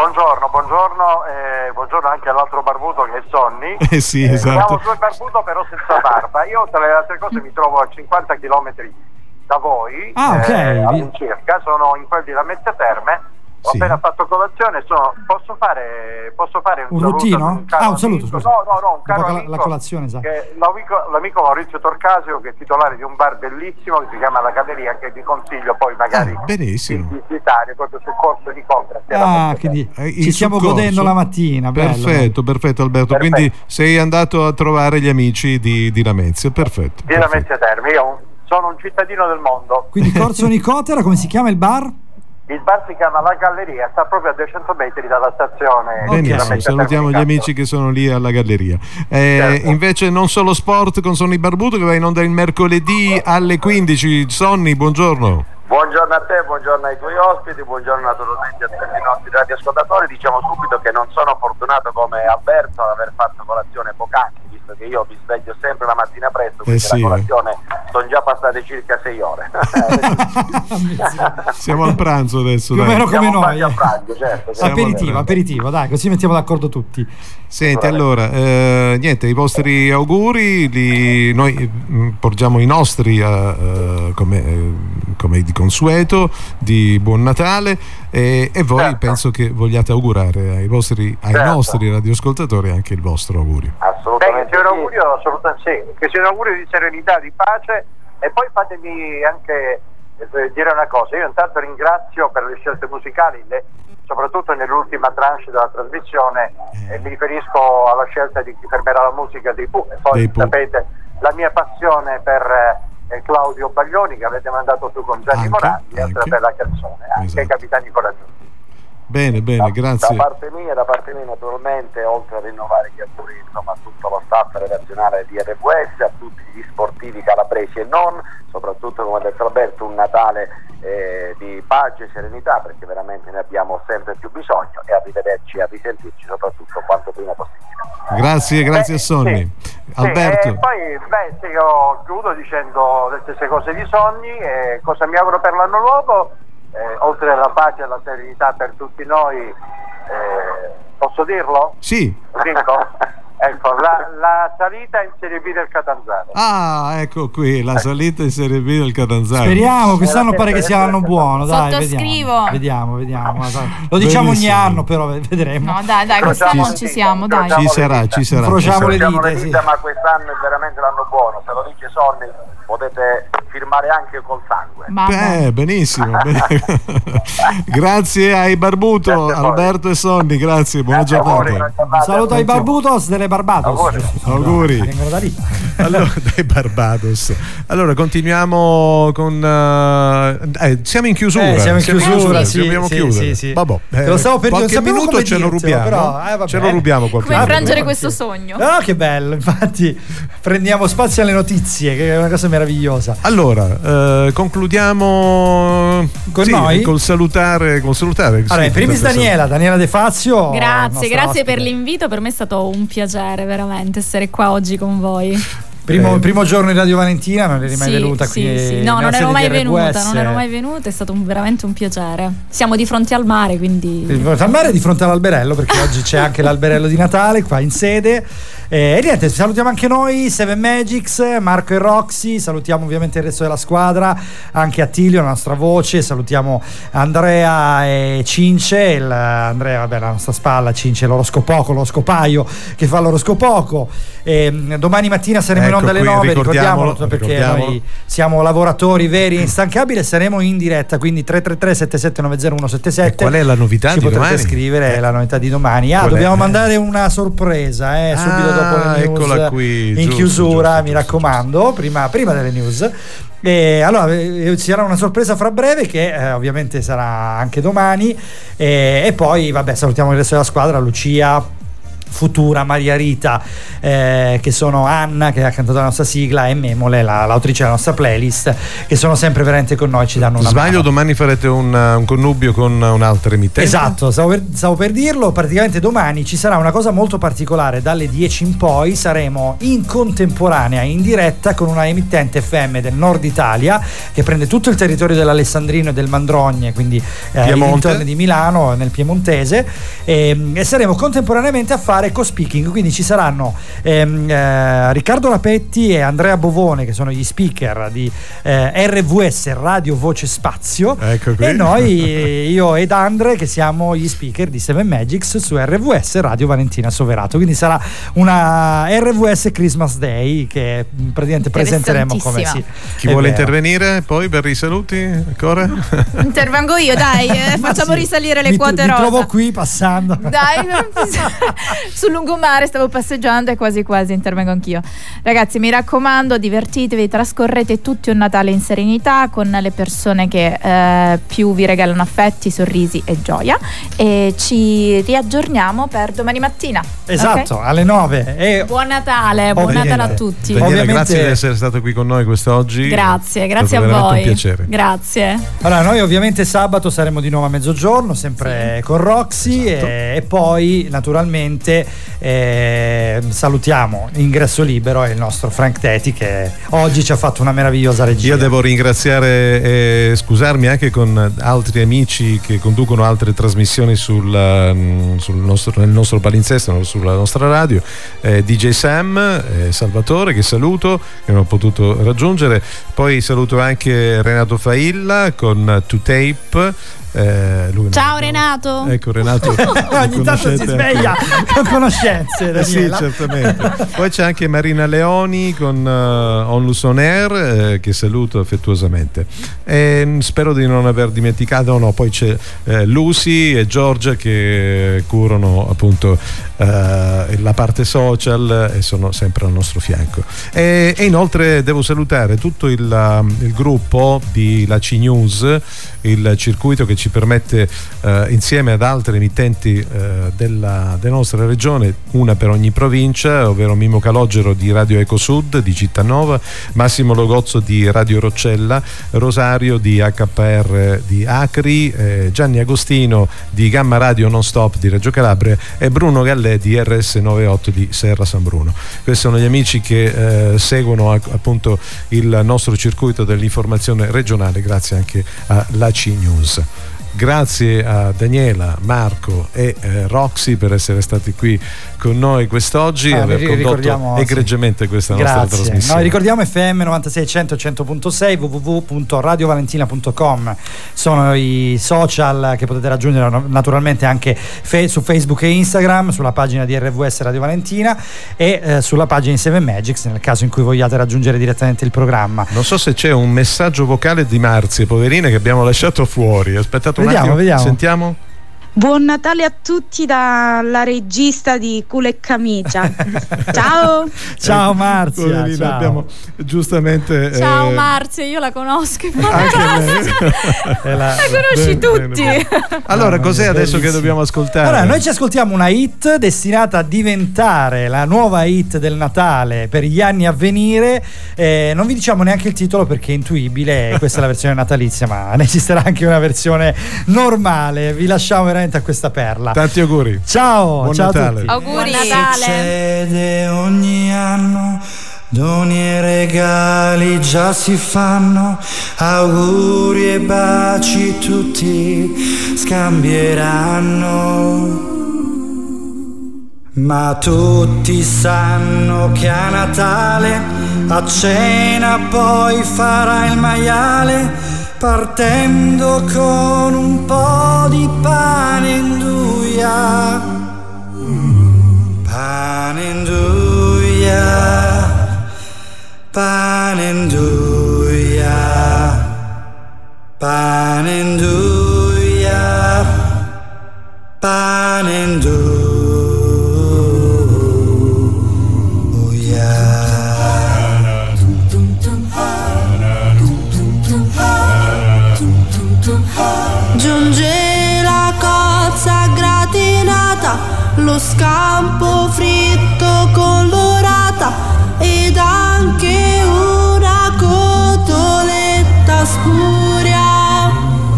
Buongiorno anche all'altro barbuto che è Sonny. Sì, esatto. Siamo due barbuto però senza barba. Io tra le altre cose mi trovo a 50 km da voi, all'incirca, sono in quel di Lamezia Terme. Ho appena fatto colazione, posso fare un routino? Un saluto, scusa. No, un caro amico, la colazione, esatto. Che l'amico Maurizio Torcasio, che è titolare di un bar bellissimo che si chiama La Galleria, che vi consiglio poi magari di visitare proprio sul corso di Compra. Quindi ci stiamo godendo la mattina. Perfetto, Alberto. Quindi sei andato a trovare gli amici di Lamezia, perfetto. Di Lamezia Terme, io sono un cittadino del mondo. Quindi Corso Nicotera, come si chiama il bar? Il bar si chiama La Galleria, sta proprio a 200 metri dalla stazione. Benissimo, salutiamo gli amici che sono lì alla Galleria. Certo. Invece non solo sport con Sonny Barbuto, che va in onda il mercoledì alle 15. Sonny, buongiorno. Buongiorno a te, buongiorno ai tuoi ospiti, buongiorno naturalmente a tutti i nostri radioascoltatori. Diciamo subito che non sono fortunato come Alberto ad aver fatto colazione poc'anzi, visto che io mi sveglio sempre la mattina presto, quindi la colazione sono già passate circa 6 ore. Siamo al pranzo adesso. Più o meno come noi. A pranzo, certo. Aperitivo, dai, così mettiamo d'accordo tutti. Senti, allora, niente, i vostri auguri noi porgiamo i nostri come di consueto, di buon Natale, e voi penso che vogliate augurare ai nostri radioascoltatori anche il vostro augurio. Assolutamente. Che sia un augurio, che sia un augurio di serenità, di pace. E poi fatemi anche dire una cosa: io intanto ringrazio per le scelte musicali, soprattutto nell'ultima tranche della trasmissione, mi riferisco alla scelta di Chi fermerà la musica dei Pooh, e poi sapete la mia passione per Claudio Baglioni, che avete mandato su con Gianni Morandi, altra bella canzone, anche ai Capitani Coraggiosi. Bene, grazie. Da parte mia naturalmente, oltre a rinnovare gli auguri a tutto lo staff redazionale di RVS, a tutti gli sportivi calabresi e non, soprattutto, come ha detto Alberto, un Natale di pace e serenità, perché veramente ne abbiamo sempre più bisogno, e arrivederci, a risentirci soprattutto quanto prima possibile. Grazie a Sonny. Alberto. E poi io chiudo dicendo le stesse cose di Sonny. Cosa mi auguro per l'anno nuovo? Oltre alla pace e alla serenità per tutti noi, posso dirlo? Sì. Dico? Ecco, la salita in Serie B del Catanzaro. Ah, ecco qui, la salita in Serie B del Catanzaro. Speriamo, quest'anno pare che sia l'anno buono, dai, sottoscrivo. Vediamo. Lo diciamo ogni anno, però vedremo. No, dai, quest'anno ci siamo, dai. Ci sarà. Incrociamo le dita, sì. Ma quest'anno è veramente l'anno buono, se lo dice Sonny potete firmare anche col sangue. Benissimo. Grazie ai Barbuto, Alberto e Sonny, grazie, buona giornata. Un saluto ai Barbutos delle Barbados. Auguri. Vengono da lì. Allora, dai Barbados. Allora continuiamo con siamo in chiusura. Siamo in chiusura, sì, dobbiamo chiudere. Sì. Vabbè, lo stavo per qualche minuto ce lo rubiamo. Però, ce lo rubiamo qualche Come minuto. infrangere questo sogno. No, che bello, infatti prendiamo spazio alle notizie, che è una cosa meravigliosa. Allora, concludiamo con noi col salutare. Allora, primis Daniela De Fazio. Grazie per l'invito, per me è stato un piacere veramente essere qua oggi con voi. Primo giorno in Radio Valentina, non eri mai venuta qui? Sì. No, non ero mai venuta, è stato veramente un piacere. Siamo di fronte al mare, quindi. Di fronte al mare e di fronte all'alberello, perché oggi c'è anche l'alberello di Natale qua in sede. E niente, salutiamo anche noi, Seven Magics, Marco e Roxy, salutiamo ovviamente il resto della squadra, anche Attilio, la nostra voce, salutiamo Andrea e Cince, Andrea, vabbè, la nostra spalla, Cince l'oroscopaio che fa l'oroscopoco. Domani mattina saremo in onda alle 9, ricordiamolo perché noi siamo lavoratori veri e instancabili e saremo in diretta, quindi 333-7790177. Qual è la novità ci di domani? Potete scrivere la novità di domani. Dobbiamo mandare una sorpresa, subito dopo le news, eccola qui, in chiusura, giusto, mi raccomando, prima delle news. E allora ci sarà una sorpresa fra breve che ovviamente sarà anche domani e poi vabbè, salutiamo il resto della squadra, Lucia, Futura, Maria Rita, che sono Anna che ha cantato la nostra sigla e Memole, l'autrice della nostra playlist, che sono sempre veramente con noi, ci danno una mano. Domani farete un connubio con un'altra emittente? Esatto, stavo per dirlo. Praticamente domani ci sarà una cosa molto particolare, dalle 10 in poi saremo in contemporanea in diretta con una emittente FM del nord Italia che prende tutto il territorio dell'Alessandrino e del Mandrogne, quindi all'intorno di Milano, nel piemontese, e saremo contemporaneamente a fare co-speaking, quindi ci saranno Riccardo Rapetti e Andrea Bovone che sono gli speaker di RVS Radio Voce Spazio, e noi, io ed Andre, che siamo gli speaker di Seven Magics su RVS Radio Valentina Soverato, quindi sarà una RVS Christmas Day che praticamente presenteremo come Chi vuole intervenire poi per i saluti ancora? Intervengo io, dai, facciamo risalire le quote rosa. Mi trovo qui passando, dai. Sul lungomare stavo passeggiando e quasi intervengo anch'io. Ragazzi, mi raccomando, divertitevi, trascorrete tutti un Natale in serenità con le persone che più vi regalano affetti, sorrisi e gioia, e ci riaggiorniamo per domani mattina. Esatto, alle 9. Buon Natale a tutti. Daniela, grazie di essere stato qui con noi quest'oggi. Grazie a voi. Un piacere. Grazie. Allora, noi ovviamente sabato saremo di nuovo a mezzogiorno, sempre con Roxy, esatto. E poi naturalmente salutiamo Ingresso Libero e il nostro Frank Teti che oggi ci ha fatto una meravigliosa regia. Io devo ringraziare e scusarmi anche con altri amici che conducono altre trasmissioni nel nostro palinsesto, sulla nostra radio, DJ Sam, Salvatore, che saluto, che non ho potuto raggiungere, poi saluto anche Renato Failla con To Tape. Ciao Renato. Ecco, Renato ogni tanto si sveglia con conoscenze, Daniela. Sì, certamente. Poi c'è anche Marina Leoni con Onlus On Air, che saluto affettuosamente, e spero di non aver dimenticato. Poi c'è Lucy e Giorgia che curano appunto la parte social e sono sempre al nostro fianco, e inoltre devo salutare tutto il gruppo di la C-News, il circuito che ci permette insieme ad altre emittenti della nostra regione, una per ogni provincia, ovvero Mimo Calogero di Radio Ecosud di Cittanova, Massimo Logozzo di Radio Roccella, Rosario di HPR di Acri, Gianni Agostino di Gamma Radio Non Stop di Reggio Calabria e Bruno Gallè di RS98 di Serra San Bruno. Questi sono gli amici che seguono appunto il nostro circuito dell'informazione regionale, grazie anche alla C-News. Grazie a Daniela, Marco e Roxy per essere stati qui con noi quest'oggi e aver condotto egregiamente questa nostra trasmissione. Noi ricordiamo FM 96 100 100.6 www.radiovalentina.com sono i social che potete raggiungere naturalmente anche su Facebook e Instagram, sulla pagina di RVS Radio Valentina e sulla pagina di Seven Magics nel caso in cui vogliate raggiungere direttamente il programma. Non so se c'è un messaggio vocale di Marzia, poverina, che abbiamo lasciato fuori. Aspettate un attimo. Vediamo. Sentiamo. Buon Natale a tutti dalla regista di Culo e Camicia. Ciao. Ciao Marzia. Ciao. Abbiamo giustamente ciao Marzia, io la conosco. La conosci tutti. Bene. Allora, cos'è adesso che dobbiamo ascoltare? Allora, noi ci ascoltiamo una hit destinata a diventare la nuova hit del Natale per gli anni a venire. Non vi diciamo neanche il titolo perché è intuibile, questa è la versione natalizia, ma ne esisterà anche una versione normale. Vi lasciamo veramente a questa perla. Tanti auguri. Ciao. Buon ciao Natale. a tutti. Auguri. Buon Natale. Succede ogni anno, doni e regali già si fanno, auguri e baci tutti scambieranno. Ma tutti sanno che a Natale a cena poi farà il maiale, partendo con un po' di pane induia. Pane induia, pane induia, pane induia, pane induia. Giunge la cozza gratinata, lo scampo fritto colorata ed anche una cotoletta spuria.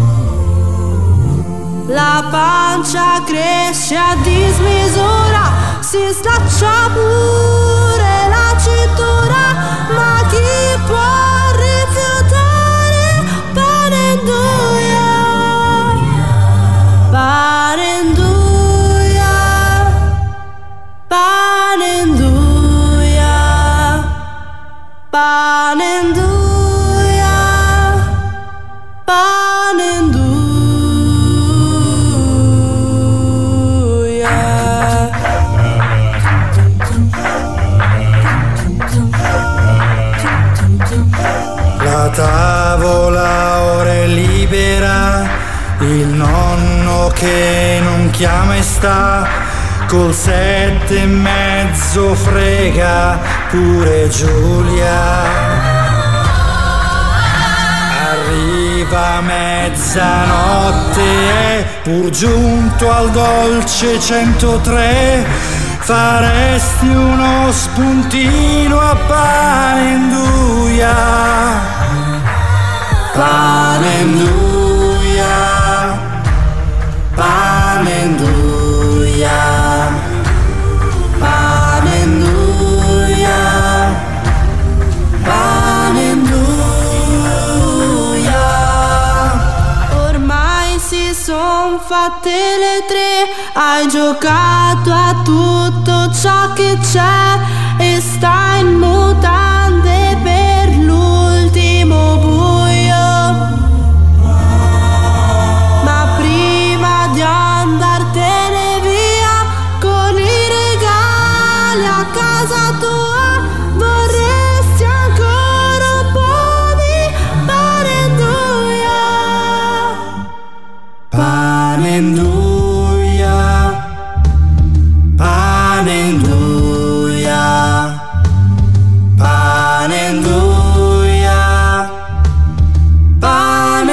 La pancia cresce a dismisura, si slaccia pure la cintura, ma chi può rifiutare pane induia? Pane induia, pane induia, pane induia, pane induia. La tavola ora è libera, il nonno che non chiama e sta, col 7:30 frega pure Giulia. Arriva mezzanotte e pur giunto al dolce 103 faresti uno spuntino a pane induia. Pane induia, pane induia, pane induia, pane induia. Ormai si son fatte le 3, hai giocato a tutto ciò che c'è e stai in mutande per l'ultimo buio. Ma prima di andartene via con i regali a casa tua, vorresti ancora un po' di pane induia. Pane induia, pane induia, pane induia, pane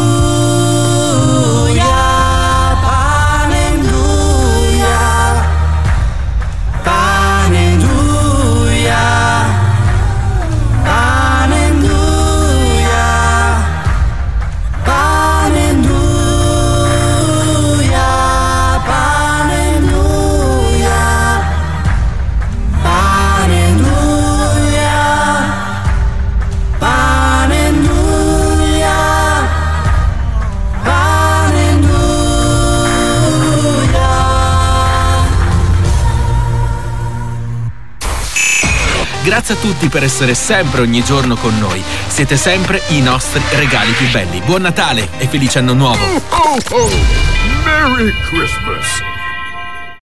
induia, pane induia, pane induia, pane induia, pane induia, pane induia, pane induia, pane induia, pane induia. Grazie a tutti per essere sempre ogni giorno con noi. Siete sempre i nostri regali più belli. Buon Natale e felice anno nuovo. Merry Christmas!